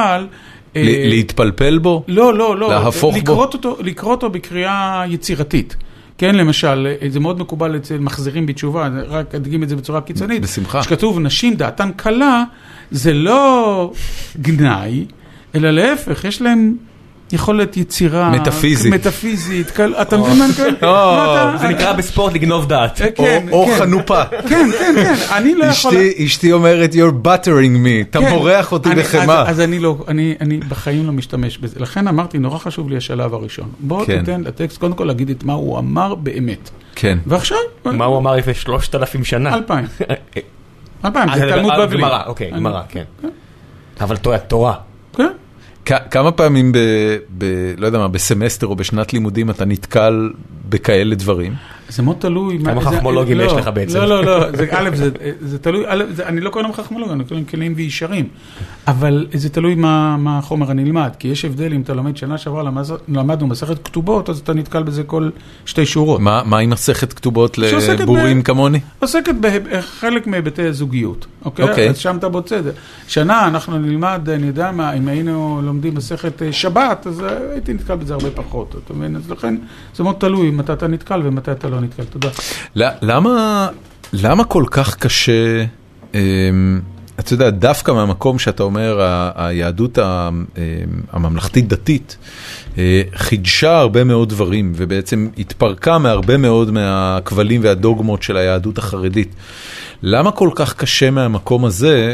להתפלפל בו? לא, לא, לא. להפוך בו? לקרוא אותו בקריאה יצירתית. כן, למשל, זה מאוד מקובל אצל מחזירים בתשובה, רק אדגים את זה בצורה קיצונית. בשמחה. שכתוב, נשים דעתן קלה, זה לא גנאי, אלא להפך, יש להם יכולת יצירה. מטאפיזית. מטאפיזית. אתה מבין מה אני... זה נקרא בספורט לגנוב דעת. או חנופה. כן, כן, כן. אני לא יכול... אשתי אומרת, you're buttering me. אתה מורח אותי בחמה. אז אני לא, אני בחיים לא משתמש בזה. לכן אמרתי, נורא חשוב לי השלב הראשון. בוא תיתן לטקסט, קודם כל להגיד את מה הוא אמר באמת. כן. ועכשיו... מה הוא אמר לפני שלושת אלפים שנה? אלפיים. אלפיים, זה תלמוד בבלי. גמרא, אוקיי, גמרא, כן. אבל תורה. כן. כמה פעמים ב, ב, לא יודע מה, בסמסטר או בשנת לימודים אתה נתקל בכאלה דברים? זה מאוד תלוי. כמה חכמולוגים יש לך בעצם? לא, לא, לא, א', זה תלוי, אני לא קורא להם חכמולוגים, אני קורא להם כלים וישרים, אבל זה תלוי מה החומר הנלמד, כי יש הבדל אם אתה לומד שנה שעברה, למדנו מסכת כתובות, אז אתה נתקל בזה כל שתי שורות. מה עם מסכת כתובות לבורים כמוני? עוסקת בחלק מהיבטי זוגיות, אוקיי? אז שם אתה בוצע. שנה אנחנו נלמד, אני יודע מה, אם היינו לומדים מסכת שבת, אז הייתי נתקל בזה הרבה פחות, אתה מבין? אז לכן זה מאוד תלוי מתי אתה נתקל ומתי אתה לא נתקל. תודה. למה, למה כל כך קשה, אתה יודע, דווקא מהמקום שאתה אומר, היהדות הממלכתית דתית, חידשה הרבה מאוד דברים, ובעצם התפרקה מהרבה מאוד מהכבלים והדוגמות של היהדות החרדית. למה כל כך קשה מהמקום הזה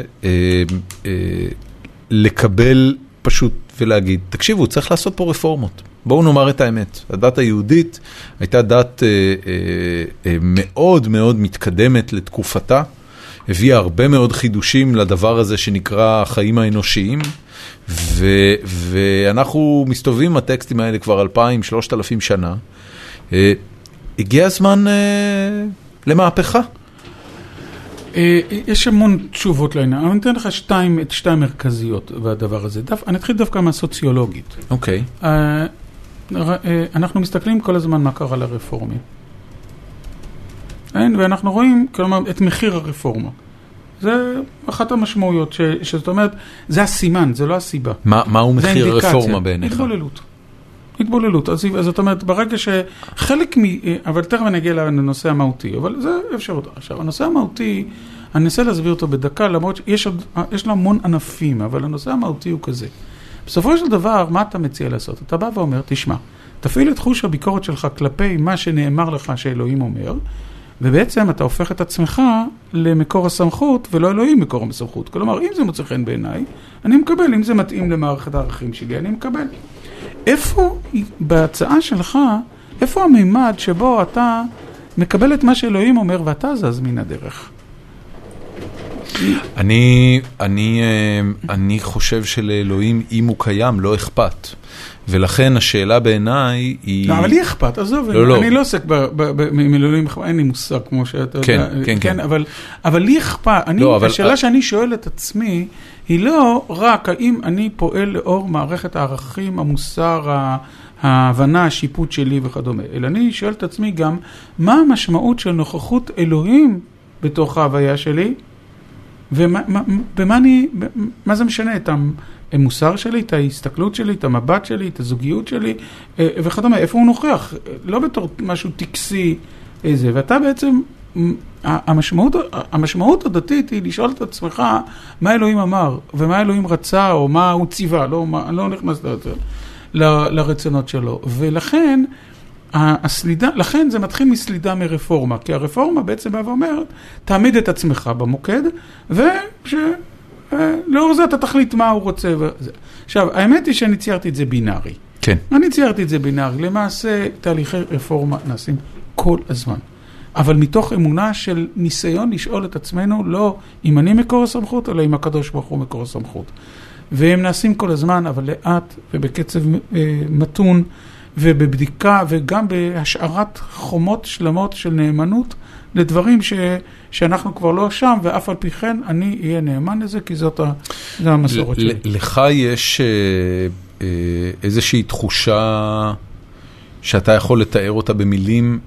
לקבל פשוט ולהגיד, תקשיבו, צריך לעשות פה רפורמות. בואו נאמר את האמת. הדת היהודית הייתה דת אה, אה, אה, מאוד מאוד מתקדמת לתקופתה, הביאה הרבה מאוד חידושים לדבר הזה שנקרא החיים האנושיים, ו, ואנחנו מסתובבים עם הטקסטים האלה כבר אלפיים, שלושת אלפים שנה. אה, הגיע הזמן אה, למהפכה. יש המון תשובות לעניין, אבל אני אתן לך שתיים, את שתיים מרכזיות בדבר הזה. אני אתחיל דווקא מהסוציולוגית. אוקיי. אנחנו מסתכלים כל הזמן מה קרה לרפורמים. ואנחנו רואים, כלומר, את מחיר הרפורמה. זה אחת המשמעויות, שזאת אומרת, זה הסימן, זה לא הסיבה. מהו מחיר הרפורמה בעיניך? התבוללות. התבוללות. אז זאת אומרת, ברגע שחלק מ... אבל תכף אני אגיע לנושא המהותי, אבל זה אפשרות. עכשיו, הנושא המהותי, אני אנסה להסביר אותו בדקה, למרות שיש לו המון ענפים, אבל הנושא המהותי הוא כזה. בסופו של דבר, מה אתה מציע לעשות? אתה בא ואומר, תשמע, תפעיל את חוש הביקורת שלך כלפי מה שנאמר לך שאלוהים אומר, ובעצם אתה הופך את עצמך למקור הסמכות, ולא אלוהים מקור הסמכות. כלומר, אם זה מוצא חן בעיניי, אני מקבל. אם זה מתאים למערכת הערכים שלי, אני מקבל. איפה, בהצעה שלך, איפה המימד שבו אתה מקבל את מה שאלוהים אומר, ואתה זז מן הדרך? אני, אני, אני חושב שלאלוהים, אם הוא קיים, לא אכפת. ולכן השאלה בעיניי היא... לא, אבל לי אכפת, עזוב, לא, לא. אני לא עוסק עם אלוהים אכפת, אין לי מושג כמו שאתה כן, יודע. כן, כן. אבל, אבל לי אכפת, אני, לא, אבל... השאלה שאני שואל את עצמי, היא לא רק האם אני פועל לאור מערכת הערכים, המוסר, ההבנה, השיפוט שלי וכדומה, אלא אני שואל את עצמי גם, מה המשמעות של נוכחות אלוהים בתוך ההוויה שלי, ומה מה, במה אני, מה זה משנה? את המוסר שלי, את ההסתכלות שלי, את המבט שלי, את הזוגיות שלי, וכדומה. איפה הוא נוכח? לא בתור משהו טקסי איזה. ואתה בעצם, המשמעות, המשמעות הדתית היא לשאול את עצמך מה אלוהים אמר, ומה אלוהים רצה, או מה הוא ציווה. לא, מה, לא נכנס ל, לרצונות שלו. ולכן, הסלידה, לכן זה מתחיל מסלידה מרפורמה, כי הרפורמה בעצם באה ואומרת, תעמיד את עצמך במוקד, ולאור זה אתה תחליט מה הוא רוצה. וזה. עכשיו, האמת היא שאני ציירתי את זה בינארי. כן. אני ציירתי את זה בינארי. למעשה, תהליכי רפורמה נעשים כל הזמן. אבל מתוך אמונה של ניסיון לשאול את עצמנו, לא אם אני מקור הסמכות, אלא אם הקדוש ברוך הוא מקור הסמכות. והם נעשים כל הזמן, אבל לאט ובקצב מתון, ובבדיקה וגם בהשארת חומות שלמות של נאמנות לדברים ש, שאנחנו כבר לא שם, ואף על פי כן אני אהיה נאמן לזה, כי זאת המסורת שלי. לך יש איזושהי תחושה שאתה יכול לתאר אותה במילים,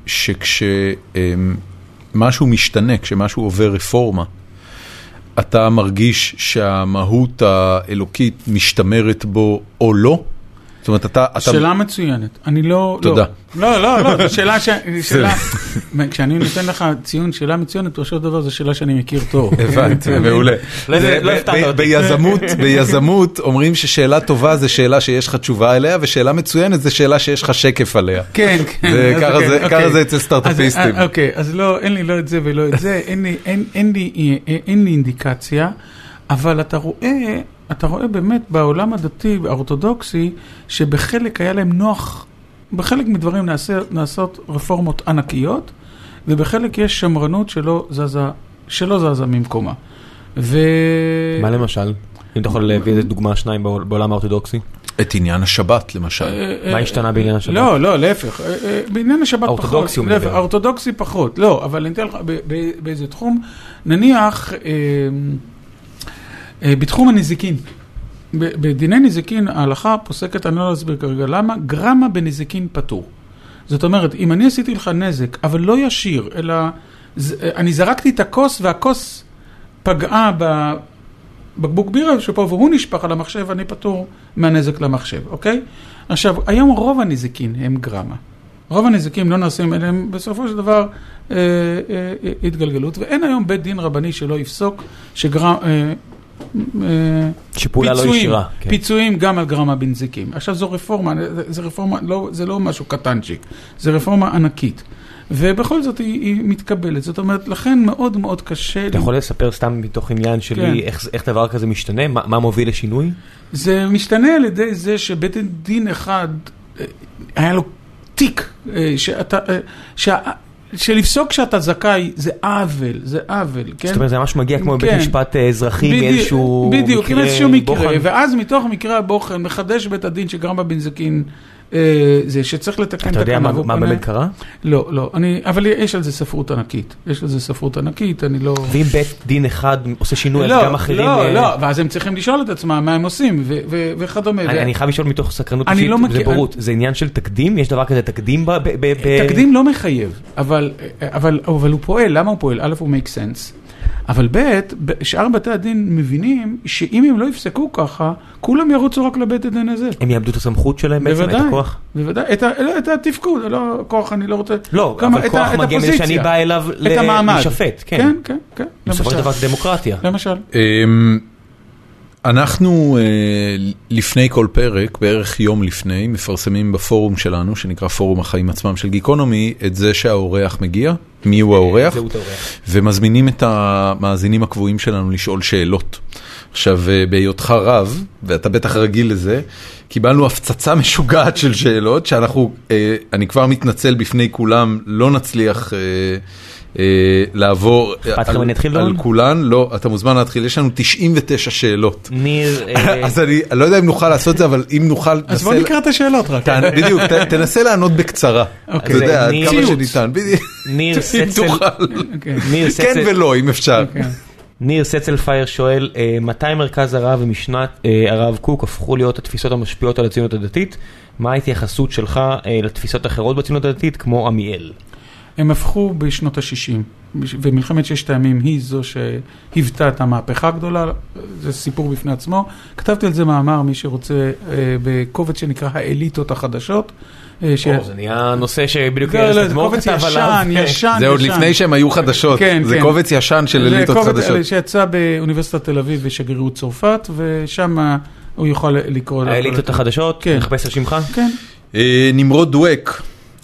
שכשמשהו משתנה, כשמשהו עובר רפורמה, אתה מרגיש שהמהות האלוקית משתמרת בו או לא? זאת אומרת, אתה... שאלה מצוינת. אני לא... תודה. לא, לא, לא, זו שאלה ש... שאלה... כשאני נותן לך ציון שאלה מצוינת, פשוט דבר, זו שאלה שאני מכיר טוב. הבנתי, מעולה. ביזמות, ביזמות אומרים ששאלה טובה זה שאלה שיש לך תשובה אליה, ושאלה מצוינת זה שאלה שיש לך שקף עליה. כן, כן. ככה זה אצל סטארט-אפיסטים. אוקיי, אז לא, אין לי לא את זה ולא את זה, אין לי אינדיקציה, אבל אתה רואה... אתה רואה באמת בעולם הדתי, האורתודוקסי, שבחלק היה להם נוח, בחלק מדברים נעשה, נעשות רפורמות ענקיות, ובחלק יש שמרנות שלא זזה, שלא זזה ממקומה. ו... מה למשל? אם אתה יכול להביא איזה דוגמה שניים בעולם האורתודוקסי? את עניין השבת, למשל. מה השתנה בעניין השבת? לא, לא, להפך. בעניין השבת פחות. האורתודוקסי הוא מדבר. האורתודוקסי פחות. לא, אבל אני אתן לך באיזה תחום, נניח, בתחום הנזיקין. בדיני נזיקין, ההלכה פוסקת, אני לא אסביר כרגע למה, גרמה בנזיקין פטור. זאת אומרת, אם אני עשיתי לך נזק, אבל לא ישיר, אלא אני זרקתי את הכוס, והכוס פגעה בבקבוק בירה שפה, והוא נשפך על המחשב, אני פטור מהנזק למחשב, אוקיי? עכשיו, היום רוב הנזיקין הם גרמה. רוב הנזיקים לא נעשים אליהם בסופו של דבר אה, אה, התגלגלות, ואין היום בית דין רבני שלא יפסוק שגרם... אה, שפעולה לא ישירה. פיצויים גם על גרמה בנזיקים. עכשיו זו רפורמה, זה רפורמה, זה לא משהו קטנצ'יק, זה רפורמה ענקית. ובכל זאת היא מתקבלת. זאת אומרת, לכן מאוד מאוד קשה... אתה יכול לספר סתם מתוך עניין שלי איך דבר כזה משתנה? מה מוביל לשינוי? זה משתנה על ידי זה שבית דין אחד היה לו תיק שאתה... שלפסוק שאתה זכאי זה עוול, זה עוול, כן? זאת אומרת, זה ממש מגיע כמו בבית משפט אזרחי מאיזשהו מקרה בוחן. בדיוק, מאיזשהו מקרה, ואז מתוך מקרה הבוחן מחדש בית הדין שגרמה בנזיקין זה שצריך לתקן את אתה יודע מה באמת קרה? לא, לא, אבל יש על זה ספרות ענקית, יש על זה ספרות ענקית, אני לא... ואם בית דין אחד עושה שינוי, אז גם אחרים... לא, לא, ואז הם צריכים לשאול את עצמם מה הם עושים, וכדומה. אני חייב לשאול מתוך סקרנות אישית, זה בורות, זה עניין של תקדים? יש דבר כזה תקדים? תקדים לא מחייב, אבל הוא פועל, למה הוא פועל? א', הוא make sense. אבל ב', שאר בתי הדין מבינים שאם הם לא יפסקו ככה, כולם ירוצו רק לבית הדין הזה. הם יאבדו את הסמכות שלהם בעצם, את הכוח? בוודאי, את התפקוד, לא כוח, אני לא רוצה... לא, אבל כוח מגיע מזה שאני בא אליו לשפט, כן. כן, כן. בסופו של דבר זה דמוקרטיה. למשל. אנחנו לפני כל פרק, בערך יום לפני, מפרסמים בפורום שלנו, שנקרא פורום החיים עצמם של גיקונומי, את זה שהאורח מגיע, מי הוא האורח, ומזמינים את המאזינים הקבועים שלנו לשאול שאלות. עכשיו, בהיותך רב, ואתה בטח רגיל לזה, קיבלנו הפצצה משוגעת של שאלות, שאנחנו, אני כבר מתנצל בפני כולם, לא נצליח... לעבור על כולן, לא, אתה מוזמן להתחיל, יש לנו תשעים ותשע שאלות. ניר... אז אני לא יודע אם נוכל לעשות זה, אבל אם נוכל... אז בוא נקרא את השאלות רק. בדיוק, תנסה לענות בקצרה. אתה יודע, כמה שניתן. ניר סצל... כן ולא, אם אפשר. ניר סצלפייר שואל, מתי מרכז הרב ומשנת הרב קוק הפכו להיות התפיסות המשפיעות על הציונות הדתית? מה ההתייחסות שלך לתפיסות אחרות בציונות הדתית, כמו עמיאל? הם הפכו בשנות ה-שישים, ומלחמת ששת הימים היא זו שהיוותה את המהפכה הגדולה, זה סיפור בפני עצמו. כתבתי על זה מאמר, מי שרוצה, בקובץ שנקרא האליטות החדשות. זה נהיה נושא שבדיוק ארז תדמור כתב עליו. ישן, ישן. זה עוד לפני שהם היו חדשות, זה קובץ ישן של אליטות חדשות. זה קובץ שיצא באוניברסיטת תל אביב ושגרירות צרפת, ושם הוא יוכל לקרוא... האליטות החדשות, נחפש על שמך? כן. נמרוד דואק.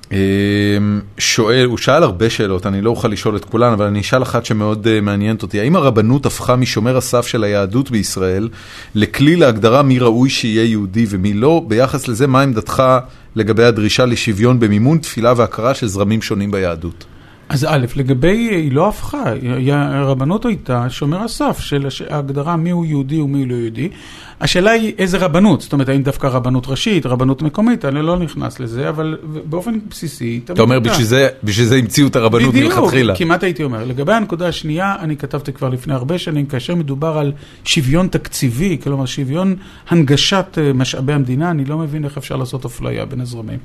שואל, הוא שאל הרבה שאלות, אני לא אוכל לשאול את כולן, אבל אני אשאל אחת שמאוד מעניינת אותי. האם הרבנות הפכה משומר הסף של היהדות בישראל לכלי להגדרה מי ראוי שיהיה יהודי ומי לא? ביחס לזה, מה עמדתך לגבי הדרישה לשוויון במימון, תפילה והכרה של זרמים שונים ביהדות? אז א', לגבי, היא לא הפכה, הרבנות הייתה שומר הסף של ההגדרה מי הוא יהודי ומי הוא לא יהודי. השאלה היא איזה רבנות, זאת אומרת, האם דווקא רבנות ראשית, רבנות מקומית, אני לא נכנס לזה, אבל באופן בסיסי... אתה אומר, בשביל זה המציאו את הרבנות מלכתחילה. בדיוק, כמעט הייתי אומר. לגבי הנקודה השנייה, אני כתבתי כבר לפני הרבה שנים, כאשר מדובר על שוויון תקציבי, כלומר שוויון הנגשת משאבי המדינה, אני לא מבין איך אפשר לעשות אפליה בין הזרמים.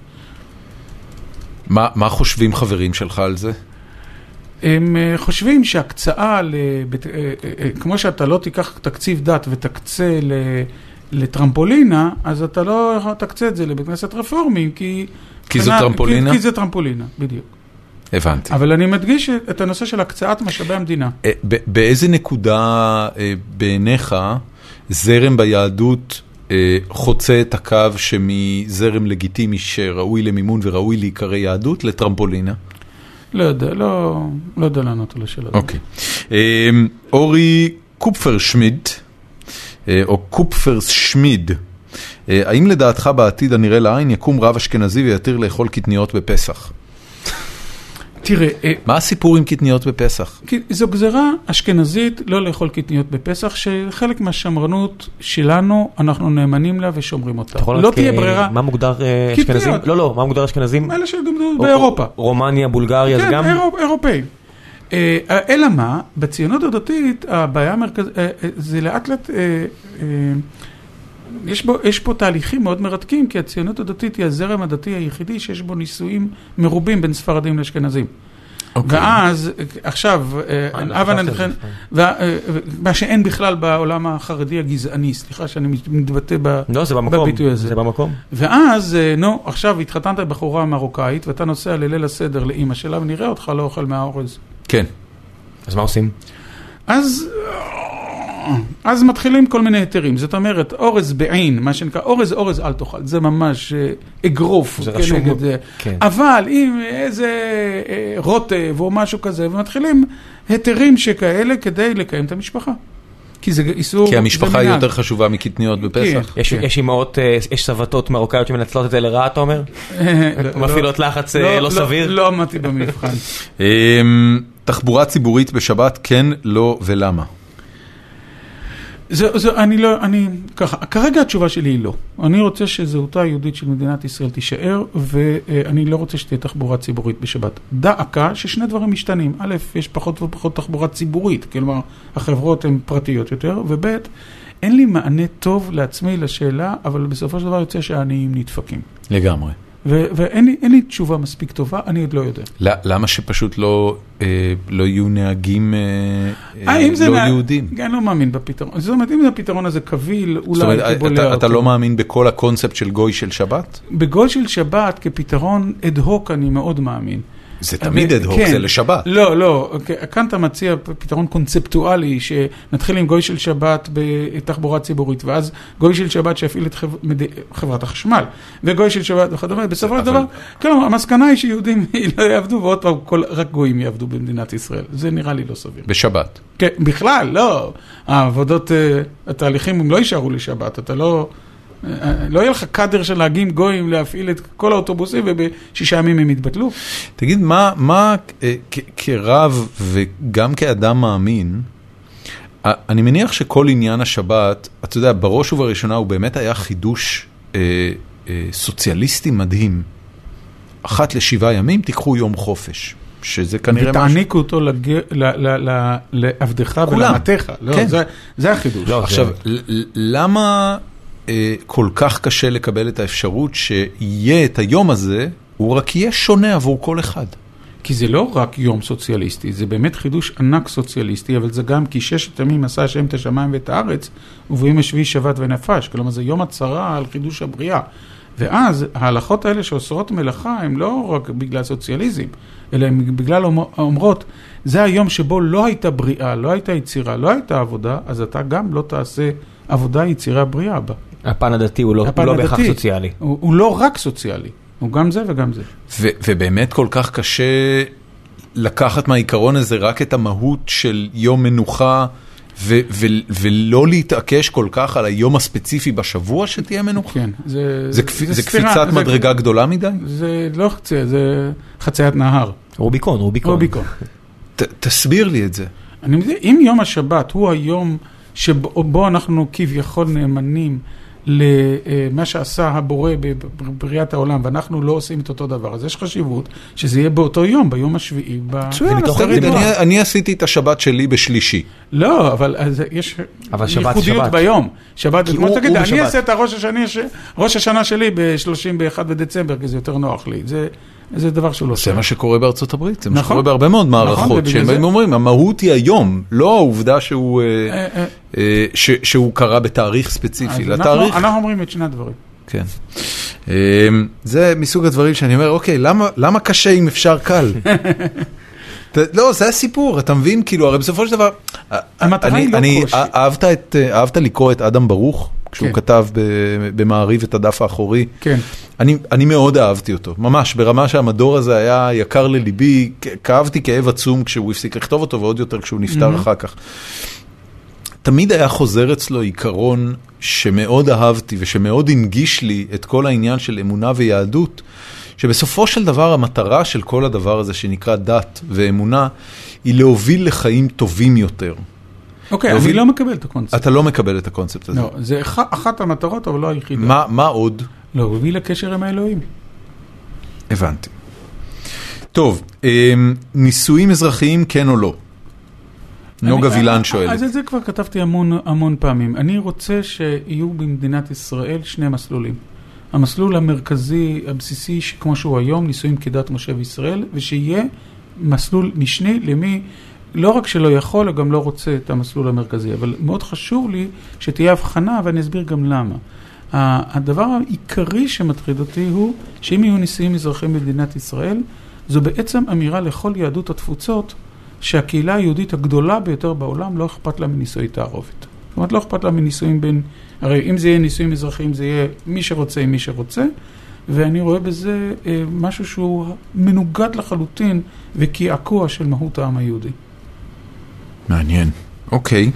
מה, מה חושבים חברים שלך על זה? הם חושבים שהקצאה, לבית, כמו שאתה לא תיקח תקציב דת ותקצה לטרמפולינה, אז אתה לא תקצה את זה לבית כנסת רפורמי, כי... כי זו טרמפולינה? כי, כי זה טרמפולינה, בדיוק. הבנתי. אבל אני מדגיש את הנושא של הקצאת משאבי המדינה. באיזה נקודה בעיניך זרם ביהדות חוצה את הקו שמזרם לגיטימי שראוי למימון וראוי להיקרא יהדות לטרמפולינה? לא יודע, לא, לא יודע לענות על השאלה. אוקיי. אורי קופפרשמיד, או קופפרשמיד, האם לדעתך בעתיד הנראה לעין יקום רב אשכנזי ויתיר לאכול קטניות בפסח? תראה, מה הסיפור עם קטניות בפסח? זו גזרה אשכנזית לא לאכול קטניות בפסח, שחלק מהשמרנות שלנו, אנחנו נאמנים לה ושומרים אותה. לא תהיה ברירה. מה מוגדר אשכנזים? לא, לא, מה מוגדר אשכנזים? אלה שגמדו באירופה. רומניה, בולגריה, זה גם? כן, אירופאים. אלא מה, בציונות הדתית, הבעיה המרכזית, זה לאט לאט, יש בו, יש פה תהליכים מאוד מרתקים, כי הציונות הדתית היא הזרם הדתי היחידי שיש בו נישואים מרובים בין ספרדים לאשכנזים. Okay. ואז, עכשיו, מה שאין בכלל בעולם החרדי הגזעני, סליחה שאני מתבטא לא, זה במקום, בביטוי הזה. זה במקום. ואז, נו, עכשיו התחתנת בחורה מרוקאית, ואתה נוסע לליל הסדר לאמא שלה, ונראה אותך לא אוכל מהאורז. כן. אז מה עושים? אז... אז מתחילים כל מיני היתרים, זאת אומרת, אורז בעין, מה שנקרא, אורז, אורז אל תאכל, זה ממש אגרוף, זה רשום, כן. אבל אם איזה רוטב או משהו כזה, ומתחילים היתרים שכאלה כדי לקיים את המשפחה. כי זה איסור... כי המשפחה היא יותר חשובה מקטניות בפסח. יש אימהות, יש סבתות מרוקאיות שמנצלות את זה לרעה, אתה אומר? מפעילות לחץ לא סביר? לא עמדתי במבחן. תחבורה ציבורית בשבת, כן, לא ולמה? זה, זה, אני לא, אני, ככה, כרגע התשובה שלי היא לא. אני רוצה שזהותה היהודית של מדינת ישראל תישאר, ואני לא רוצה שתהיה תחבורה ציבורית בשבת. דעקה ששני דברים משתנים. א', יש פחות ופחות תחבורה ציבורית, כלומר, החברות הן פרטיות יותר, וב', אין לי מענה טוב לעצמי לשאלה, אבל בסופו של דבר יוצא שהעניים נדפקים. לגמרי. ואין לי, אין לי תשובה מספיק טובה, אני עוד לא יודע. למה שפשוט לא, לא יהיו נהגים לא יהודים? אני לא מאמין בפתרון. זאת אומרת, אם הפתרון הזה קביל, אולי תבולע אותו. אתה לא מאמין בכל הקונספט של גוי של שבת? בגוי של שבת, כפתרון אד-הוק, אני מאוד מאמין. זה תמיד אד-הוק, זה לשבת. לא, לא. כאן אתה מציע פתרון קונספטואלי, שנתחיל עם גוי של שבת בתחבורה ציבורית, ואז גוי של שבת שיפעיל את חברת החשמל, וגוי של שבת וכדומה. בסופו של דבר, כלומר, המסקנה היא שיהודים לא יעבדו, ועוד פעם, רק גויים יעבדו במדינת ישראל. זה נראה לי לא סביר. בשבת. כן, בכלל, לא. העבודות, התהליכים הם לא יישארו לשבת. אתה לא... לא יהיה לך קאדר של להגים גויים להפעיל את כל האוטובוסים ובשישה ימים הם יתבטלו. תגיד, מה, מה כרב וגם כאדם מאמין, אני מניח שכל עניין השבת, אתה יודע, בראש ובראשונה הוא באמת היה חידוש אה, אה, סוציאליסטי מדהים. אחת לשבעה ימים תיקחו יום חופש. שזה כנראה משהו. ותעניקו אותו לעבדך ולמתך. כן. זה, זה החידוש. לא, עכשיו, למה... כל כך קשה לקבל את האפשרות שיהיה את היום הזה, הוא רק יהיה שונה עבור כל אחד. כי זה לא רק יום סוציאליסטי, זה באמת חידוש ענק סוציאליסטי, אבל זה גם כי ששת ימים עשה השם את השמיים ואת הארץ, וביום השביעי שבת ונפש. כלומר, זה יום הצהרה על חידוש הבריאה. ואז ההלכות האלה שאוסרות מלאכה, הם לא רק בגלל סוציאליזם, אלא הם בגלל אומרות, זה היום שבו לא הייתה בריאה, לא הייתה יצירה, לא הייתה עבודה, אז אתה גם לא תעשה עבודה, יצירה, בריאה בה. הפן הדתי הוא לא, הוא לא בהכרח סוציאלי. הוא, הוא לא רק סוציאלי, הוא גם זה וגם זה. ו, ובאמת כל כך קשה לקחת מהעיקרון הזה רק את המהות של יום מנוחה, ו, ו, ולא להתעקש כל כך על היום הספציפי בשבוע שתהיה מנוחה. כן, זה, זה, זה, זה קפיצת זה, מדרגה זה, גדולה מדי? זה לא חצי, זה חציית נהר. רוביקון, רוביקון. רוביקון. ת, תסביר לי את זה. אני מבין, אם יום השבת הוא היום שבו אנחנו כביכול נאמנים למה שעשה הבורא בבריאת העולם, ואנחנו לא עושים את אותו דבר, אז יש חשיבות שזה יהיה באותו יום, ביום השביעי. אני עשיתי את השבת שלי בשלישי. לא, אבל יש ייחודיות ביום. שבת, כמו שתגיד, אני אעשה את ראש השנה שלי ב-שלושים ואחד בדצמבר, כי זה יותר נוח לי. זה... זה דבר שהוא לא זה מה שקורה בארצות הברית, זה מה שקורה בהרבה מאוד מערכות, שהם אומרים, המהות היא היום, לא העובדה שהוא קרה בתאריך ספציפי, לתאריך. אנחנו אומרים את שני הדברים. כן. זה מסוג הדברים שאני אומר, אוקיי, למה קשה אם אפשר קל? לא, זה הסיפור, אתה מבין, כאילו, הרי בסופו של דבר, אהבת לקרוא את אדם ברוך? כשהוא כתב במעריב את הדף האחורי. כן. אני, אני מאוד אהבתי אותו, ממש, ברמה שהמדור הזה היה יקר לליבי, כאבתי כאב עצום כשהוא הפסיק לכתוב אותו, ועוד יותר כשהוא נפטר אחר כך. תמיד היה חוזר אצלו עיקרון שמאוד אהבתי, ושמאוד הנגיש לי את כל העניין של אמונה ויהדות, שבסופו של דבר המטרה של כל הדבר הזה שנקרא דת ואמונה, היא להוביל לחיים טובים יותר. אוקיי, אני לא מקבל את הקונספט. אתה לא מקבל את הקונספט הזה. לא, זה אחת המטרות, אבל לא היחידה. מה, מה עוד? לא, להוביל לקשר עם האלוהים. הבנתי. טוב, נישואים אזרחיים כן או לא? נוגה וילן שואלת. אז את זה כבר כתבתי המון, המון פעמים. אני רוצה שיהיו במדינת ישראל שני מסלולים. המסלול המרכזי, הבסיסי, כמו שהוא היום, נישואים כדת משה וישראל, ושיהיה מסלול משני למי, לא רק שלא יכול, אלא גם לא רוצה את המסלול המרכזי. אבל מאוד חשוב לי שתהיה הבחנה, ואני אסביר גם למה. הדבר העיקרי שמטריד אותי הוא שאם יהיו נישואים אזרחיים במדינת ישראל, זו בעצם אמירה לכל יהדות התפוצות, שהקהילה היהודית הגדולה ביותר בעולם לא אכפת לה מנישואי תערובת. זאת אומרת, לא אכפת לה מנישואים בין, הרי אם זה יהיה נישואים אזרחיים, זה יהיה מי שרוצה עם מי שרוצה, ואני רואה בזה אה, משהו שהוא מנוגד לחלוטין וקעקוע של מהות העם היהודי. מעניין. אוקיי.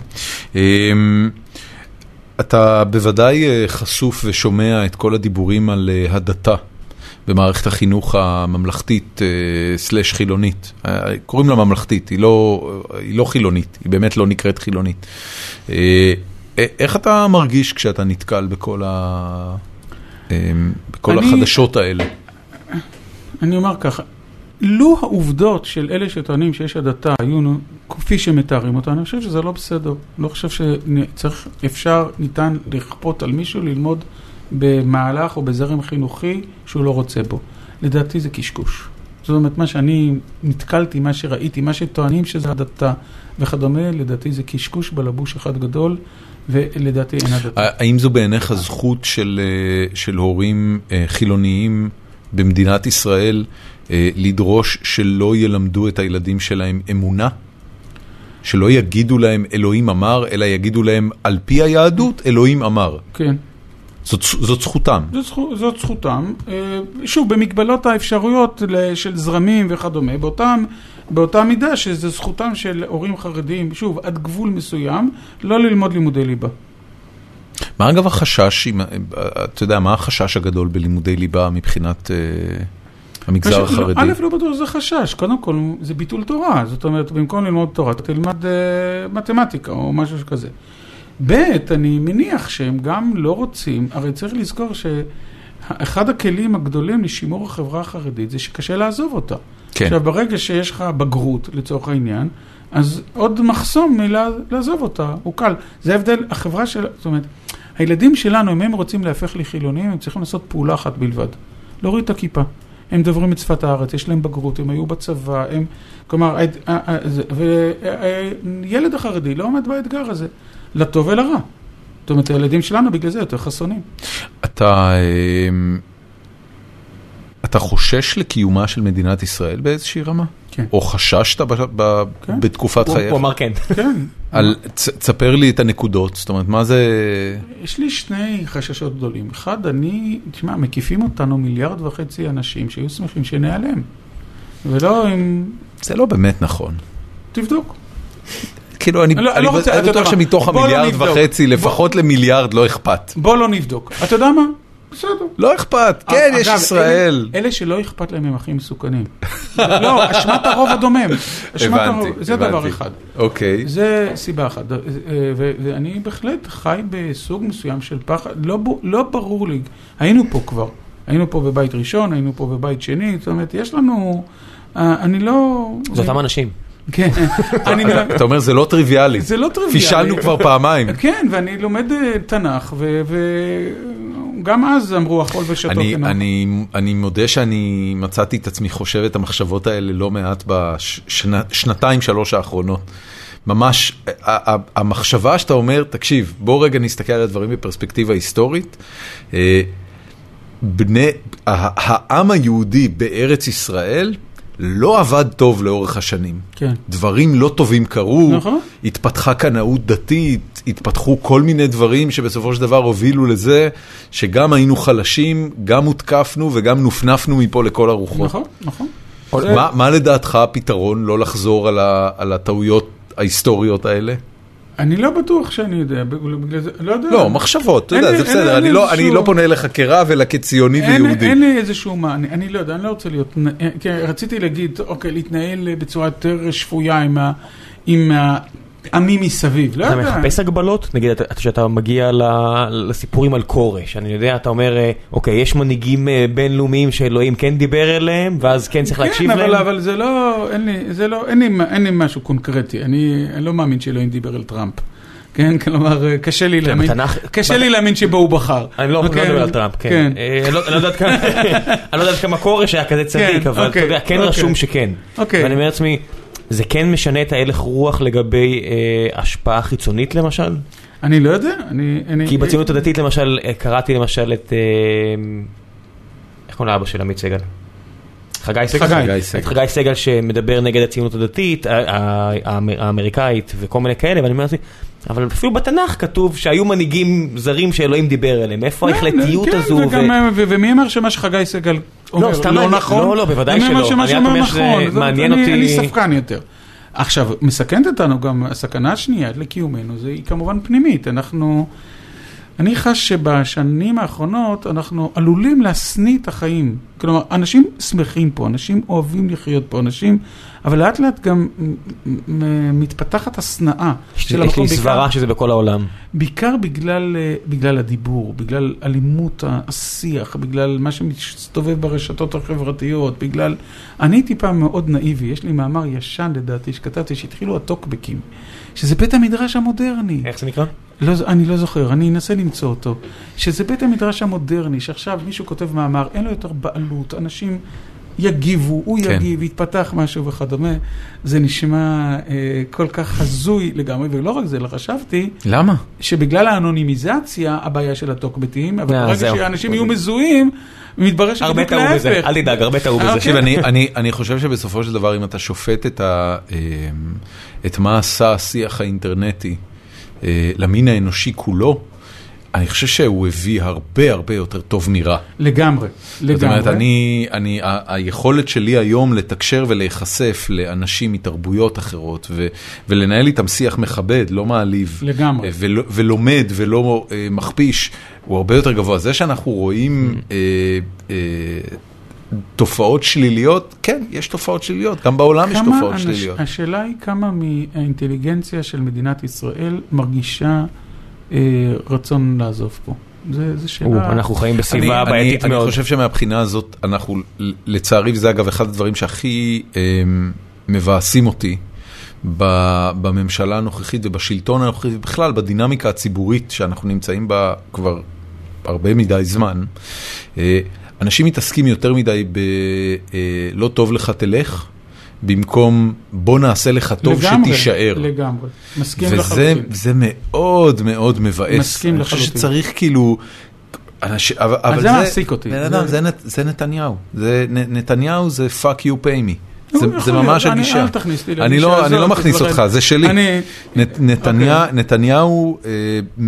אתה בוודאי חשוף ושומע את כל הדיבורים על הדתה במערכת החינוך הממלכתית סלש חילונית. קוראים לה ממלכתית, היא לא, היא לא חילונית, היא באמת לא נקראת חילונית. איך אתה מרגיש כשאתה נתקל בכל, ה... בכל אני, החדשות האלה? אני אומר ככה, לו העובדות של אלה שטוענים שיש הדתה היו כפי שמתארים אותה, אני חושב שזה לא בסדר. לא חושב שצריך, אפשר, ניתן לכפות על מישהו ללמוד במהלך או בזרם חינוכי שהוא לא רוצה בו. לדעתי זה קשקוש. זאת אומרת, מה שאני נתקלתי, מה שראיתי, מה שטוענים שזה הדתה וכדומה, לדעתי זה קשקוש בלבוש אחד גדול, ולדעתי אין הדתה. האם זו בעיניך זכות של, של הורים חילוניים במדינת ישראל לדרוש שלא ילמדו את הילדים שלהם אמונה? שלא יגידו להם אלוהים אמר, אלא יגידו להם על פי היהדות אלוהים אמר. כן. זאת, זאת זכותם. זאת, זכות, זאת זכותם. שוב, במגבלות האפשרויות של זרמים וכדומה, באותם, באותה מידה שזו זכותם של הורים חרדים, שוב, עד גבול מסוים, לא ללמוד לימודי ליבה. מה אגב החשש, אתה יודע, מה החשש הגדול בלימודי ליבה מבחינת המגזר החרדי? א', לא בטוח שזה חשש. קודם כל, זה ביטול תורה. זאת אומרת, במקום ללמוד תורה, תלמד מתמטיקה או משהו כזה. ב', אני מניח שהם גם לא רוצים, הרי צריך לזכור שאחד הכלים הגדולים לשימור החברה החרדית זה שקשה לעזוב אותה. כן. עכשיו, ברגע שיש לך בגרות לצורך העניין, אז עוד מחסום מלעזוב אותה, הוא קל. זה הבדל, החברה של, זאת אומרת, הילדים שלנו, אם הם רוצים להפך לחילונים, הם צריכים לעשות פעולה אחת בלבד. להוריד את הכיפה. הם דברים את שפת הארץ, יש להם בגרות, הם היו בצבא, הם, כלומר, וילד החרדי לא עומד באתגר הזה. לטוב ולרע. זאת אומרת, הילדים שלנו בגלל זה יותר חסונים. אתה, אתה חושש לקיומה של מדינת ישראל באיזושהי רמה? כן. או חששת ב, ב, כן. בתקופת חייך? הוא אמר כן. כן. על, צ, תספר לי את הנקודות, זאת אומרת, מה זה... יש לי שני חששות גדולים. אחד, אני, תשמע, מקיפים אותנו מיליארד וחצי אנשים שהיו שמחים שנעלם. ולא עם... זה לא באמת נכון. תבדוק. כאילו, אני בטוח שמתוך המיליארד וחצי, לפחות למיליארד לא אכפת. בוא לא נבדוק. אתה יודע מה? בסדר. לא אכפת. כן, יש ישראל. אלה שלא אכפת להם הם הכי מסוכנים. לא, אשמת הרוב הדומם. הבנתי. זה דבר אחד. אוקיי. זה סיבה אחת. ואני בהחלט חי בסוג מסוים של פחד. לא ברור לי. היינו פה כבר. היינו פה בבית ראשון, היינו פה בבית שני. זאת אומרת, יש לנו... אני לא... זה אותם אנשים. כן. אתה אומר, זה לא טריוויאלי. זה לא טריוויאלי. פישלנו כבר פעמיים. כן, ואני לומד תנ"ך, וגם אז אמרו אכול ושתו תנ"ך. אני מודה שאני מצאתי את עצמי חושב את המחשבות האלה לא מעט בשנתיים, שלוש האחרונות. ממש, המחשבה שאתה אומר, תקשיב, בוא רגע נסתכל על הדברים בפרספקטיבה היסטורית. בני, העם היהודי בארץ ישראל, לא עבד טוב לאורך השנים. כן. דברים לא טובים קרו, נכון. התפתחה קנאות דתית, התפתחו כל מיני דברים שבסופו של דבר הובילו לזה, שגם היינו חלשים, גם הותקפנו וגם נופנפנו מפה לכל הרוחות. נכון, נכון. מה, מה לדעתך הפתרון לא לחזור על, ה, על הטעויות ההיסטוריות האלה? אני לא בטוח שאני יודע, בגלל זה, לא יודע. לא, מחשבות, אתה יודע, זה בסדר, אני לא פונה לך כרב, אלא כציוני ויהודי. אין לי איזשהו מה, אני לא יודע, אני לא רוצה להיות, רציתי להגיד, אוקיי, להתנהל בצורה יותר שפויה עם העמים מסביב, לא יודע. אתה מחפש הגבלות? נגיד, שאתה מגיע לסיפורים על קורש, אני יודע, אתה אומר, אוקיי, יש מנהיגים בינלאומיים שאלוהים כן דיבר אליהם, ואז כן צריך להקשיב להם? כן, אבל זה לא, אין לי משהו קונקרטי, אני לא מאמין שאלוהים דיבר אל טראמפ. כן, כלומר, קשה לי להאמין, קשה לי להאמין שבו הוא בחר. אני לא מדבר על טראמפ, כן. אני לא יודעת כמה קורש היה כזה צדיק, אבל אתה יודע, כן רשום שכן. ואני אומר לעצמי, זה כן משנה את ההלך רוח לגבי השפעה חיצונית למשל? אני לא יודע. כי בציונות הדתית למשל, קראתי למשל את, איך קוראים לאבא של עמית סגל? חגי סגל. את חגי סגל שמדבר נגד הציונות הדתית, האמריקאית וכל מיני כאלה, ואני אומר לעצמי, אבל אפילו בתנ"ך כתוב שהיו מנהיגים זרים שאלוהים דיבר אליהם. איפה ההחלטיות הזו? ומי אמר שמה שחגי סגל אומר לא נכון? לא, לא, בוודאי שלא. מי אמר שמה שאומר נכון? אני ספקן יותר. עכשיו, מסכנת אותנו גם הסכנה השנייה לקיומנו, היא כמובן פנימית. אנחנו, אני חש שבשנים האחרונות אנחנו עלולים להסניא את החיים. כלומר, אנשים שמחים פה, אנשים אוהבים לחיות פה, אנשים, אבל לאט לאט גם מתפתחת הסנאה של המקום. יש לי סברה שזה בכל העולם. בעיקר בגלל, בגלל הדיבור, בגלל אלימות השיח, בגלל מה שמסתובב ברשתות החברתיות, בגלל... אני טיפה מאוד נאיבי, יש לי מאמר ישן לדעתי שכתבתי שהתחילו הטוקבקים, שזה בית המדרש המודרני. איך זה נקרא? לא, אני לא זוכר, אני אנסה למצוא אותו. שזה בית המדרש המודרני, שעכשיו מישהו כותב מאמר, אין לו יותר בעלות, אנשים יגיבו, הוא כן. יגיב, יתפתח משהו וכדומה. זה נשמע אה, כל כך הזוי לגמרי, ולא רק זה, לא חשבתי... למה? שבגלל האנונימיזציה, הבעיה של הטוקבטים, אבל ברגע שאנשים יהיו מזוהים, מתברר שבדיוק להפך. אל תדאג, הרבה טעו בזה. תקשיב, אני, אני, אני חושב שבסופו של דבר, אם אתה שופט את, ה, את מה עשה השיח האינטרנטי למין האנושי כולו, אני חושב שהוא הביא הרבה הרבה יותר טוב מרע. לגמרי, לגמרי. זאת אומרת, אני, אני, ה- היכולת שלי היום לתקשר ולהיחשף לאנשים מתרבויות אחרות, ו- ולנהל איתם שיח מכבד, לא מעליב. לגמרי. ול- ולומד ולא אה, מכפיש, הוא הרבה יותר גבוה. זה שאנחנו רואים אה, אה, תופעות שליליות, כן, יש תופעות שליליות. גם בעולם יש תופעות אנש... שליליות. השאלה היא כמה מהאינטליגנציה של מדינת ישראל מרגישה רצון לעזוב פה. זה שאלה... אנחנו חיים בסביבה בעייתית מאוד. אני חושב שמהבחינה הזאת, אנחנו, לצערי, וזה אגב אחד הדברים שהכי מבאסים אותי בממשלה הנוכחית ובשלטון הנוכחית, בכלל בדינמיקה הציבורית שאנחנו נמצאים בה כבר הרבה מדי זמן. אנשים מתעסקים יותר מדי בלא טוב לך תלך, במקום בוא נעשה לך טוב לגמרי, שתישאר. לגמרי, מסכים וזה, לחלוטין. וזה מאוד מאוד מבאס. מסכים אני לחלוטין. חושב שצריך כאילו... אנש... אבל, אבל זה, זה מעסיק אותי. בן אדם, זה... זה, נת... זה נתניהו. זה, נתניהו זה fuck you pay me. זה, זה ממש אני, הגישה. אל תכניס לי אני לא, אני לא מכניס אותך, זה שלי. אני... נת, נתניה, okay. נתניהו אה,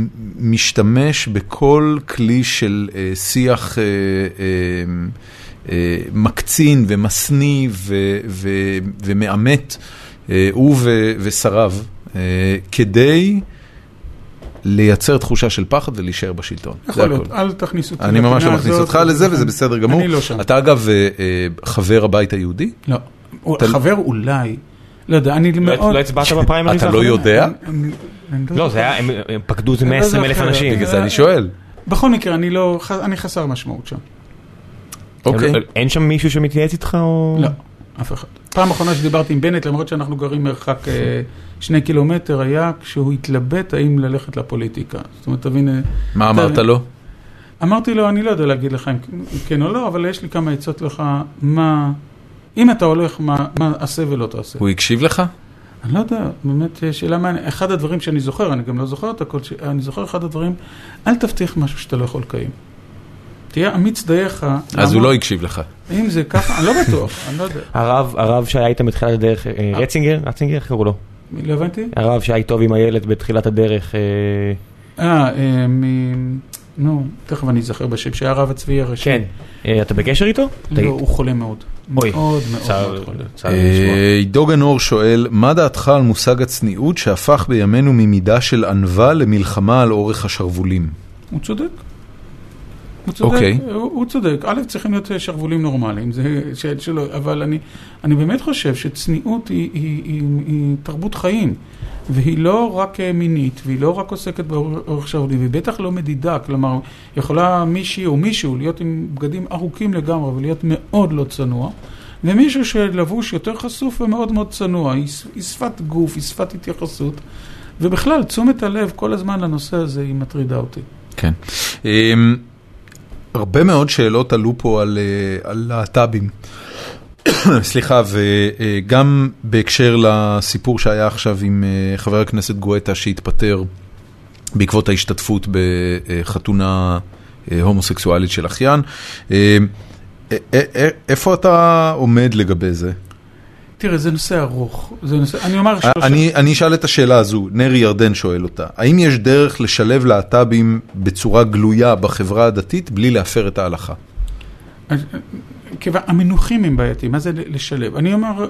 משתמש בכל כלי של אה, שיח... אה, אה, מקצין ומסני ו- ו- ומאמת, הוא ו- ושריו, כדי לייצר תחושה של פחד ולהישאר בשלטון. יכול להיות, אל תכניס אותי. אני ממש לא מכניס אותך לזה, וזה בסדר גמור. אני לא שם. אתה אגב חבר הבית היהודי? לא. חבר אולי, לא יודע, אני מאוד... לא הצבעת בפריימריז? אתה לא יודע? לא, זה היה, הם פקדו איזה מאה ועשרים אלף אנשים. בגלל זה אני שואל. בכל מקרה, אני חסר משמעות שם. אוקיי. אין שם מישהו שמתייעץ איתך או... לא, אף אחד. פעם אחרונה שדיברתי עם בנט, למרות שאנחנו גרים מרחק שני קילומטר, היה כשהוא התלבט האם ללכת לפוליטיקה. זאת אומרת, תבין... מה אמרת לו? אמרתי לו, אני לא יודע להגיד לך אם כן או לא, אבל יש לי כמה עצות לך, מה... אם אתה הולך, מה עשה ולא תעשה. הוא הקשיב לך? אני לא יודע, באמת שאלה מה... אחד הדברים שאני זוכר, אני גם לא זוכר את הכל, אני זוכר אחד הדברים, אל תבטיח משהו שאתה לא יכול לקיים. תהיה אמיץ דייך. אז הוא לא הקשיב לך. אם זה ככה, אני לא בטוח, אני לא יודע. הרב, הרב שהיה איתם בתחילת הדרך, רצינגר, רצינגר, איך קראו לו? לא הבנתי? הרב שהיה טוב עם הילד בתחילת הדרך. אה, נו, תכף אני אזכר בשם, שהיה הרב הצבאי הראשי. כן. אתה בקשר איתו? לא, הוא חולה מאוד. אוי. מאוד מאוד חולה. עידו גנור שואל, מה דעתך על מושג הצניעות שהפך בימינו ממידה של ענווה למלחמה על אורך השרבולים? הוא צודק. הוא צודק, okay. הוא, הוא צודק. א', צריכים להיות שרבולים נורמליים, זה של, שלו, אבל אני, אני באמת חושב שצניעות היא, היא, היא, היא תרבות חיים, והיא לא רק מינית, והיא לא רק עוסקת באורך שרבולים, והיא בטח לא מדידה, כלומר, יכולה מישהי או מישהו להיות עם בגדים ארוכים לגמרי, ולהיות מאוד לא צנוע, ומישהו שלבוש יותר חשוף ומאוד מאוד צנוע, היא, היא שפת גוף, היא שפת התייחסות, ובכלל, תשומת הלב כל הזמן לנושא הזה היא מטרידה אותי. כן. הרבה מאוד שאלות עלו פה על, על להט"בים. סליחה, וגם בהקשר לסיפור שהיה עכשיו עם חבר הכנסת גואטה שהתפטר בעקבות ההשתתפות בחתונה הומוסקסואלית של אחיין. איפה אתה עומד לגבי זה? תראה, זה נושא ארוך. זה נושא, אני אומר שלושה... אני, אני אשאל את השאלה הזו, נרי ירדן שואל אותה. האם יש דרך לשלב להט"בים בצורה גלויה בחברה הדתית בלי להפר את ההלכה? כיוון, המנוחים הם בעייתיים, מה זה לשלב? אני אומר,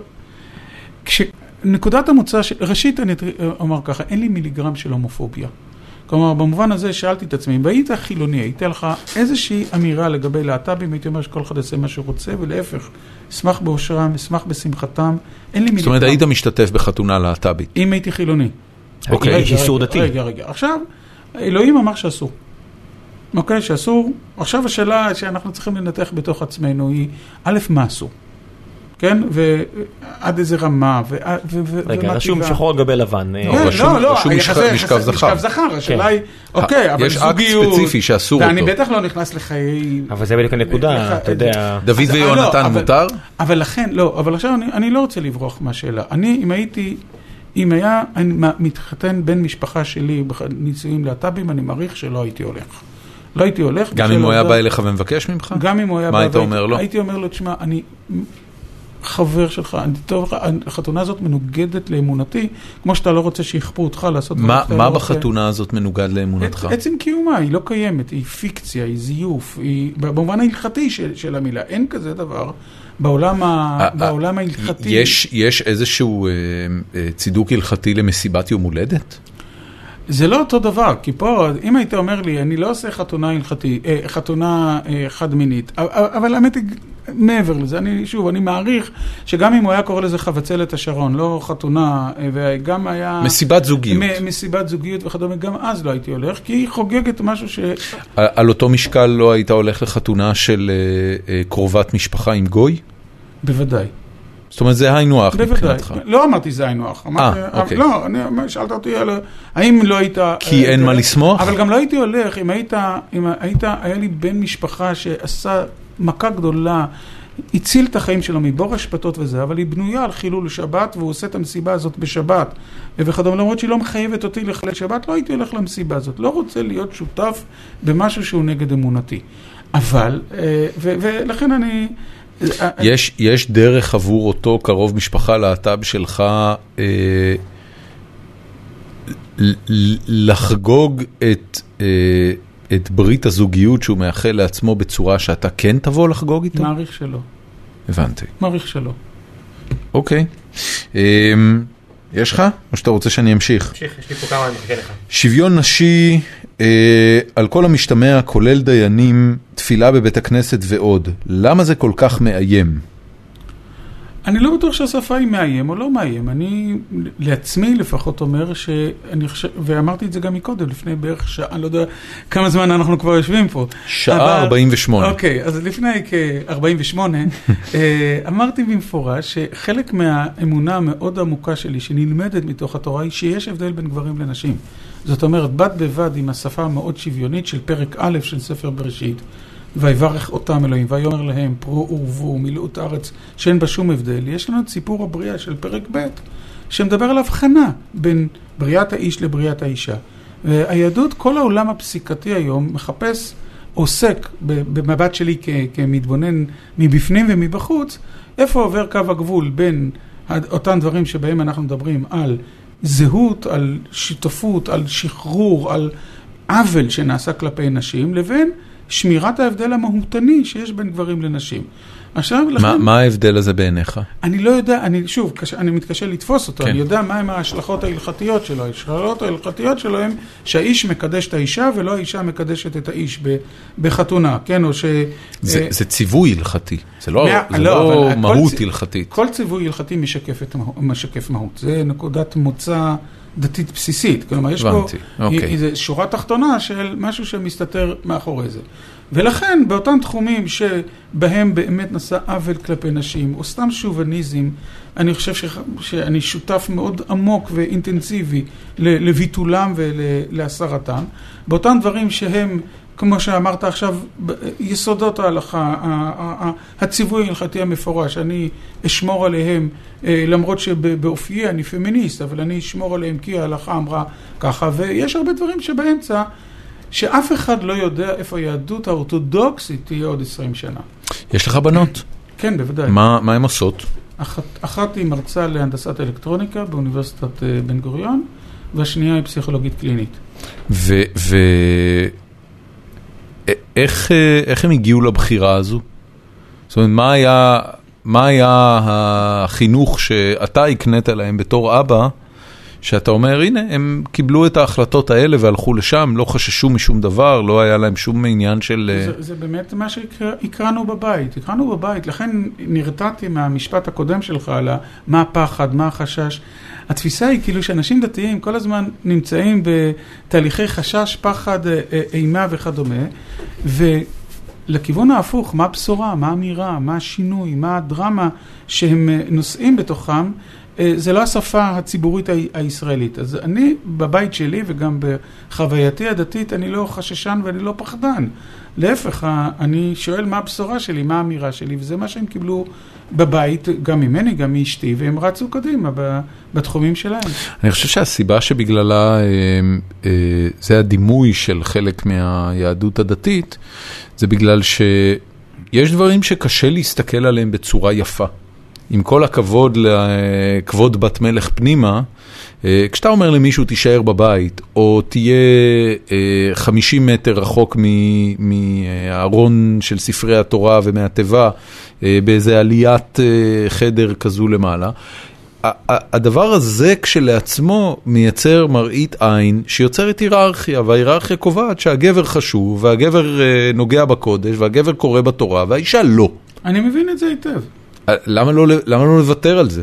כשנקודת המוצא, ראשית אני אומר ככה, אין לי מיליגרם של הומופוביה. כלומר, במובן הזה שאלתי את עצמי, אם היית חילוני, הייתה לך איזושהי אמירה לגבי להט"בים, הייתי אומר שכל אחד יעשה מה שהוא רוצה, ולהפך, אשמח באושרם, אשמח בשמחתם, אין לי מיליגרם. זאת אומרת, היית משתתף בחתונה להט"בית? אם הייתי חילוני. אוקיי. יש איסור דתי. רגע, רגע. עכשיו, אלוהים אמר שאסור. אוקיי, שאסור. עכשיו השאלה שאנחנו צריכים לנתח בתוך עצמנו היא, א', מה אסור? כן? ועד איזה רמה, רגע, רשום שחור על גבי לבן. לא, לא, רשום משכב זכר. משכב זכר, השאלה היא, אוקיי, אבל יש אקט ספציפי שאסור אותו. ואני בטח לא נכנס לחיי... אבל זה בדיוק הנקודה, אתה יודע... דוד ויונתן מותר? אבל לכן, לא, אבל עכשיו אני לא רוצה לברוח מהשאלה. אני, אם הייתי, אם היה מתחתן בין משפחה שלי בנישואים להט"בים, אני מעריך שלא הייתי הולך. לא הייתי הולך. גם אם הוא היה בא אליך ומבקש ממך? גם אם הוא היה בא... מה היית אומר לו? הייתי אומר לו, תשמע, אני... חבר שלך, אני טוב לך, החתונה הזאת מנוגדת לאמונתי, כמו שאתה לא רוצה שיכפו אותך לעשות... מה, מה בחתונה הזאת מנוגד לאמונתך? עצם קיומה, היא לא קיימת, היא פיקציה, היא זיוף, היא במובן ההלכתי של, של המילה, אין כזה דבר בעולם, ה, בעולם ההלכתי. יש, יש איזשהו צידוק הלכתי למסיבת יום הולדת? זה לא אותו דבר, כי פה, אם היית אומר לי, אני לא עושה חתונה הלכתי, חתונה חד מינית, אבל האמת היא, מעבר לזה, אני, שוב, אני מעריך שגם אם הוא היה קורא לזה חבצלת השרון, לא חתונה, וגם היה... מסיבת זוגיות. מסיבת זוגיות וכדומה, גם אז לא הייתי הולך, כי היא חוגגת משהו ש... על אותו משקל לא היית הולך לחתונה של קרובת משפחה עם גוי? בוודאי. זאת אומרת, זה היינו אח מבחינתך. לא אמרתי זה היינו אח. אה, אוקיי. לא, שאלת אותי על... האם לא היית... כי אין מה לשמוח? אבל גם לא הייתי הולך, אם היית... אם היית... היה לי בן משפחה שעשה מכה גדולה, הציל את החיים שלו מבור השפטות וזה, אבל היא בנויה על חילול שבת, והוא עושה את המסיבה הזאת בשבת. וכדומה, למרות שהיא לא מחייבת אותי לחלל שבת, לא הייתי הולך למסיבה הזאת. לא רוצה להיות שותף במשהו שהוא נגד אמונתי. אבל, ולכן אני... יש, יש דרך עבור אותו קרוב משפחה להט"ב שלך אה, לחגוג את, אה, את ברית הזוגיות שהוא מאחל לעצמו בצורה שאתה כן תבוא לחגוג איתו? מעריך שלא. הבנתי. מעריך שלא. אוקיי. אה, יש לך? או שאתה רוצה שאני אמשיך? אמשיך, יש לי פה כמה, אני מחכה לך. שוויון נשי, אה, על כל המשתמע, כולל דיינים, תפילה בבית הכנסת ועוד. למה זה כל כך מאיים? אני לא בטוח שהשפה היא מאיים או לא מאיים. אני לעצמי לפחות אומר שאני חושב, ואמרתי את זה גם מקודם, לפני בערך שעה, אני לא יודע כמה זמן אנחנו כבר יושבים פה. שעה ארבעים ושמונה. אוקיי, אז לפני כ-ארבעים ושמונה, אמרתי במפורש שחלק מהאמונה המאוד עמוקה שלי, שנלמדת מתוך התורה, היא שיש הבדל בין גברים לנשים. זאת אומרת, בד בבד עם השפה המאוד שוויונית של פרק א' של ספר בראשית, ויברך אותם אלוהים, ויאמר להם, פרו ורבו, מילאו את הארץ, שאין בה שום הבדל. יש לנו את סיפור הבריאה של פרק ב', שמדבר על הבחנה בין בריאת האיש לבריאת האישה. והיהדות, כל העולם הפסיקתי היום, מחפש, עוסק, במבט שלי כ- כמתבונן מבפנים ומבחוץ, איפה עובר קו הגבול בין אותם דברים שבהם אנחנו מדברים על זהות, על שיתופות, על שחרור, על העוול שנעשה כלפי נשים, לבין שמירת ההבדל המהותני שיש בין גברים לנשים. עכשיו, לכן... מה, מה ההבדל הזה בעיניך? אני לא יודע, אני, שוב, אני מתקשה לתפוס אותו, כן. אני יודע מהם ההשלכות ההלכתיות שלו. ההשלכות ההלכתיות שלו הם שהאיש מקדש את האישה, ולא האישה מקדשת את האיש בחתונה, כן, או ש... זה, זה ציווי הלכתי, זה לא, מה, זה לא, לא מהות כל, הלכתית. כל ציווי הלכתי משקף, את, משקף מהות, זה נקודת מוצא דתית בסיסית, כלומר, יש הבנתי, פה אוקיי. איזו שורה תחתונה של משהו שמסתתר מאחורי זה. ולכן, באותם תחומים שבהם באמת נעשה עוול כלפי נשים, או סתם שוביניזם, אני חושב ש... שאני שותף מאוד עמוק ואינטנסיבי לביטולם ולהסרתם. באותם דברים שהם, כמו שאמרת עכשיו, יסודות ההלכה, הציווי ההלכתי המפורש, אני אשמור עליהם, למרות שבאופיי אני פמיניסט, אבל אני אשמור עליהם כי ההלכה אמרה ככה, ויש הרבה דברים שבאמצע, שאף אחד לא יודע איפה היהדות האורתודוקסית תהיה עוד עשרים שנה. יש לך בנות? כן, בוודאי. מה, מה הן עושות? אחת, אחת היא מרצה להנדסת אלקטרוניקה באוניברסיטת בן גוריון, והשנייה היא פסיכולוגית קלינית. ו... ו... איך, איך הם הגיעו לבחירה הזו? זאת אומרת, מה היה, מה היה החינוך שאתה הקנית להם בתור אבא, שאתה אומר, הנה, הם קיבלו את ההחלטות האלה והלכו לשם, לא חששו משום דבר, לא היה להם שום עניין של... זה, זה באמת מה שהקראנו בבית, הקראנו בבית, לכן נרתעתי מהמשפט הקודם שלך על מה הפחד, מה החשש. התפיסה היא כאילו שאנשים דתיים כל הזמן נמצאים בתהליכי חשש, פחד, אימה וכדומה, ולכיוון ההפוך, מה הבשורה, מה האמירה, מה השינוי, מה הדרמה שהם נושאים בתוכם, זה לא השפה הציבורית הישראלית. אז אני בבית שלי וגם בחווייתי הדתית, אני לא חששן ואני לא פחדן. להפך, אני שואל מה הבשורה שלי, מה האמירה שלי, וזה מה שהם קיבלו בבית, גם ממני, גם מאשתי, והם רצו קדימה בתחומים שלהם. אני חושב שהסיבה שבגללה זה הדימוי של חלק מהיהדות הדתית, זה בגלל שיש דברים שקשה להסתכל עליהם בצורה יפה. עם כל הכבוד לכבוד בת מלך פנימה, כשאתה אומר למישהו תישאר בבית, או תהיה חמישים מטר רחוק מהארון של ספרי התורה ומהטבע, באיזה עליית חדר כזו למעלה, הדבר הזה כשלעצמו מייצר מראית עין שיוצרת היררכיה, וההיררכיה קובעת שהגבר חשוב, והגבר נוגע בקודש, והגבר קורא בתורה, והאישה לא. אני מבין את זה היטב. למה לא, למה לא לוותר על זה?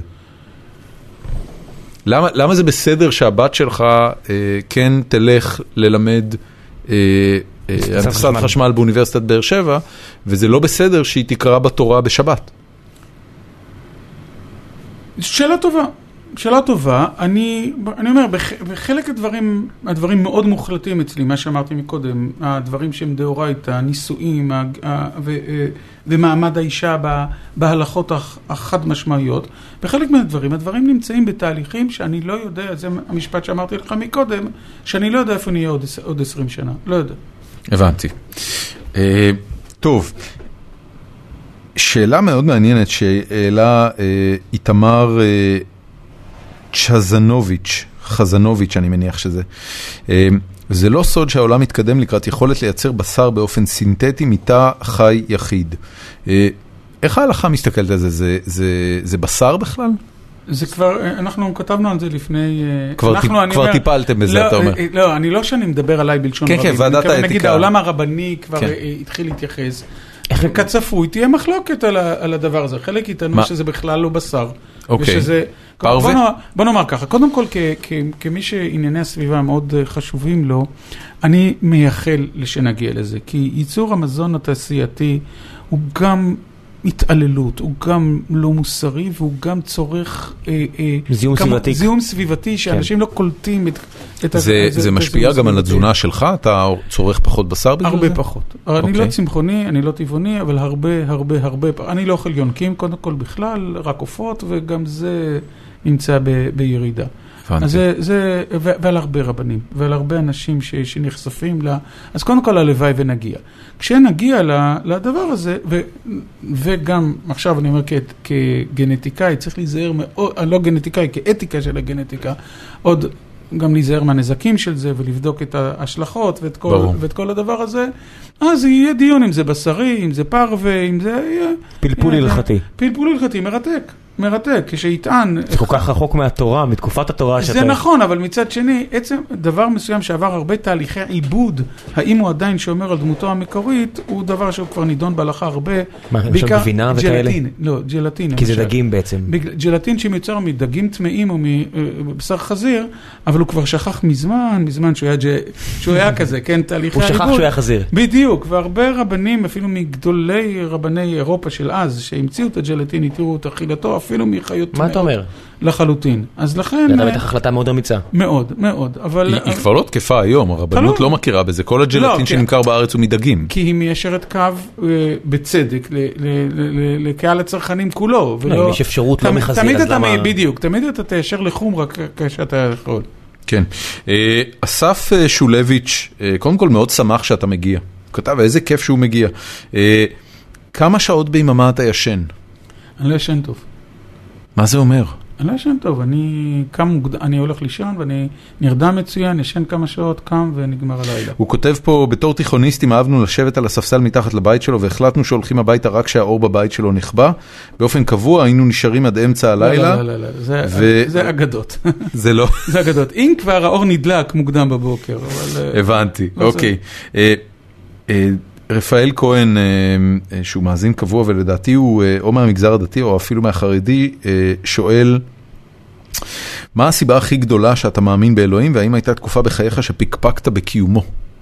למה, למה זה בסדר שהבת שלך אה, כן תלך ללמד אה, אה, הנדסת חשמל באוניברסיטת באר שבע, וזה לא בסדר שהיא תקרא בתורה בשבת? שאלה טובה. שאלה טובה. אני, אני אומר, בח, בחלק הדברים, הדברים מאוד מוחלטים אצלי, מה שאמרתי מקודם, הדברים שהם דאורייתא, הנישואים, ה, ה, ו, ומעמד האישה בהלכות החד משמעיות. בחלק מהדברים, הדברים נמצאים בתהליכים שאני לא יודע, זה המשפט שאמרתי לך מקודם, שאני לא יודע איפה נהיה עוד, עוד עשרים שנה. לא יודע. הבנתי. Uh, טוב. שאלה מאוד מעניינת שאלה uh, איתמר uh, צ'זנוביץ', חזנוביץ', אני מניח שזה. זה לא סוד שהעולם מתקדם לקראת יכולת לייצר בשר באופן סינתטי מתא חי יחיד. איך ההלכה מסתכלת על זה? זה, זה, זה בשר בכלל? זה כבר, אנחנו כתבנו על זה לפני... כבר, אנחנו, טיפ, כבר אומר, טיפלתם בזה, לא, אתה אומר. לא, אני לא שאני מדבר עליי בלשון כן, רבים. כן, ועדת האתיקה. נגיד, העולם הרבני כבר כן. התחיל להתייחס. כצפוי, תהיה מחלוקת על, ה, על הדבר הזה. חלק איתנו שזה בכלל לא בשר. אוקיי. ושזה, בוא, נאמר, בוא נאמר ככה, קודם כל כ, כ, כמי שענייני הסביבה מאוד חשובים לו, אני מייחל שנגיע לזה, כי ייצור המזון התעשייתי הוא גם התעללות, הוא גם לא מוסרי, והוא גם צורך אה, אה, זיהום כמה, סביבתי. זיהום סביבתי, שאנשים כן. לא קולטים את, את זה, זה, זה משפיע גם על התזונה שלך? אתה צורך פחות בשר בגלל הרבה זה? פחות. Okay. אני לא צמחוני, אני לא טבעוני, אבל הרבה, הרבה, הרבה, אני לא אוכל יונקים, קודם כל בכלל, רק עופות, וגם זה נמצא ב, בירידה. אז זה, זה, ועל הרבה רבנים, ועל הרבה אנשים ש, שנחשפים לה, אז קודם כל הלוואי ונגיע. כשנגיע לדבר הזה, ו, וגם עכשיו אני אומר כ, כגנטיקאי, צריך להיזהר מאוד, לא גנטיקאי, כאתיקה של הגנטיקה, עוד גם להיזהר מהנזקים של זה, ולבדוק את ההשלכות ואת כל, ואת כל הדבר הזה, אז יהיה דיון אם זה בשרי, אם זה פרווה, אם זה יהיה... פלפול הלכתי. פלפול הלכתי, מרתק. מרתק, כשיטען... זה כל כך רחוק מהתורה, מתקופת התורה שאתה... זה נכון, אבל מצד שני, עצם דבר מסוים שעבר הרבה תהליכי עיבוד, האם הוא עדיין שומר על דמותו המקורית, הוא דבר שהוא כבר נידון בהלכה הרבה. מה, למשל גבינה וכאלה? ג'לטין, לא, ג'לטין. כי זה דגים בעצם. ג'לטין שמיוצר מדגים טמאים או מבשר חזיר, אבל הוא כבר שכח מזמן, מזמן שהוא היה, שהוא היה כזה, כן, תהליכי העיבוד. הוא שכח שהוא היה חזיר. בדיוק, והרבה רבנים, אפילו מגדולי רבני אירופה של אז, שהמציאו את הג'לטין, התירו את אכילתו, אפילו מחיות מה אתה אומר? לחלוטין. אז לכן... זה בטח החלטה מאוד אמיצה. מאוד, מאוד. אבל... היא כבר לא תקפה היום, הרבנות לא מכירה בזה. כל הג'לטין שנמכר בארץ הוא מדגים. כי היא מיישרת קו בצדק לקהל הצרכנים כולו. אם יש אפשרות לא מחזיר, אז למה... בדיוק, תמיד אתה תיישר לחום רק כשאתה יכול. כן. אסף שולביץ', קודם כל מאוד שמח שאתה מגיע. הוא כתב, איזה כיף שהוא מגיע. כמה שעות ביממה אתה ישן? אני לא ישן טוב. מה זה אומר? אני לא ישן טוב, אני קם מוקדם, אני הולך לישון ואני נרדם מצוין, ישן כמה שעות, קם ונגמר הלילה. הוא כותב פה, בתור תיכוניסטים אהבנו לשבת על הספסל מתחת לבית שלו והחלטנו שהולכים הביתה רק שהאור בבית שלו נכבה. באופן קבוע היינו נשארים עד אמצע הלילה. לא, לא, לא, לא, זה אגדות. זה לא? זה אגדות. אם כבר האור נדלק מוקדם בבוקר, אבל... הבנתי, אוקיי. רפאל כהן, שהוא מאזין קבוע ולדעתי הוא או מהמגזר הדתי או אפילו מהחרדי, שואל, מה הסיבה הכי גדולה שאתה מאמין באלוהים, והאם הייתה תקופה בחייך שפקפקת בקיומו?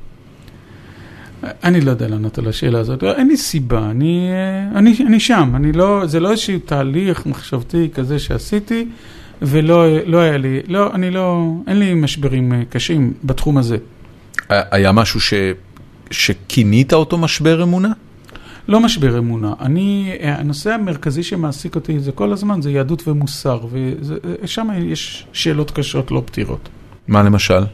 אני לא יודע לענות על השאלה הזאת, אין לי סיבה, אני, אני, אני שם, אני לא, זה לא איזשהו תהליך מחשבתי כזה שעשיתי, ולא לא היה לי, לא, אני לא, אין לי משברים קשים בתחום הזה. היה משהו ש... שכינית אותו משבר אמונה? לא משבר אמונה. אני, הנושא המרכזי שמעסיק אותי זה כל הזמן, זה יהדות ומוסר, ושם יש שאלות קשות לא פתירות. מה למשל?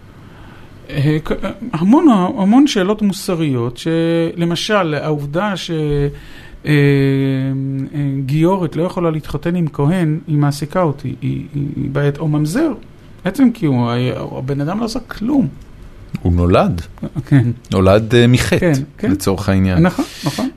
המון, המון שאלות מוסריות, שלמשל, העובדה שגיורת לא יכולה להתחתן עם כהן, היא מעסיקה אותי, היא, היא בעיית או ממזר. בעצם כי הוא, הבן אדם לא עושה כלום. הוא נולד. כן. נולד מחטא, כן, כן. לצורך העניין. נכון, נכון.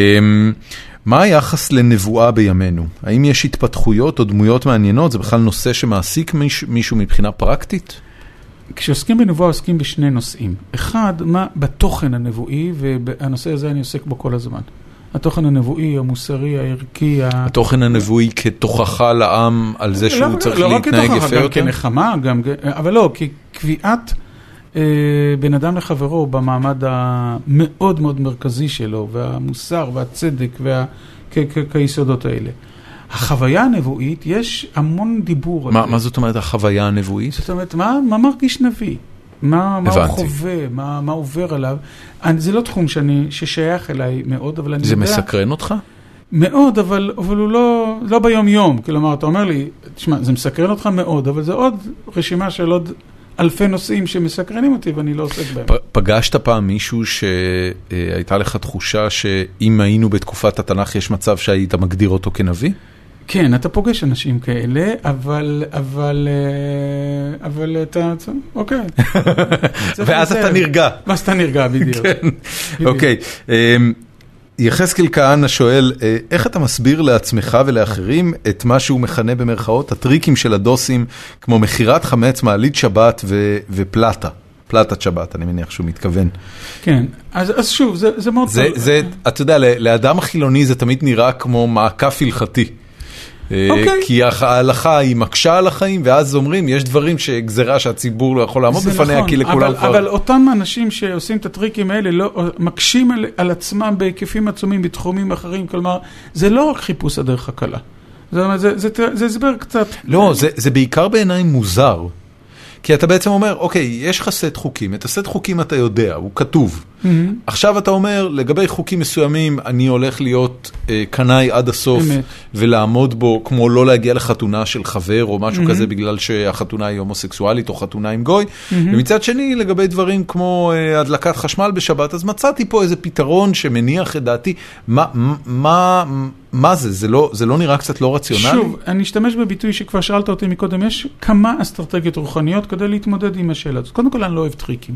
מה היחס לנבואה בימינו? האם יש התפתחויות או דמויות מעניינות? זה בכלל נושא שמעסיק מישהו, מישהו מבחינה פרקטית? כשעוסקים בנבואה עוסקים בשני נושאים. אחד, מה בתוכן הנבואי, והנושא הזה אני עוסק בו כל הזמן. התוכן הנבואי, המוסרי, הערכי. התוכן הנבואי כתוכחה לעם על זה שהוא צריך להתנהג יפה יותר? לא רק כתוכחה, גם כנחמה, אבל לא, כקביעת בן אדם לחברו במעמד המאוד מאוד מרכזי שלו, והמוסר והצדק והיסודות האלה. החוויה הנבואית, יש המון דיבור. מה, מה זאת אומרת החוויה הנבואית? זאת אומרת, מה, מה מרגיש נביא? מה, מה הוא חווה? מה, מה עובר עליו? אני, זה לא תחום שאני, ששייך אליי מאוד, אבל אני זה יודע... זה מסקרן אותך? מאוד, אבל, אבל הוא לא, לא ביום יום. כלומר, אתה אומר לי, תשמע, זה מסקרן אותך מאוד, אבל זה עוד רשימה של עוד אלפי נושאים שמסקרנים אותי ואני לא עוסק בהם. פגשת פעם מישהו שהייתה לך תחושה שאם היינו בתקופת התנ"ך יש מצב שהיית מגדיר אותו כנביא? כן, אתה פוגש אנשים כאלה, אבל, אבל, אבל אתה, אוקיי. ואז אתה נרגע. ואז אתה נרגע, בדיוק. כן, אוקיי. יחזקאל כהנא שואל, איך אתה מסביר לעצמך ולאחרים את מה שהוא מכנה במרכאות, הטריקים של הדוסים, כמו מחירת חמץ, מעלית שבת ו- ופלטה, פלטת שבת, אני מניח שהוא מתכוון. כן, אז, אז שוב, זה, זה מאוד... זה, זה, אתה יודע, לאדם החילוני זה תמיד נראה כמו מעקף הלכתי. Okay. כי ההלכה היא מקשה על החיים, ואז אומרים, יש דברים שגזרה שהציבור לא יכול לעמוד בפניה, נכון, כי לכולם אבל, כבר... אבל אותם אנשים שעושים את הטריקים האלה, לא, מקשים על, על עצמם בהיקפים עצומים, בתחומים אחרים, כלומר, זה לא רק חיפוש הדרך הקלה. זה, זה, זה, זה הסבר קצת... לא, זה, זה בעיקר בעיניי מוזר. כי אתה בעצם אומר, אוקיי, יש לך סט חוקים, את הסט חוקים אתה יודע, הוא כתוב. Mm-hmm. עכשיו אתה אומר, לגבי חוקים מסוימים, אני הולך להיות, קנאי עד הסוף, ולעמוד בו, כמו לא להגיע לחתונה של חבר, או משהו כזה, בגלל שהחתונה היא הומוסקסואלית, או חתונה עם גוי. ומצד שני, לגבי דברים כמו הדלקת חשמל בשבת, אז מצאתי פה איזה פתרון שמניח את דעתי. מה, מה, מה זה? זה לא, זה לא נראה קצת לא רציונלי? שוב, אני אשתמש בביטוי שכבר שאלת אותי מקודם, יש כמה אסטרטגיות רוחניות כדי להתמודד עם השאלה הזאת. קודם כל, אני לא אוהב טריקים.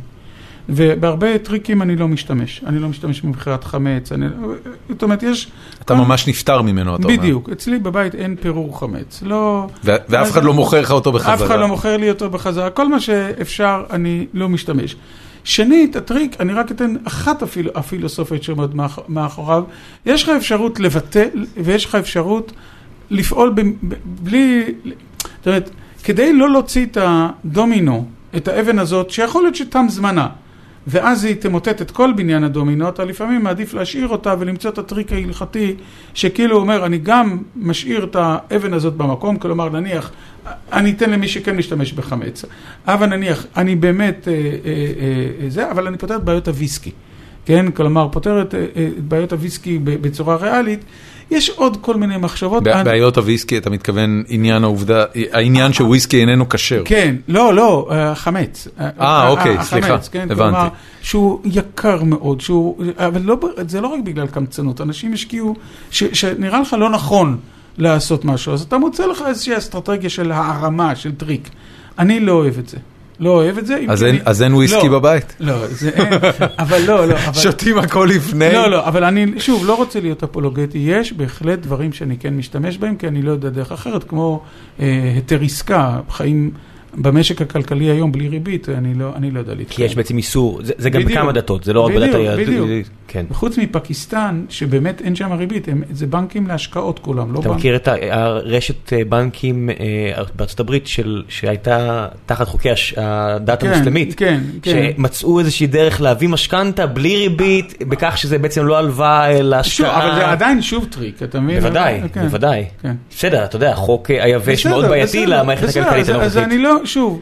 ובהרבה טריקים אני לא משתמש. אני לא משתמש מבחירת חמץ. אני... זאת אומרת, יש... אתה כל... ממש נפטר ממנו, אתה בדיוק. אומר. בדיוק. אצלי בבית אין פירור חמץ. לא... ו... ואף אחד לא מוכר לך אותו בחזרה. אף אחד לא מוכר לי אותו בחזרה. כל מה שאפשר, אני לא משתמש. שנית, הטריק, אני רק אתן אחת הפיל... הפילוסופית שעומד מאחוריו. יש לך אפשרות לבטא, ויש לך אפשרות לפעול ב... בלי... זאת אומרת, כדי לא להוציא את הדומינו, את האבן הזאת, שיכול להיות שתם זמנה, ואז היא תמוטט את כל בניין הדומינות, אבל לפעמים מעדיף להשאיר אותה ולמצוא את הטריק ההלכתי, שכאילו אומר, אני גם משאיר את האבן הזאת במקום, כלומר נניח, אני אתן למי שכן משתמש בחמץ, אבל נניח, אני באמת, אה, אה, אה, זה, אבל אני פותרת בעיות הוויסקי, כן? כלומר, פותרת אה, אה, בעיות הוויסקי בצורה ריאלית, יש עוד כל מיני מחשבות. בעיות הוויסקי, אתה מתכוון עניין העובדה, העניין שוויסקי איננו כשר. כן, לא, לא, חמץ. אה, אוקיי, סליחה, הבנתי. שהוא יקר מאוד, אבל זה לא רק בגלל קמצנות, אנשים השקיעו, שנראה לך לא נכון לעשות משהו, אז אתה מוצא לך איזושהי אסטרטגיה של הערמה, של טריק. אני לא אוהב את זה. לא אוהב את זה. אז אין וויסקי בבית? לא, זה אין, אבל לא, לא. שותים הכל לפני? לא, לא, אבל אני, שוב, לא רוצה להיות אפולוגטי. יש בהחלט דברים שאני כן משתמש בהם, כי אני לא יודע דרך אחרת, כמו היתר עסקה, חיים במשק הכלכלי היום בלי ריבית, אני לא, אני לא יודע להתקיים. כי יש בעצם איסור, זה גם בכמה דתות, זה לא רק בדת היהדות. בדיוק, בדיוק. וחוץ מפקיסטן, שבאמת אין שם ריבית, זה בנקים להשקעות כולם, לא בנק. אתה מכיר את הרשת בנקים בארצות הברית, שהייתה תחת חוקי הדת המוסלמית, שמצאו איזושהי דרך להביא משכנתה בלי ריבית, בכך שזה בעצם לא הלוואה להשקעה. אבל זה עדיין שוב טריק, אתה מבין? בוודאי, בוודאי. בסדר, אתה יודע, החוק היבש מאוד בעייתי למערכת הכלכלית הנוכחית. שוב,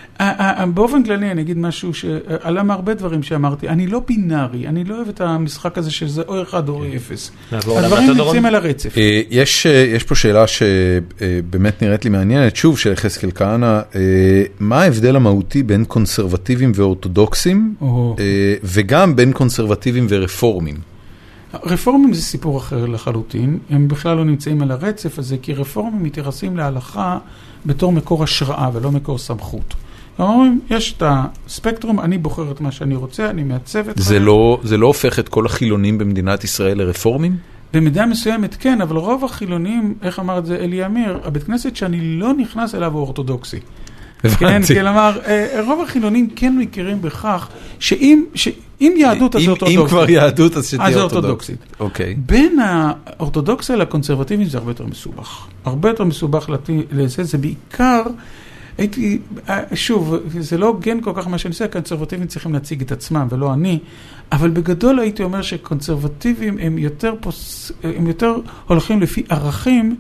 באופן כללי אני אגיד משהו שעלה מהרבה דברים שאמרתי, אני לא בינארי, אני לא אוהב את המשחק הזה שזה או אחד או אפס. הדברים נמצאים על הרצף. יש פה שאלה שבאמת נראית לי מעניינת, שוב, של יחזקאל כהנא, מה ההבדל המהותי בין קונסרבטיבים ואורתודוקסים, וגם בין קונסרבטיבים ורפורמים? רפורמים זה סיפור אחר לחלוטין, הם בכלל לא נמצאים על הרצף הזה, כי רפורמים מתייחסים להלכה בתור מקור השראה ולא מקור סמכות. אומרים, יש את הספקטרום, אני בוחר את מה שאני רוצה, אני מעצב את זה. לא, זה לא הופך את כל החילונים במדינת ישראל לרפורמים? במידה מסוימת כן, אבל רוב החילונים, איך אמר את זה אלי אמיר, הבית כנסת שאני לא נכנס אליו הוא אורתודוקסי. כן, כלומר, רוב החילונים כן מכירים בכך שאם אם יהדות אז אורתודוקסית. אם כבר יהדות אז שתהיה אורתודוקסית. אוקיי. בין האורתודוקסיה לקונסרבטיבים זה הרבה יותר מסובך. הרבה יותר מסובך לזה, זה בעיקר, הייתי, שוב, זה לא הוגן כל כך מה שאני עושה, הקונסרבטיבים צריכים להציג את עצמם ולא אני, אבל בגדול הייתי אומר שקונסרבטיבים הם יותר, פוס, הם יותר הולכים לפי ערכים,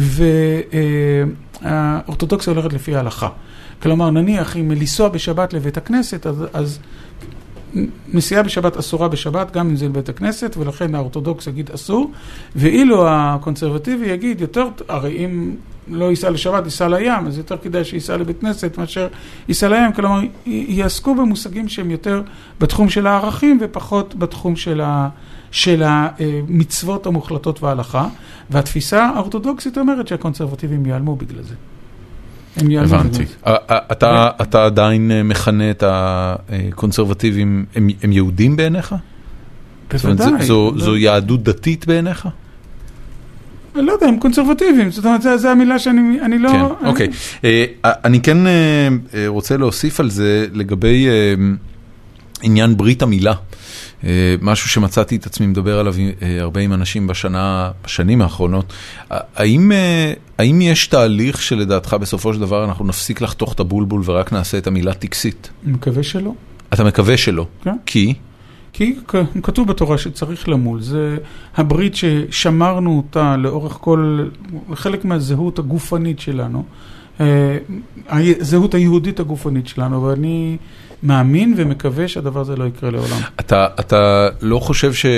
והאורתודוקסיה הולכת לפי ההלכה. כלומר, נניח, אם לנסוע בשבת לבית הכנסת, אז, אז נסיעה בשבת אסורה בשבת, גם אם זה לבית הכנסת, ולכן האורתודוקס יגיד אסור, ואילו הקונסרבטיבי יגיד יותר, הרי אם לא ייסע לשבת, ייסע לים, אז יותר כדאי שייסע לבית כנסת, מאשר ייסע לים, כלומר, יעסקו במושגים שהם יותר בתחום של הערכים, ופחות בתחום של, ה, של המצוות המוחלטות וההלכה, והתפיסה האורתודוקסית אומרת שהקונסרבטיבים ייעלמו בגלל זה. הבנתי. אתה, אתה עדיין מכנה את הקונסרבטיבים, הם, הם יהודים בעיניך? בוודאי. זו, זו יהדות דתית בעיניך? לא יודע, הם קונסרבטיביים, זאת אומרת, זה, זה המילה שאני אני לא... כן, אוקיי. אני כן רוצה להוסיף על זה לגבי עניין ברית המילה. משהו שמצאתי את עצמי מדבר עליו הרבה עם אנשים בשנה, בשנים האחרונות. האם, האם יש תהליך שלדעתך בסופו של דבר אנחנו נפסיק לחתוך את הבולבול ורק נעשה את המילה טקסית? אני מקווה שלא. אתה מקווה שלא? כן. כי? כי כתוב בתורה שצריך למול. זה הברית ששמרנו אותה לאורך כל, חלק מהזהות הגופנית שלנו. הזהות היהודית הגופנית שלנו, ואני מאמין ומקווה שהדבר הזה לא יקרה לעולם. אתה, אתה לא חושב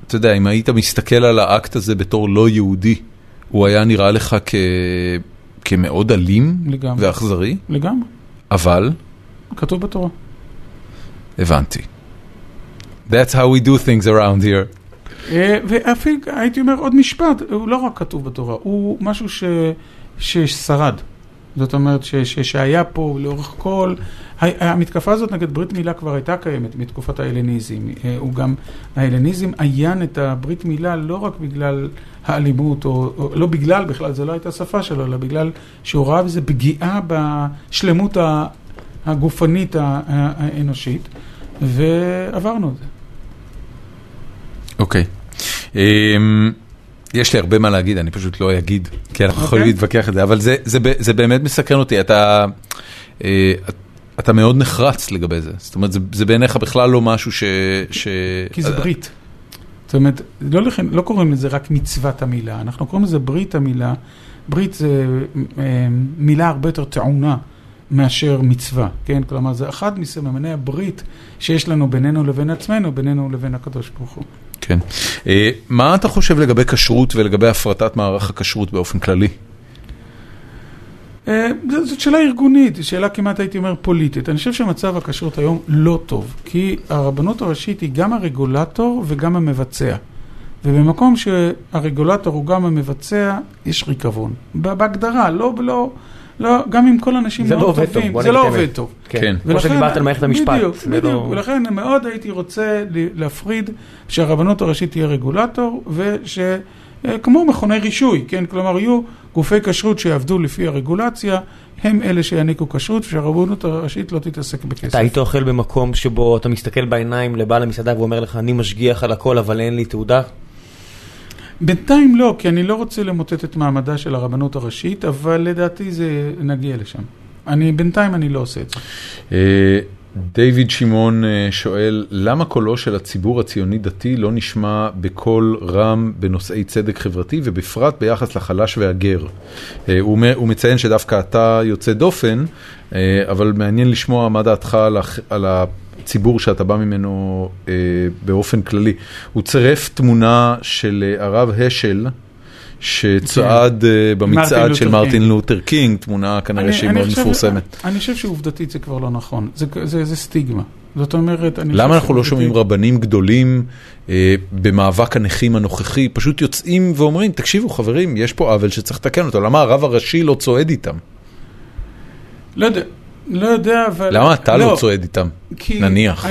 אתה יודע, אם היית מסתכל על האקט הזה בתור לא יהודי, הוא היה נראה לך כ... כמאוד אלים לגמרי. ואכזרי? לגמרי. אבל? כתוב בתורה. הבנתי. That's how we do things around here. ואפילו, הייתי אומר עוד משפט, הוא לא רק כתוב בתורה, הוא משהו ש... ששרד. זאת אומרת ש... ש... שהיה פה לאורך כל... המתקפה הזאת נגד ברית מילה כבר הייתה קיימת מתקופת ההלניזם. הוא גם, ההלניזם עיין את הברית מילה לא רק בגלל האלימות, או, או לא בגלל בכלל, זה לא הייתה שפה שלו, אלא בגלל שהוא ראה בזה פגיעה בשלמות הגופנית האנושית, ועברנו את זה. אוקיי. יש לי הרבה מה להגיד, אני פשוט לא אגיד, כי אנחנו יכולים להתווכח את זה, אבל זה באמת מסקרן אותי. אתה אתה מאוד נחרץ לגבי זה. זאת אומרת, זה בעיניך בכלל לא משהו ש... כי זה ברית. זאת אומרת, לא קוראים לזה רק מצוות המילה, אנחנו קוראים לזה ברית המילה. ברית זה מילה הרבה יותר טעונה מאשר מצווה, כן? כלומר, זה אחד מסממני הברית שיש לנו בינינו לבין עצמנו, בינינו לבין הקדוש ברוך הוא. כן. מה אתה חושב לגבי כשרות ולגבי הפרטת מערך הכשרות באופן כללי? זאת שאלה ארגונית, שאלה כמעט הייתי אומר פוליטית. אני חושב שמצב הכשרות היום לא טוב, כי הרבנות הראשית היא גם הרגולטור וגם המבצע. ובמקום שהרגולטור הוא גם המבצע, יש ריקבון. בהגדרה, לא, לא, לא, גם עם כל אנשים מאוד טובים, זה לא עובד טוב. כן, כמו שדיברת על מערכת המשפט. בדיוק, בדיוק, ולכן מאוד הייתי רוצה להפריד שהרבנות הראשית תהיה רגולטור, וש... כמו מכוני רישוי, כן? כלומר, יהיו גופי כשרות שיעבדו לפי הרגולציה, הם אלה שיעניקו כשרות, שהרבנות הראשית לא תתעסק בכסף. אתה היית אוכל במקום שבו אתה מסתכל בעיניים לבעל המסעדה ואומר לך, אני משגיח על הכל, אבל אין לי תעודה? בינתיים לא, כי אני לא רוצה למוטט את מעמדה של הרבנות הראשית, אבל לדעתי זה נגיע לשם. אני, בינתיים אני לא עושה את זה. דיוויד שמעון שואל, למה קולו של הציבור הציוני דתי לא נשמע בקול רם בנושאי צדק חברתי, ובפרט ביחס לחלש והגר? הוא, הוא מציין שדווקא אתה יוצא דופן, אבל מעניין לשמוע מה דעתך על הציבור שאתה בא ממנו באופן כללי. הוא צירף תמונה של הרב השל, שצועד במצעד של מרטין לותר קינג, תמונה כנראה שהיא מאוד מפורסמת. אני חושב שעובדתית זה כבר לא נכון, זה סטיגמה. זאת אומרת, למה אנחנו לא שומעים רבנים גדולים במאבק הנכים הנוכחי, פשוט יוצאים ואומרים, תקשיבו חברים, יש פה עוול שצריך לתקן אותו, למה הרב הראשי לא צועד איתם? לא יודע, לא יודע, אבל... למה אתה לא צועד איתם, נניח?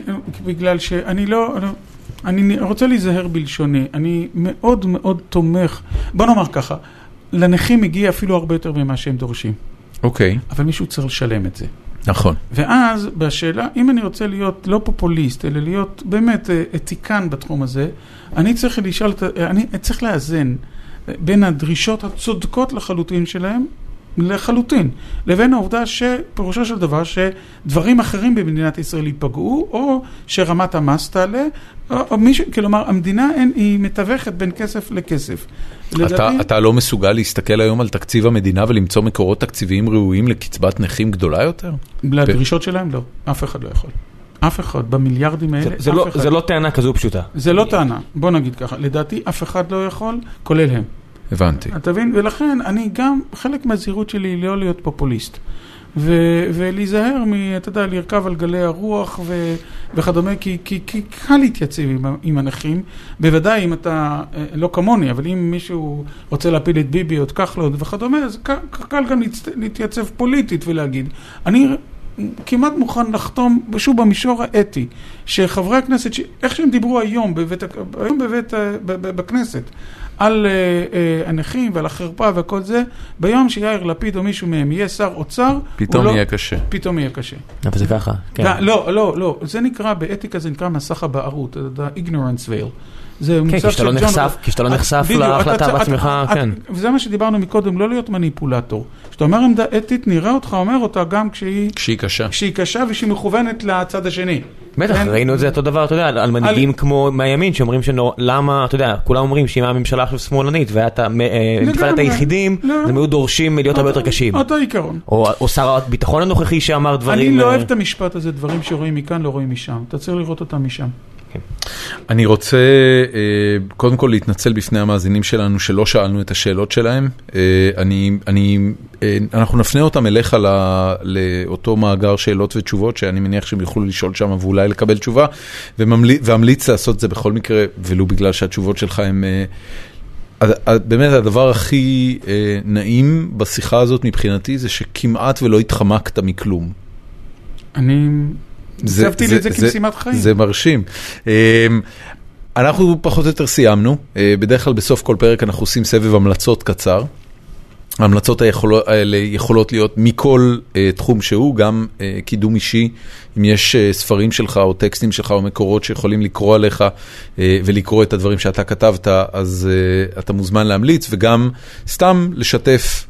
בגלל שאני לא... אני רוצה להיזהר בלשוני, אני מאוד מאוד תומך, בוא נאמר ככה, לנכים מגיע אפילו הרבה יותר ממה שהם דורשים. אוקיי. אבל מישהו צריך לשלם את זה. נכון. ואז בשאלה, אם אני רוצה להיות לא פופוליסט, אלא להיות באמת אתיקן בתחום הזה, אני צריך לשאול, אני צריך לאזן בין הדרישות הצודקות לחלוטין שלהם, לחלוטין, לבין העובדה שפירושו של דבר שדברים אחרים במדינת ישראל ייפגעו, או שרמת המס תעלה, או, או מישהו, כלומר, המדינה אין, היא מתווכת בין כסף לכסף. אתה, לדעתי, אתה לא מסוגל להסתכל היום על תקציב המדינה ולמצוא מקורות תקציביים ראויים לקצבת נכים גדולה יותר? לדרישות שלהם לא, אף אחד לא יכול. אף אחד, במיליארדים האלה, זה, זה, לא, זה לא טענה כזו פשוטה. זה לא טענה, בוא נגיד ככה, לדעתי אף אחד לא יכול, כולל הם. הבנתי. אתה מבין? ולכן אני גם, חלק מהזהירות שלי היא לא להיות פופוליסט. ו- ולהיזהר מ, אתה יודע, לרכב על גלי הרוח ו- וכדומה, כי, כי, כי קל להתייצב עם, עם הנכים. בוודאי אם אתה, לא כמוני, אבל אם מישהו רוצה להפיל את ביבי או את כחלון וכדומה, אז קל, קל גם להתייצב פוליטית ולהגיד. אני כמעט מוכן לחתום, שוב במישור האתי, שחברי הכנסת, איך שהם דיברו היום בבית, היום בבית, בכנסת, על uh, uh, הנכים ועל החרפה וכל זה, ביום שיאיר לפיד או מישהו מהם יהיה שר אוצר, פתאום יהיה לא, קשה. פתאום יהיה קשה. אבל זה ככה, כן. לא, לא, לא, זה נקרא, באתיקה זה נקרא מסך הבערות, the ignorance veil. זה כן, כשאתה לא נחשף, כשאתה לא נחשף להחלטה בעצמך, כן. וזה מה שדיברנו מקודם, לא להיות מניפולטור. כשאתה אומר עמדה אתית, נראה אותך, אומר אותה גם כשהיא... כשהיא קשה. כשהיא קשה ושהיא מכוונת לצד השני. בטח, ראינו את זה אותו דבר, אתה יודע, על מנהיגים כמו מהימין, שאומרים למה, אתה יודע, כולם אומרים שאם הממשלה עכשיו שמאלנית, ואתה נתפלת היחידים, הם היו דורשים להיות הרבה יותר קשים. אותו עיקרון. או שר הביטחון הנוכחי שאמר דברים... אני לא אוהב את המשפט הזה, דברים שרואים מכאן, לא רואים משם. אתה צריך לראות אותם משם. אני רוצה קודם כל להתנצל בפני המאזינים שלנו שלא שאלנו את השאלות שלהם. אני, אני, אנחנו נפנה אותם אליך לאותו מאגר שאלות ותשובות, שאני מניח שהם יוכלו לשאול שם ואולי לקבל תשובה, והמליץ לעשות זה בכל מקרה, ולו בגלל שהתשובות שלך הם... באמת הדבר הכי נעים בשיחה הזאת מבחינתי זה שכמעט ולא התחמקת מכלום. אני... הצבתי לי את זה כמשימת חיים. זה מרשים. אנחנו פחות או יותר סיימנו. בדרך כלל בסוף כל פרק אנחנו עושים סבב המלצות קצר. ההמלצות האלה יכולות להיות מכל תחום שהוא, גם קידום אישי, אם יש ספרים שלך או טקסטים שלך או מקורות שיכולים לקרוא עליך ולקרוא את הדברים שאתה כתבת, אז אתה מוזמן להמליץ, וגם סתם לשתף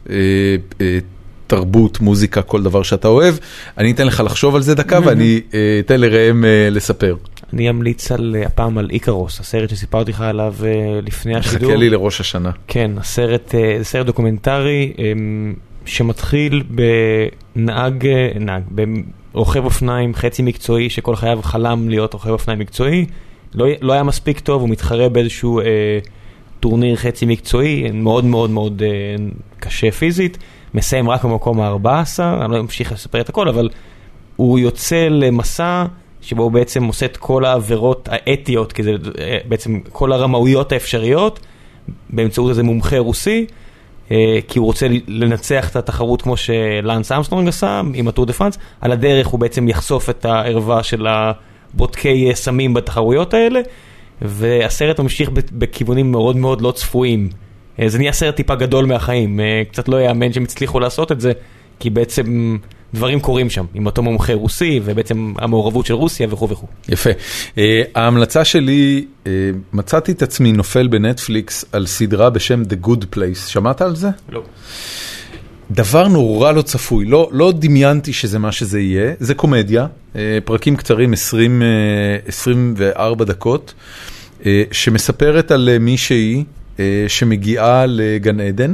תרבות, מוזיקה, כל דבר שאתה אוהב. אני אתן לך לחשוב על זה דקה, ואני אתן לראם לספר. אני אמליץ על, הפעם על איקרוס, הסרט שסיפרתי לך עליו לפני השידור. חכה לי לראש השנה. כן, הסרט, סרט דוקומנטרי שמתחיל בנהג, נהג, ברוכב אופניים חצי מקצועי, שכל חייו חלם להיות רוכב אופניים מקצועי. לא, לא היה מספיק טוב, הוא מתחרה באיזשהו אה, טורניר חצי מקצועי, מאוד מאוד מאוד אה, קשה פיזית. מסיים רק במקום ה-ארבע עשרה, אני לא אמשיך לספר את הכל, אבל הוא יוצא למסע שבו הוא בעצם עושה את כל העבירות האתיות, כי זה בעצם כל הרמאויות האפשריות, באמצעות איזה מומחה רוסי, כי הוא רוצה לנצח את התחרות כמו שלאנס אמסטרונג עשה, עם הטור דה פרנס. על הדרך הוא בעצם יחשוף את הערווה של הבודקי סמים בתחרויות האלה, והסרט ממשיך בכיוונים מאוד מאוד לא צפויים. זה נהיה סרט טיפה גדול מהחיים, קצת לא יאמן שהם הצליחו לעשות את זה, כי בעצם דברים קורים שם, עם אותו מומחה רוסי, ובעצם המעורבות של רוסיה וכו' וכו'. יפה. ההמלצה שלי, מצאתי את עצמי נופל בנטפליקס על סדרה בשם The Good Place. שמעת על זה? לא. דבר נורא לא צפוי, לא, לא דמיינתי שזה מה שזה יהיה. זה קומדיה, פרקים קצרים, עשרים, עשרים וארבע דקות, שמספרת על מישהי שמגיעה לגן עדן,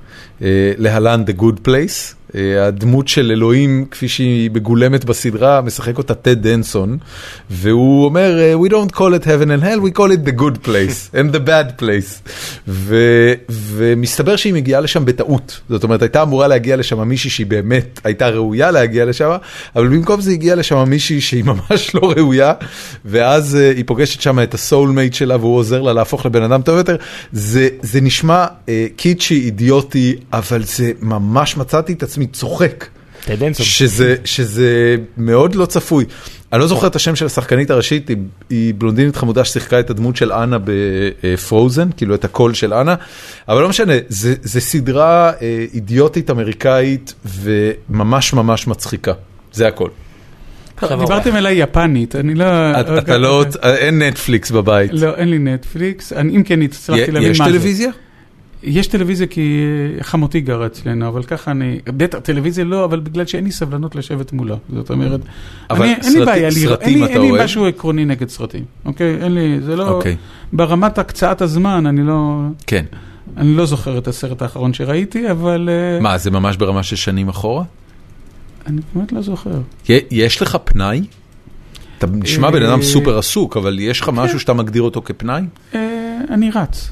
להלן The Good Place. הדמות של אלוהים, כפי שהיא מגולמת בסדרה, משחק אותה טד דנסון, והוא אומר, we don't call it heaven and hell, we call it the good place and the bad place. ו- ומסתבר שהיא מגיעה לשם בטעות. זאת אומרת, הייתה אמורה להגיע לשם מישהי שהיא באמת הייתה ראויה להגיע לשם, אבל במקום זה הגיעה לשם מישהי שהיא ממש לא ראויה, ואז uh, היא פוגשת שם את הסולמייט שלה, והוא עוזר לה להפוך לבן אדם טוב יותר. זה, זה נשמע uh, קיצ'י, אידיוטי, אבל זה ממש מצאתי את עצמי צוחק, שזה, שזה מאוד לא צפוי. אני לא זוכר את השם של השחקנית הראשית, היא, היא בלונדינית חמודה ששיחקה את הדמות של אנה בפרוזן, כאילו את הקול של אנה, אבל לא משנה, זה, זה סדרה אידיוטית אמריקאית וממש ממש מצחיקה, זה הכל. דיברתם אליי יפנית, אני לא... אתה לא, אין נטפליקס בבית. לא, אין לי נטפליקס, אם כן הצלחתי להבין מה זה. יש טלוויזיה? יש טלוויזיה כי חמותי גרה אצלנו, אבל ככה אני, בטח, טלוויזיה לא, אבל בגלל שאין לי סבלנות לשבת מולה. זאת אומרת, אני, אין לי בעיה, אין לי, אין לי משהו עקרוני נגד סרטים, אוקיי? אין לי, זה לא, ברמת הקצאת הזמן, אני לא, כן. אני לא זוכר את הסרט האחרון שראיתי, אבל... מה, זה ממש ברמה של שנים אחורה? אני באמת לא זוכר. יש לך פנאי? אתה נשמע בן אדם סופר עסוק, אבל יש לך משהו שאתה מגדיר אותו כפנאי? אני רץ.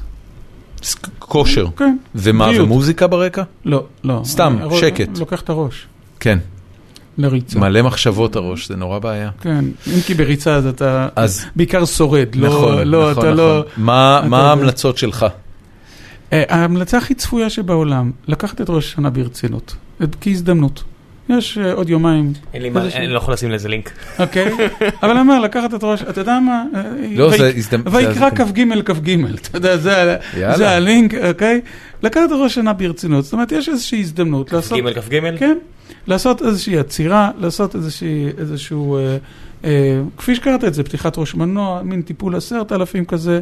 כושר. כן. ומה, ומוזיקה ברקע? לא, לא. סתם, שקט. לוקח את הראש. כן. לריצה. מלא מחשבות הראש, זה נורא בעיה. כן, אם כי בריצה אז אתה בעיקר שורד. נכון, נכון, נכון. מה ההמלצות שלך? ההמלצה הכי צפויה שבעולם, לקחת את ראש השנה ברצינות, כהזדמנות. יש עוד יומיים. אין לי מה, אני לא יכול לשים לזה לינק. אוקיי, אבל אני אומר, לקחת את ראש, אתה יודע מה? לא, זה הזדמנות. ויקרא כף ג' כף ג', אתה יודע, זה הלינק, אוקיי? לקחת את ראש השנה ברצינות, זאת אומרת, יש איזושהי הזדמנות לעשות... כף ג' כף ג'? כן, לעשות איזושהי עצירה, לעשות איזשהו, כפי שקראת את זה, פתיחת ראש מנוע, מין טיפול עשרת אלפים כזה,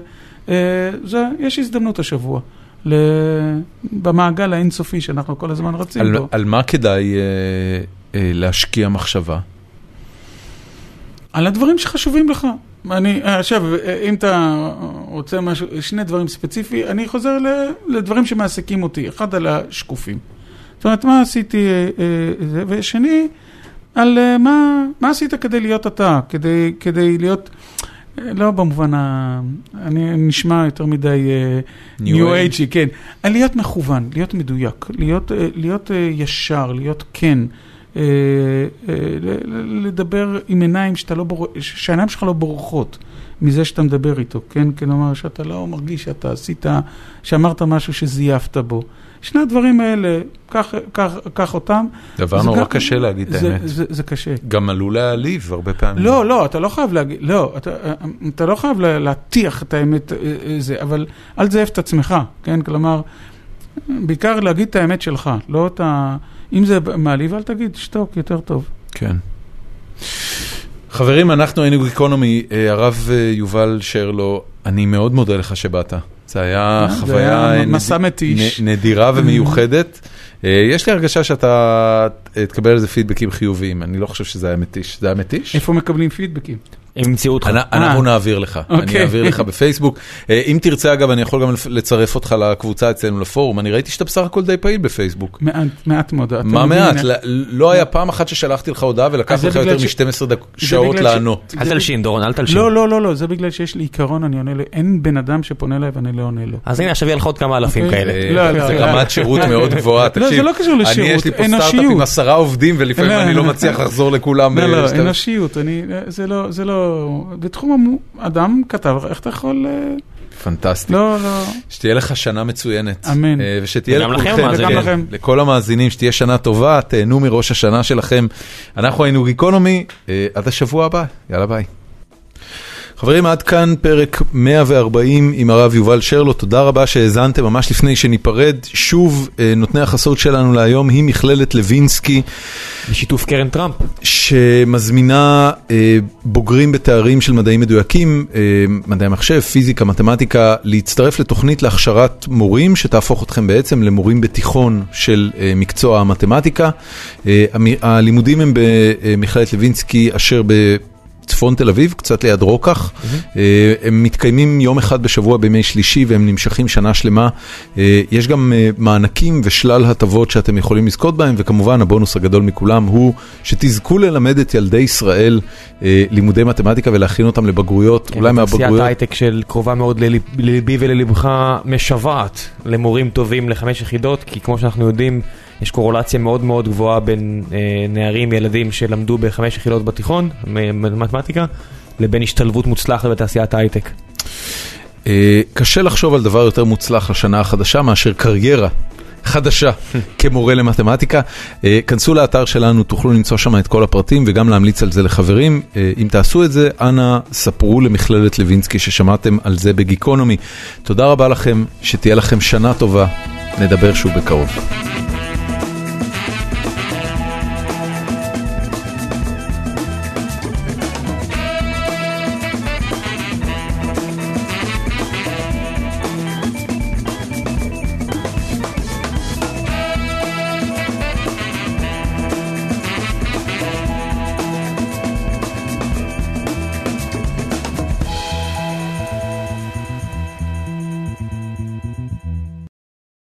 יש הזדמנות השבוע. במעגל האינסופי שאנחנו כל הזמן רצים בו. על מה כדאי להשקיע מחשבה? על הדברים שחשובים לך. אני, עכשיו, אם אתה רוצה משהו, שני דברים ספציפי, אני חוזר לדברים שמעסקים אותי. אחד על השקופים. זאת אומרת, מה עשיתי, ושני, על מה, מה עשית כדי להיות אתה, כדי, כדי להיות... לא במובן ה... אני נשמע יותר מדי ניו אייג'י, כן. להיות מכוון, להיות מדויק, להיות, להיות ישר, להיות כן. לדבר עם עיניים שאתה לא בור... שהעיניים שלך לא בורחות מזה שאתה מדבר איתו, כן? כלומר, שאתה לא מרגיש שאתה עשית, שאמרת משהו שזייפת בו. שני הדברים האלה, קח, קח, קח אותם. דבר נורא גם, קשה להגיד את האמת. זה, זה, זה קשה. גם עלול להעליב הרבה פעמים. לא, לא, אתה לא חייב להגיד, לא, אתה, אתה לא חייב להטיח את האמת, זה, אבל אל תזייף את עצמך, כן? כלומר, בעיקר להגיד את האמת שלך, לא את ה... אם זה מעליב, אל תגיד, שתוק, יותר טוב. כן. חברים, אנחנו היינו גיקונומי, הרב יובל שרלו, אני מאוד מודה לך שבאת. זה היה חוויה נדירה ומיוחדת. יש לי הרגשה שאתה תקבל על זה פידבקים חיוביים. אני לא חושב שזה היה מתיש. זה היה מתיש? איפה מקבלים פידבקים? הם ימצאו אותך. אנחנו נעביר לך. אני אעביר לך בפייסבוק. אם תרצה, אגב, אני יכול גם לצרף אותך לקבוצה אצלנו לפורום. אני ראיתי שאתה בסך הכל די פעיל בפייסבוק. מעט מאוד. מה מעט? לא היה פעם אחת ששלחתי לך הודעה ולקח לך יותר מ-שתים עשרה שעות לענות. אל תלשין, דורון, אל תלשין. לא, לא, לא, לא. זה בגלל שיש לי עיקרון, אני עונה לו. אין בן אדם שפונה אליי ואני לא עונה לו. אז הנה, עכשיו יהיה לך עוד כמה אלפים כאלה. זה רמת שירות מאוד גבוהה. לא, זה לא קשור לשירות. אני יש לי פה סטארט-אפ עם עשרה עובדים ולפעמים אני לא מצליח לחזור לכולם. לא, לא, אנושיות. זה לא... בתחום אדם כתב, איך אתה יכול... פנטסטי. לא, לא. שתהיה לך שנה מצוינת. אמן. ושתהיה לכולכם, לכל המאזינים, שתהיה שנה טובה, תהנו מראש השנה שלכם. אנחנו היינו גיקונומי, עד השבוע הבא. יאללה ביי. חברים, עד כאן פרק מאה וארבעים עם הרב יובל שרלו. תודה רבה שהאזנתם. ממש לפני שניפרד, שוב נותני החסות שלנו להיום היא מכללת לוינסקי. בשיתוף קרן טראמפ. שמזמינה אה, בוגרים בתארים של מדעים מדויקים, אה, מדעי מחשב, פיזיקה, מתמטיקה, להצטרף לתוכנית להכשרת מורים, שתהפוך אתכם בעצם למורים בתיכון של אה, מקצוע המתמטיקה. אה, הלימודים הם במכללת לוינסקי אשר ב... צפון תל אביב, קצת ליד רוקח. הם מתקיימים יום אחד בשבוע בימי שלישי, והם נמשכים שנה שלמה. יש גם מענקים ושלל הטבות שאתם יכולים לזכות בהם, וכמובן הבונוס הגדול מכולם הוא שתזכו ללמד את ילדי ישראל לימודי מתמטיקה ולהכין אותם לבגרויות, אולי מהבגרויות. תעשיית ההייטק של קרובה מאוד לליבי וללבך משוועת למורים טובים לחמש יחידות, כי כמו שאנחנו יודעים, יש קורולציה מאוד מאוד גבוהה בין אה, נערים, ילדים שלמדו בחמש יחידות בתיכון, מתמטיקה, לבין השתלבות מוצלחת בתעשיית ההייטק. אה, קשה לחשוב על דבר יותר מוצלח לשנה החדשה מאשר קריירה חדשה כמורה למתמטיקה. אה, כנסו לאתר שלנו, תוכלו למצוא שם את כל הפרטים וגם להמליץ על זה לחברים. אה, אם תעשו את זה, אנא ספרו למכללת לוינסקי ששמעתם על זה בגיקונומי. תודה רבה לכם, שתהיה לכם שנה טובה. נדבר שוב בקרוב.